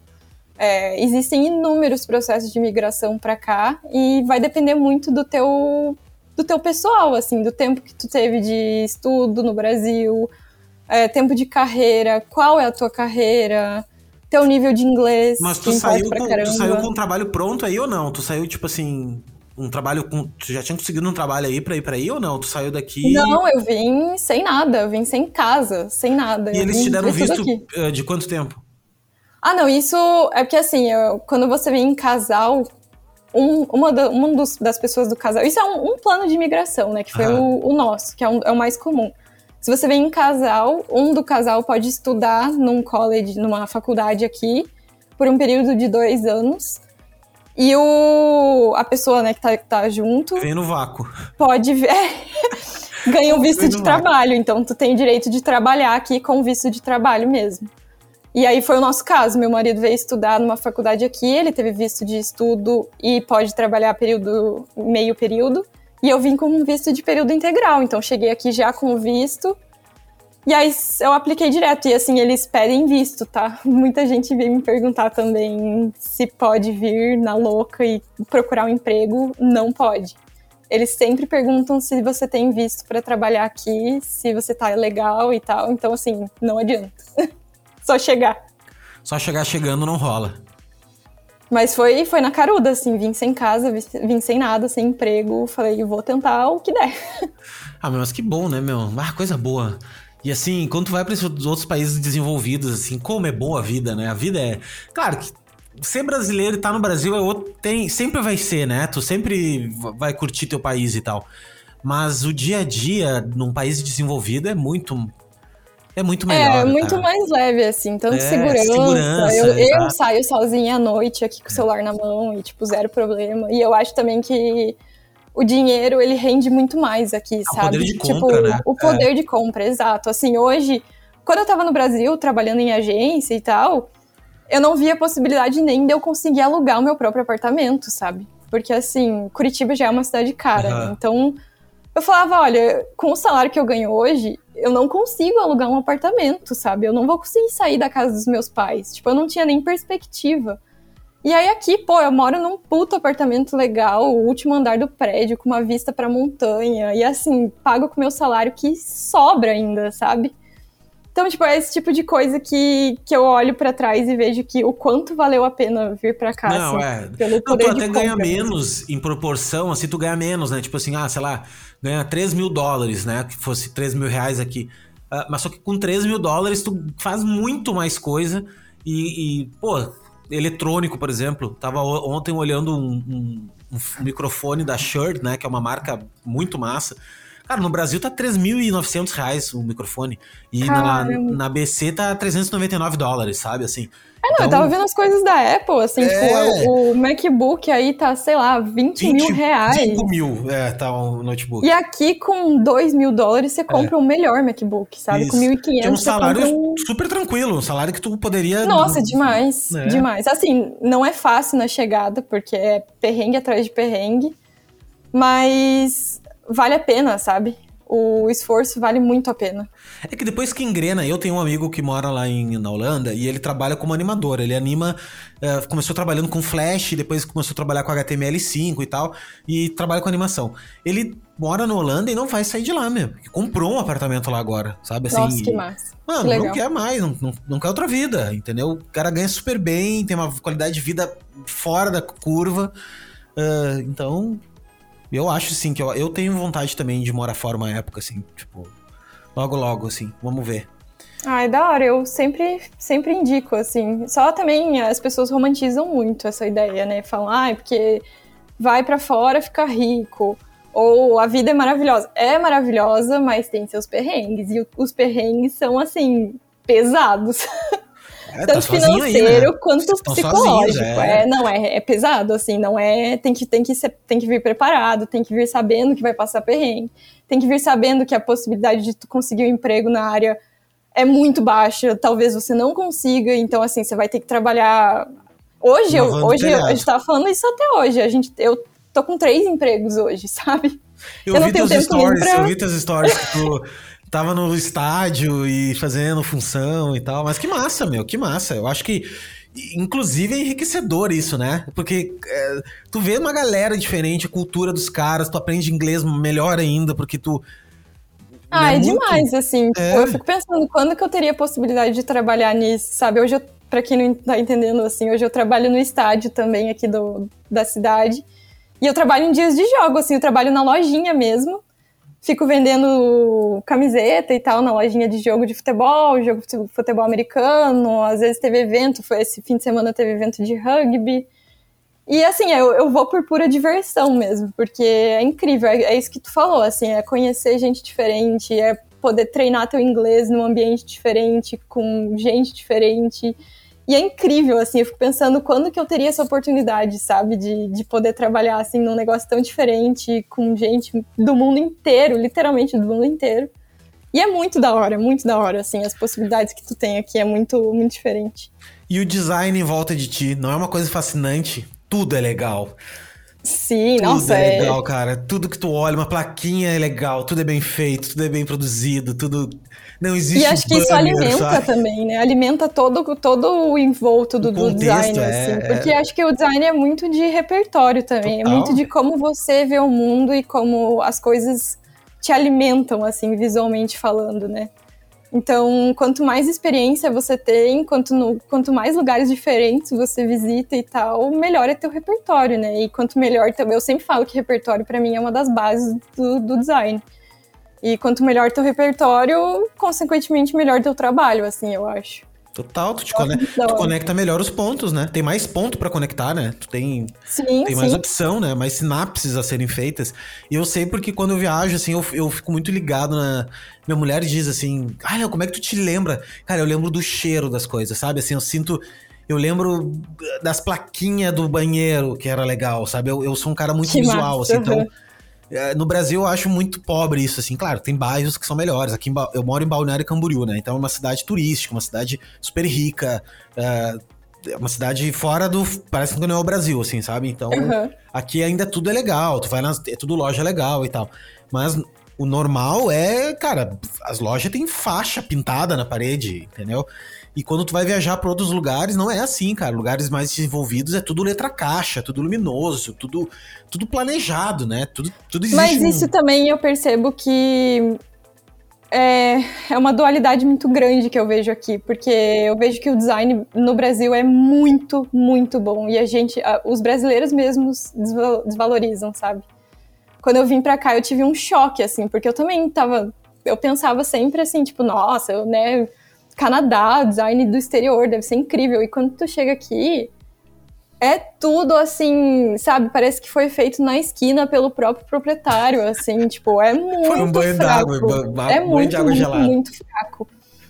Speaker 2: É, existem inúmeros processos de imigração para cá e vai depender muito do teu, do teu pessoal, assim, do tempo que tu teve de estudo no Brasil, é, tempo de carreira, qual é a tua carreira, teu nível de inglês.
Speaker 3: Mas tu saiu,
Speaker 2: pra
Speaker 3: com,
Speaker 2: caramba.
Speaker 3: tu saiu com um trabalho pronto aí ou não? Tu saiu, tipo assim, um trabalho com... Tu já tinha conseguido um trabalho aí pra ir pra aí ou não? Tu saiu daqui...
Speaker 2: Não, eu vim sem nada, eu vim sem casa, sem nada.
Speaker 3: E
Speaker 2: eu
Speaker 3: eles
Speaker 2: vim
Speaker 3: te deram visto
Speaker 2: aqui.
Speaker 3: de quanto tempo?
Speaker 2: Ah, não, isso é porque assim, eu, quando você vem em casal, um, uma, da, uma dos, das pessoas do casal, isso é um, um plano de imigração, né, que foi o, o nosso, que é, um, é o mais comum. Se você vem em casal, um do casal pode estudar num college, numa faculdade aqui, por um período de dois anos, e o, a pessoa, né, que tá, tá junto...
Speaker 3: Vem no vácuo.
Speaker 2: Pode ver... ganha um visto de
Speaker 3: vácuo.
Speaker 2: trabalho, então tu tem o direito de trabalhar aqui com visto de trabalho mesmo. E aí foi o nosso caso, meu marido veio estudar numa faculdade aqui, ele teve visto de estudo e pode trabalhar período, meio período, e eu vim com um visto de período integral, então cheguei aqui já com o visto, e aí eu apliquei direto, e assim, eles pedem visto, tá? Muita gente veio me perguntar também se pode vir na louca e procurar um emprego, não pode. Eles sempre perguntam se você tem visto para trabalhar aqui, se você tá legal e tal, então assim, não adianta. Só chegar.
Speaker 3: Só chegar chegando não rola.
Speaker 2: Mas foi, foi na caruda, assim, vim sem casa, vim sem nada, sem emprego, falei, vou tentar o que der.
Speaker 3: Ah, mas que bom, né, meu? Ah, coisa boa. E assim, quando tu vai para esses outros países desenvolvidos, assim, como é boa a vida, né? A vida é... Claro que ser brasileiro e estar no Brasil é outro... Tem... sempre vai ser, né? Tu sempre vai curtir teu país e tal. Mas o dia a dia num país desenvolvido é muito... É muito melhor.
Speaker 2: É, muito
Speaker 3: cara.
Speaker 2: mais leve, assim, tanto
Speaker 3: É,
Speaker 2: segurança.
Speaker 3: segurança,
Speaker 2: eu, eu
Speaker 3: exato.
Speaker 2: saio sozinha à noite aqui com o celular na mão e, tipo, zero problema. E eu acho também que o dinheiro, ele rende muito mais aqui,
Speaker 3: O
Speaker 2: sabe?
Speaker 3: poder de
Speaker 2: Tipo,
Speaker 3: compra, né?
Speaker 2: o poder de compra, exato. Assim, hoje, quando eu tava no Brasil, trabalhando em agência e tal, eu não via possibilidade nem de eu conseguir alugar o meu próprio apartamento, sabe? Porque, assim, Curitiba já é uma cidade cara, né?
Speaker 3: Uhum.
Speaker 2: Então, eu falava, olha, com o salário que eu ganho hoje, eu não consigo alugar um apartamento, sabe? Eu não vou conseguir sair da casa dos meus pais. Tipo, eu não tinha nem perspectiva. E aí aqui, pô, eu moro num puto apartamento legal, o último andar do prédio, com uma vista pra montanha. E assim, pago com meu salário que sobra ainda, sabe? Então, tipo, é esse tipo de coisa que, que eu olho pra trás e vejo que o quanto valeu a pena vir pra cá,
Speaker 3: Não,
Speaker 2: assim,
Speaker 3: é.
Speaker 2: pelo
Speaker 3: Não, tu
Speaker 2: poder de
Speaker 3: até ganha
Speaker 2: compra mesmo.
Speaker 3: menos em proporção, assim, tu ganha menos, né? Tipo assim, ah, sei lá, ganha três mil dólares, né? Que fosse três mil reais aqui. Ah, mas só que com três mil dólares tu faz muito mais coisa e, e, pô, eletrônico, por exemplo. Tava o- ontem olhando um, um- um microfone da Shure, né? Que é uma marca muito massa. Cara, no Brasil tá três mil e novecentos reais o microfone. E na,
Speaker 2: Caramba.
Speaker 3: na B C tá trezentos e noventa e nove dólares, sabe? Assim.
Speaker 2: É, não, eu tava
Speaker 3: Então,
Speaker 2: vendo as coisas da Apple, assim, tipo,
Speaker 3: é.
Speaker 2: o, o MacBook aí tá, sei lá, vinte mil
Speaker 3: vinte e
Speaker 2: reais.
Speaker 3: cinco mil, é, tá um
Speaker 2: E
Speaker 3: notebook.
Speaker 2: aqui, com dois mil dólares, você
Speaker 3: É,
Speaker 2: compra o melhor MacBook, sabe? Com
Speaker 3: isso.
Speaker 2: mil e
Speaker 3: Que é um
Speaker 2: quinhentos você
Speaker 3: salário
Speaker 2: compra um...
Speaker 3: super tranquilo, um salário que tu poderia,
Speaker 2: Nossa, demais,
Speaker 3: né?
Speaker 2: demais. Assim, não é fácil na chegada, porque é perrengue atrás de perrengue, mas vale a pena, sabe? O esforço vale muito a pena.
Speaker 3: É que depois que engrena, eu tenho um amigo que mora lá em, na Holanda e ele trabalha como animador. Ele anima, é, começou trabalhando com Flash, depois começou a trabalhar com H T M L cinco e tal, e trabalha com animação. Ele mora na Holanda e não vai sair de lá mesmo. Porque comprou um apartamento lá agora, sabe? Assim,
Speaker 2: Nossa, que
Speaker 3: e,
Speaker 2: massa. Que
Speaker 3: mano, não
Speaker 2: legal.
Speaker 3: quer mais, não, não, não quer outra vida, entendeu? O cara ganha super bem, tem uma qualidade de vida fora da curva. ah, então, eu acho, sim, que eu, eu tenho vontade também de morar fora uma época, assim, tipo, logo, logo, assim, vamos ver.
Speaker 2: Ai, da hora, eu sempre, sempre indico, assim. Só também as pessoas romantizam muito essa ideia, né? Falam, ai, porque vai pra fora ficar rico. Ou a vida é maravilhosa. É maravilhosa, mas tem seus perrengues. E o- os perrengues são, assim, pesados.
Speaker 3: É, tá
Speaker 2: Tanto
Speaker 3: sozinho aí, né?
Speaker 2: financeiro quanto
Speaker 3: Vocês estão sozinhos,
Speaker 2: psicológico.
Speaker 3: é.
Speaker 2: É, não, é, é pesado, assim, não é. Tem que, tem, que ser, tem que vir preparado, tem que vir sabendo que vai passar perrengue, tem que vir sabendo que a possibilidade de tu conseguir um emprego na área é muito baixa, talvez você não consiga, então assim, você vai ter que trabalhar. Hoje, eu,
Speaker 3: Lavando
Speaker 2: hoje eu, a
Speaker 3: telhado.
Speaker 2: gente tava falando isso até hoje. A gente, eu tô com três empregos hoje, sabe?
Speaker 3: Eu,
Speaker 2: Eu não
Speaker 3: vi
Speaker 2: tenho
Speaker 3: teus
Speaker 2: tempo nem
Speaker 3: stories,
Speaker 2: pra.
Speaker 3: eu vi teus stories que tu tava no estádio e fazendo função e tal. Mas que massa, meu, que massa. Eu acho que, inclusive, é enriquecedor isso, né? Porque é, tu vê uma galera diferente, a cultura dos caras, tu aprende inglês melhor ainda, porque tu.
Speaker 2: Ah,
Speaker 3: É
Speaker 2: é
Speaker 3: muito.
Speaker 2: demais, assim. Tipo,
Speaker 3: É.
Speaker 2: eu fico pensando quando que eu teria a possibilidade de trabalhar nisso, sabe? Hoje, eu, pra quem não tá entendendo, assim, hoje eu trabalho no estádio também aqui do, da cidade. E eu trabalho em dias de jogo, assim, eu trabalho na lojinha mesmo. Fico vendendo camiseta e tal na lojinha de jogo de futebol, jogo de futebol americano. Às vezes teve evento, foi esse fim de semana teve evento de rugby. E assim, eu, eu vou por pura diversão mesmo, porque é incrível, é, é isso que tu falou, assim, é conhecer gente diferente, é poder treinar teu inglês num ambiente diferente, com gente diferente. E é incrível, assim, eu fico pensando quando que eu teria essa oportunidade, sabe, de, de poder trabalhar, assim, num negócio tão diferente, com gente do mundo inteiro, literalmente do mundo inteiro. E é muito da hora, muito da hora, assim, as possibilidades que tu tem aqui é muito, muito diferente.
Speaker 3: E o design em volta de ti, não é uma coisa fascinante? Tudo é legal.
Speaker 2: Sim,
Speaker 3: Tudo
Speaker 2: nossa,
Speaker 3: é
Speaker 2: é...
Speaker 3: legal, cara. Tudo que tu olha, uma plaquinha é legal, tudo é bem feito, tudo é bem produzido, tudo. Não
Speaker 2: E
Speaker 3: existe
Speaker 2: acho que isso
Speaker 3: banner,
Speaker 2: alimenta
Speaker 3: sabe?
Speaker 2: também, né? Alimenta todo, todo o envolto
Speaker 3: O
Speaker 2: do, do
Speaker 3: contexto
Speaker 2: design, assim.
Speaker 3: é,
Speaker 2: Porque
Speaker 3: é
Speaker 2: acho que o design é muito de repertório também. É muito
Speaker 3: total.
Speaker 2: de como você vê o mundo e como as coisas te alimentam, assim, visualmente falando, né? Então, quanto mais experiência você tem, quanto, no, quanto mais lugares diferentes você visita e tal, melhor é teu repertório, né? E quanto melhor também, eu sempre falo que repertório pra mim é uma das bases do, do design. E quanto melhor teu repertório, consequentemente melhor teu trabalho, assim, eu acho.
Speaker 3: Total, tu, te conecta, tu conecta melhor os pontos, né? Tem mais ponto pra conectar, né? Tu tem,
Speaker 2: sim,
Speaker 3: tem mais
Speaker 2: sim.
Speaker 3: opção, né? Mais sinapses a serem feitas. E eu sei porque quando eu viajo, assim, eu, eu fico muito ligado na... Minha mulher diz assim, ah, Léo, como é que tu te lembra? Cara, eu lembro do cheiro das coisas, sabe? Assim, eu sinto... Eu lembro das plaquinhas do banheiro, que era legal, sabe? Eu, eu sou um cara muito
Speaker 2: Que
Speaker 3: visual,
Speaker 2: massa,
Speaker 3: assim, então...
Speaker 2: uhum.
Speaker 3: No Brasil eu acho muito pobre isso, assim, claro, tem bairros que são melhores. Aqui em ba... eu moro em Balneário Camboriú, né? Então é uma cidade turística, uma cidade super rica, é uma cidade fora do... Parece que não é o Brasil, assim, sabe? Então
Speaker 2: Uhum.
Speaker 3: aqui ainda tudo é legal, tu vai nas... é tudo loja legal e tal. Mas o normal é, cara, as lojas têm faixa pintada na parede, entendeu? E quando tu vai viajar para outros lugares, não é assim, cara. Lugares mais desenvolvidos é tudo letra caixa, tudo luminoso, tudo, tudo planejado, né? Tudo, tudo existe.
Speaker 2: Mas isso um... também eu percebo que é, é uma dualidade muito grande que eu vejo aqui, porque eu vejo que o design no Brasil é muito, muito bom. E a gente, os brasileiros mesmos desvalorizam, sabe? Quando eu vim pra cá, eu tive um choque, assim, porque eu também tava... Eu pensava sempre assim, tipo, nossa, eu, né... Canadá, design do exterior, deve ser incrível. E quando tu chega aqui, é tudo assim, sabe? Parece que foi feito na esquina pelo próprio proprietário, assim, tipo, é muito
Speaker 3: foi um banho
Speaker 2: fraco.
Speaker 3: D'água,
Speaker 2: é
Speaker 3: banho
Speaker 2: muito,
Speaker 3: de água
Speaker 2: muito,
Speaker 3: gelada.
Speaker 2: muito fraco.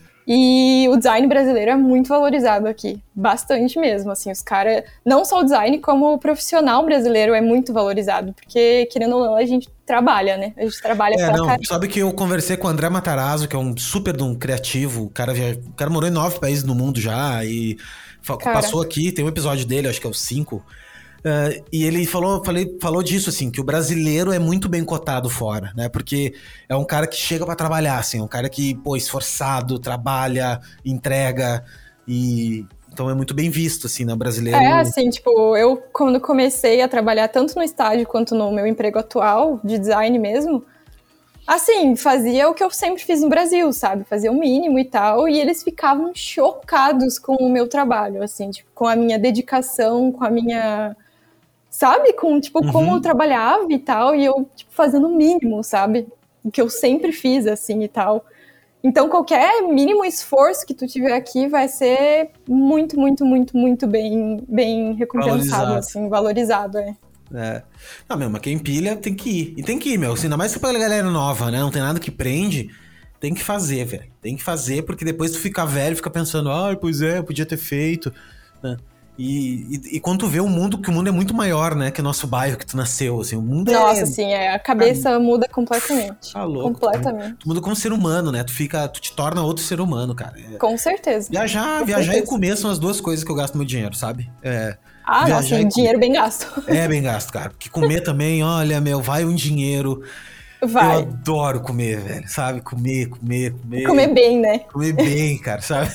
Speaker 2: E o design brasileiro é muito valorizado aqui, bastante mesmo, assim, os caras, não só o design, como o profissional brasileiro é muito valorizado, porque, querendo ou não, a gente trabalha, né, a gente trabalha
Speaker 3: é,
Speaker 2: pra
Speaker 3: não,
Speaker 2: caramba.
Speaker 3: Sabe que eu conversei com o André Matarazzo, que é um super de um criativo, o cara, via... o cara morou em nove países no mundo já, e cara. passou aqui, tem um episódio dele, acho que é o cinco, Uh, e ele falou, falei, falou disso, assim, que o brasileiro é muito bem cotado fora, né? Porque é um cara que chega pra trabalhar, assim, é um cara que, pô, esforçado, trabalha, entrega, e então é muito bem visto, assim, né? Brasileiro...
Speaker 2: É, assim, tipo, eu quando comecei a trabalhar tanto no estágio quanto no meu emprego atual, de design mesmo, assim, fazia o que eu sempre fiz no Brasil, sabe? Fazia o mínimo e tal, e eles ficavam chocados com o meu trabalho, assim, tipo, com a minha dedicação, com a minha... Sabe? Com, tipo, uhum. como eu trabalhava e tal, e eu, tipo, fazendo o mínimo, sabe? O que eu sempre fiz, assim, e tal. Então, qualquer mínimo esforço que tu tiver aqui vai ser muito, muito, muito, muito bem, bem recompensado, valorizado. assim, valorizado, é.
Speaker 3: É. Não, meu, mas quem pilha tem que ir. E tem que ir, meu. Assim, ainda mais se pra galera nova, né? Não tem nada que prende. Tem que fazer, velho. Tem que fazer, porque depois tu fica velho, fica pensando, ah, pois é, eu podia ter feito, né? E, e, e quando tu vê o mundo, que o mundo é muito maior, né? Que o nosso bairro que tu nasceu, assim, o mundo
Speaker 2: Nossa,
Speaker 3: é...
Speaker 2: sim, é, a cabeça ah, muda completamente.
Speaker 3: Tá louco.
Speaker 2: Completamente.
Speaker 3: Tu, tu muda como ser humano, né? Tu fica, tu te torna outro ser humano, cara. É,
Speaker 2: Com certeza.
Speaker 3: Viajar,
Speaker 2: Com
Speaker 3: viajar
Speaker 2: certeza.
Speaker 3: e comer são as duas coisas que eu gasto meu dinheiro, sabe? É,
Speaker 2: ah, não, assim, dinheiro bem gasto.
Speaker 3: É, bem gasto, cara. Porque comer também, olha, meu, vai um dinheiro...
Speaker 2: Vai.
Speaker 3: Eu adoro comer, velho, sabe? Comer, comer, comer.
Speaker 2: Comer bem, né?
Speaker 3: Comer bem, cara, sabe?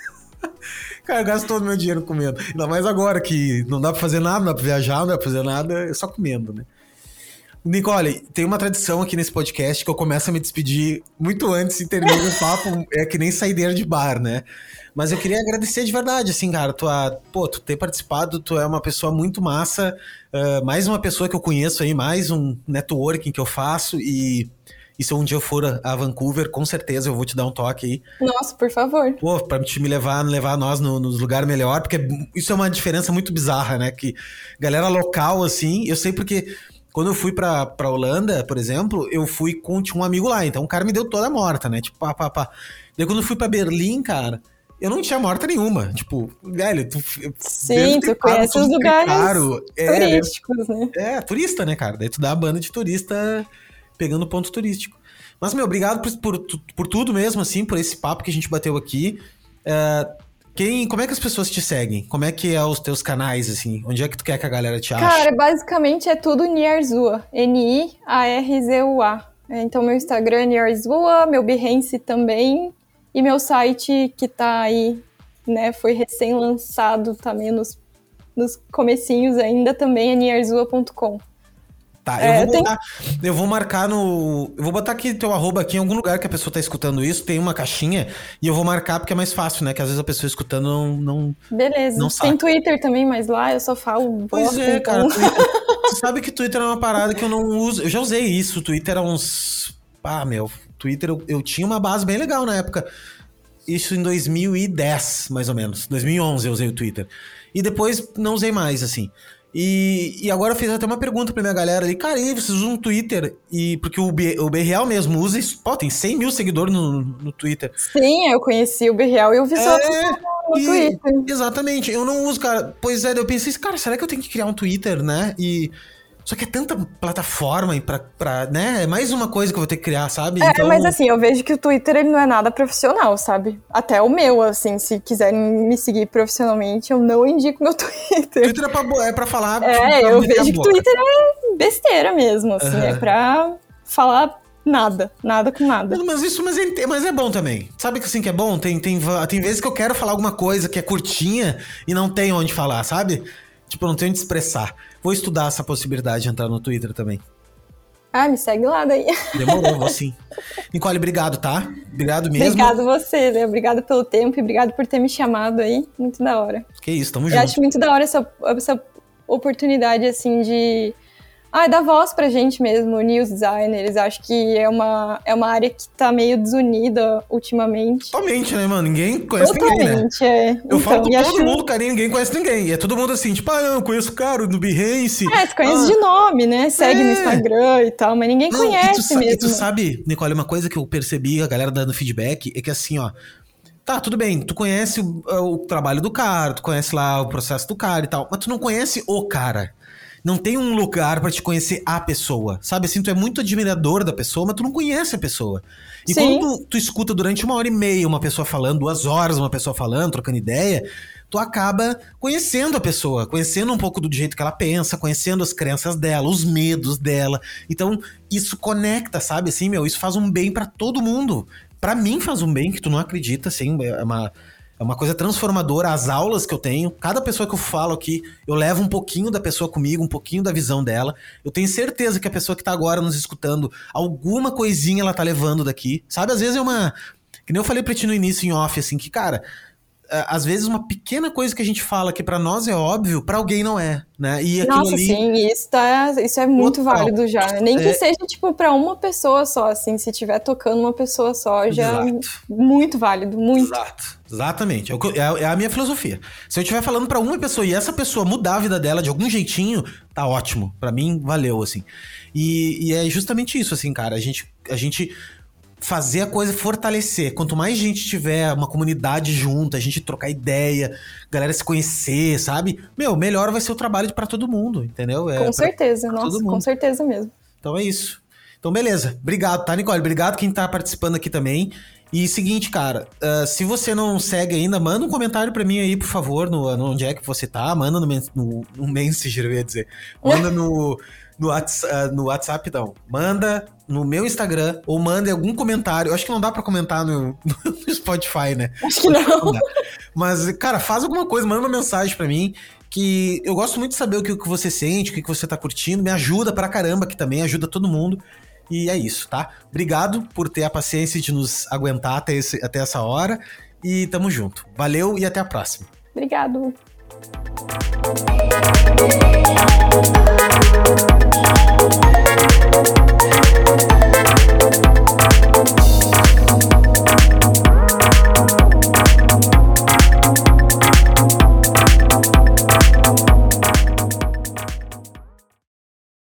Speaker 3: Cara, eu gasto todo o meu dinheiro comendo. Ainda mais agora que não dá pra fazer nada, não dá pra viajar, não dá pra fazer nada, é só comendo, né? Nicole, tem uma tradição aqui nesse podcast que eu começo a me despedir muito antes e termino o papo, é que nem saideira de bar, né? Mas eu queria agradecer de verdade, assim, cara, tua, pô, tu ter participado, tu é uma pessoa muito massa, uh, mais uma pessoa que eu conheço aí, mais um networking que eu faço e... E se um dia eu for a Vancouver, com certeza eu vou te dar um toque aí.
Speaker 2: Nossa, por favor.
Speaker 3: Pô, pra te me levar, levar nós no, nos lugares melhor, porque isso é uma diferença muito bizarra, né? Que galera local, assim, eu sei porque quando eu fui pra, pra Holanda, por exemplo, eu fui com tinha um amigo lá, então o cara me deu toda morta, né? Tipo, pá, pá, pá. Daí quando eu fui pra Berlim, cara, eu não tinha morta nenhuma. Tipo, velho, tu...
Speaker 2: Sim, tu conhece os lugares caro. turísticos,
Speaker 3: é,
Speaker 2: né?
Speaker 3: É, turista, né, cara? Daí tu dá a banda de turista... pegando ponto turístico. Mas, meu, obrigado por, por, por tudo mesmo, assim, por esse papo que a gente bateu aqui. Uh, quem, como é que as pessoas te seguem? Como é que é os teus canais, assim? Onde é que tu quer que a galera te ache?
Speaker 2: Cara, basicamente é tudo Niarzua. N I A R Z U A. Então, meu Instagram é Niarzua, meu Behance também. E meu site, que tá aí, né, foi recém-lançado também nos, nos comecinhos ainda, também é niarzua ponto com.
Speaker 3: Tá, eu, é, vou botar, tem... eu vou marcar no... Eu vou botar aqui teu arroba aqui em algum lugar que a pessoa tá escutando isso, tem uma caixinha, e eu vou marcar porque é mais fácil, né? Que às vezes a pessoa escutando não... não
Speaker 2: Beleza.
Speaker 3: Não
Speaker 2: tem Twitter também, mas lá eu só falo...
Speaker 3: Pois
Speaker 2: bosta,
Speaker 3: é,
Speaker 2: então...
Speaker 3: cara. Twitter... Você sabe que Twitter é uma parada que eu não uso... Eu já usei isso, Twitter há uns... Ah, meu... Twitter, eu, eu tinha uma base bem legal na época. isso em dois mil e dez, mais ou menos. dois mil e onze eu usei o Twitter. E depois não usei mais, assim. E, e agora eu fiz até uma pergunta pra minha galera ali. Cara, e aí, vocês usam o Twitter? E, porque o, B, o B R mesmo usa isso. Pô, tem cem mil seguidores no, no Twitter.
Speaker 2: Sim, eu conheci o B R e eu vi só
Speaker 3: É,
Speaker 2: no
Speaker 3: e,
Speaker 2: Twitter.
Speaker 3: Exatamente, eu não uso, cara. Pois é, eu pensei, cara, será que eu tenho que criar um Twitter, né? E... Só que é tanta plataforma pra, pra, né? É mais uma coisa que eu vou ter que criar, sabe?
Speaker 2: É,
Speaker 3: então...
Speaker 2: mas assim, eu vejo que o Twitter ele não é nada profissional, sabe? Até o meu, assim, se quiserem me seguir profissionalmente, eu não indico meu Twitter.
Speaker 3: Twitter é pra, é pra falar...
Speaker 2: É,
Speaker 3: pra
Speaker 2: eu vejo que Twitter é besteira mesmo, assim,
Speaker 3: Uhum.
Speaker 2: é pra falar nada, nada com nada.
Speaker 3: Mas isso mas é, mas é bom também. Sabe que assim que é bom? Tem, tem, tem vezes que eu quero falar alguma coisa que é curtinha e não tem onde falar, sabe? Tipo, eu não tenho onde expressar. Vou estudar essa possibilidade de entrar no Twitter também.
Speaker 2: Ah, me segue lá daí.
Speaker 3: Demorou, vou sim. Nicole, obrigado, tá? Obrigado mesmo.
Speaker 2: Obrigado você, né? Obrigado pelo tempo e obrigado por ter me chamado aí. Muito da hora.
Speaker 3: Que isso, tamo
Speaker 2: Eu
Speaker 3: junto.
Speaker 2: acho muito da hora essa, essa oportunidade, assim, de... Ah, dar voz pra gente mesmo, news designers. Acho que é uma, é uma área que tá meio desunida ultimamente.
Speaker 3: Totalmente, né, mano? Ninguém conhece
Speaker 2: Totalmente,
Speaker 3: ninguém, né?
Speaker 2: é.
Speaker 3: Eu
Speaker 2: então,
Speaker 3: falo com todo
Speaker 2: acho...
Speaker 3: mundo, cara, e ninguém conhece ninguém. E é todo mundo assim, tipo, ah, não, eu conheço o cara do Behance.
Speaker 2: É, você conhece
Speaker 3: ah,
Speaker 2: de nome, né? Segue
Speaker 3: é.
Speaker 2: no Instagram e tal, mas ninguém
Speaker 3: não,
Speaker 2: conhece
Speaker 3: e tu,
Speaker 2: mesmo.
Speaker 3: E tu sabe, Nicole, uma coisa que eu percebi, a galera dando feedback, é que assim, ó, tá, tudo bem, tu conhece o, o trabalho do cara, tu conhece lá o processo do cara e tal, mas tu não conhece o cara. Não tem um lugar pra te conhecer a pessoa, sabe? Assim, tu é muito admirador da pessoa, mas tu não conhece a pessoa. E
Speaker 2: Sim.
Speaker 3: quando tu, tu escuta durante uma hora e meia uma pessoa falando, duas horas uma pessoa falando, trocando ideia, tu acaba conhecendo a pessoa, conhecendo um pouco do jeito que ela pensa, conhecendo as crenças dela, os medos dela. Então, isso conecta, sabe? Assim, meu, isso faz um bem pra todo mundo. Pra mim faz um bem que tu não acredita, assim, é uma... É uma coisa transformadora, as aulas que eu tenho, cada pessoa que eu falo aqui, eu levo um pouquinho da pessoa comigo, um pouquinho da visão dela. Eu tenho certeza que a pessoa que tá agora nos escutando, alguma coisinha ela tá levando daqui. Sabe, às vezes é uma... Que nem eu falei pra ti no início, em off, assim, que, cara... Às vezes uma pequena coisa que a gente fala que pra nós é óbvio, pra alguém não é, né? E aquilo
Speaker 2: Nossa,
Speaker 3: ali...
Speaker 2: sim, isso, tá, isso é muito
Speaker 3: Total.
Speaker 2: válido já. Nem que
Speaker 3: É.
Speaker 2: seja, tipo, pra uma pessoa só, assim, se tiver tocando uma pessoa só, já
Speaker 3: Exato.
Speaker 2: é muito válido, muito.
Speaker 3: Exato, exatamente. É, o que eu- é a- é a minha filosofia. Se eu estiver falando pra uma pessoa e essa pessoa mudar a vida dela de algum jeitinho, tá ótimo. Pra mim, valeu, assim. E, e é justamente isso, assim, cara. A gente, a gente fazer a coisa fortalecer. Quanto mais gente tiver, uma comunidade junta, a gente trocar ideia, galera se conhecer, sabe? Meu, melhor vai ser o trabalho pra todo mundo, entendeu? É
Speaker 2: Com
Speaker 3: pra-
Speaker 2: certeza,
Speaker 3: pra
Speaker 2: nossa,
Speaker 3: todo
Speaker 2: com
Speaker 3: mundo.
Speaker 2: certeza mesmo.
Speaker 3: Então é isso. Então, beleza. Obrigado, tá, Nicole? Obrigado quem tá participando aqui também. E seguinte, cara, uh, se você não segue ainda, manda um comentário pra mim aí, por favor, no, no onde é que você tá. Manda no, men- no, no Messenger, eu ia dizer. Manda no, no, Whats- uh, no WhatsApp, não. Manda no meu Instagram ou manda algum comentário. Eu acho que não dá pra comentar no, no Spotify, né?
Speaker 2: Acho que não.
Speaker 3: dá. Mas, cara, faz alguma coisa, manda uma mensagem pra mim. Que eu gosto muito de saber o que, o que você sente, o que, que você tá curtindo. Me ajuda pra caramba aqui também, ajuda todo mundo. E é isso, tá? Obrigado por ter a paciência de nos aguentar até, esse, até essa hora. E tamo junto. Valeu e até a próxima.
Speaker 2: Obrigado.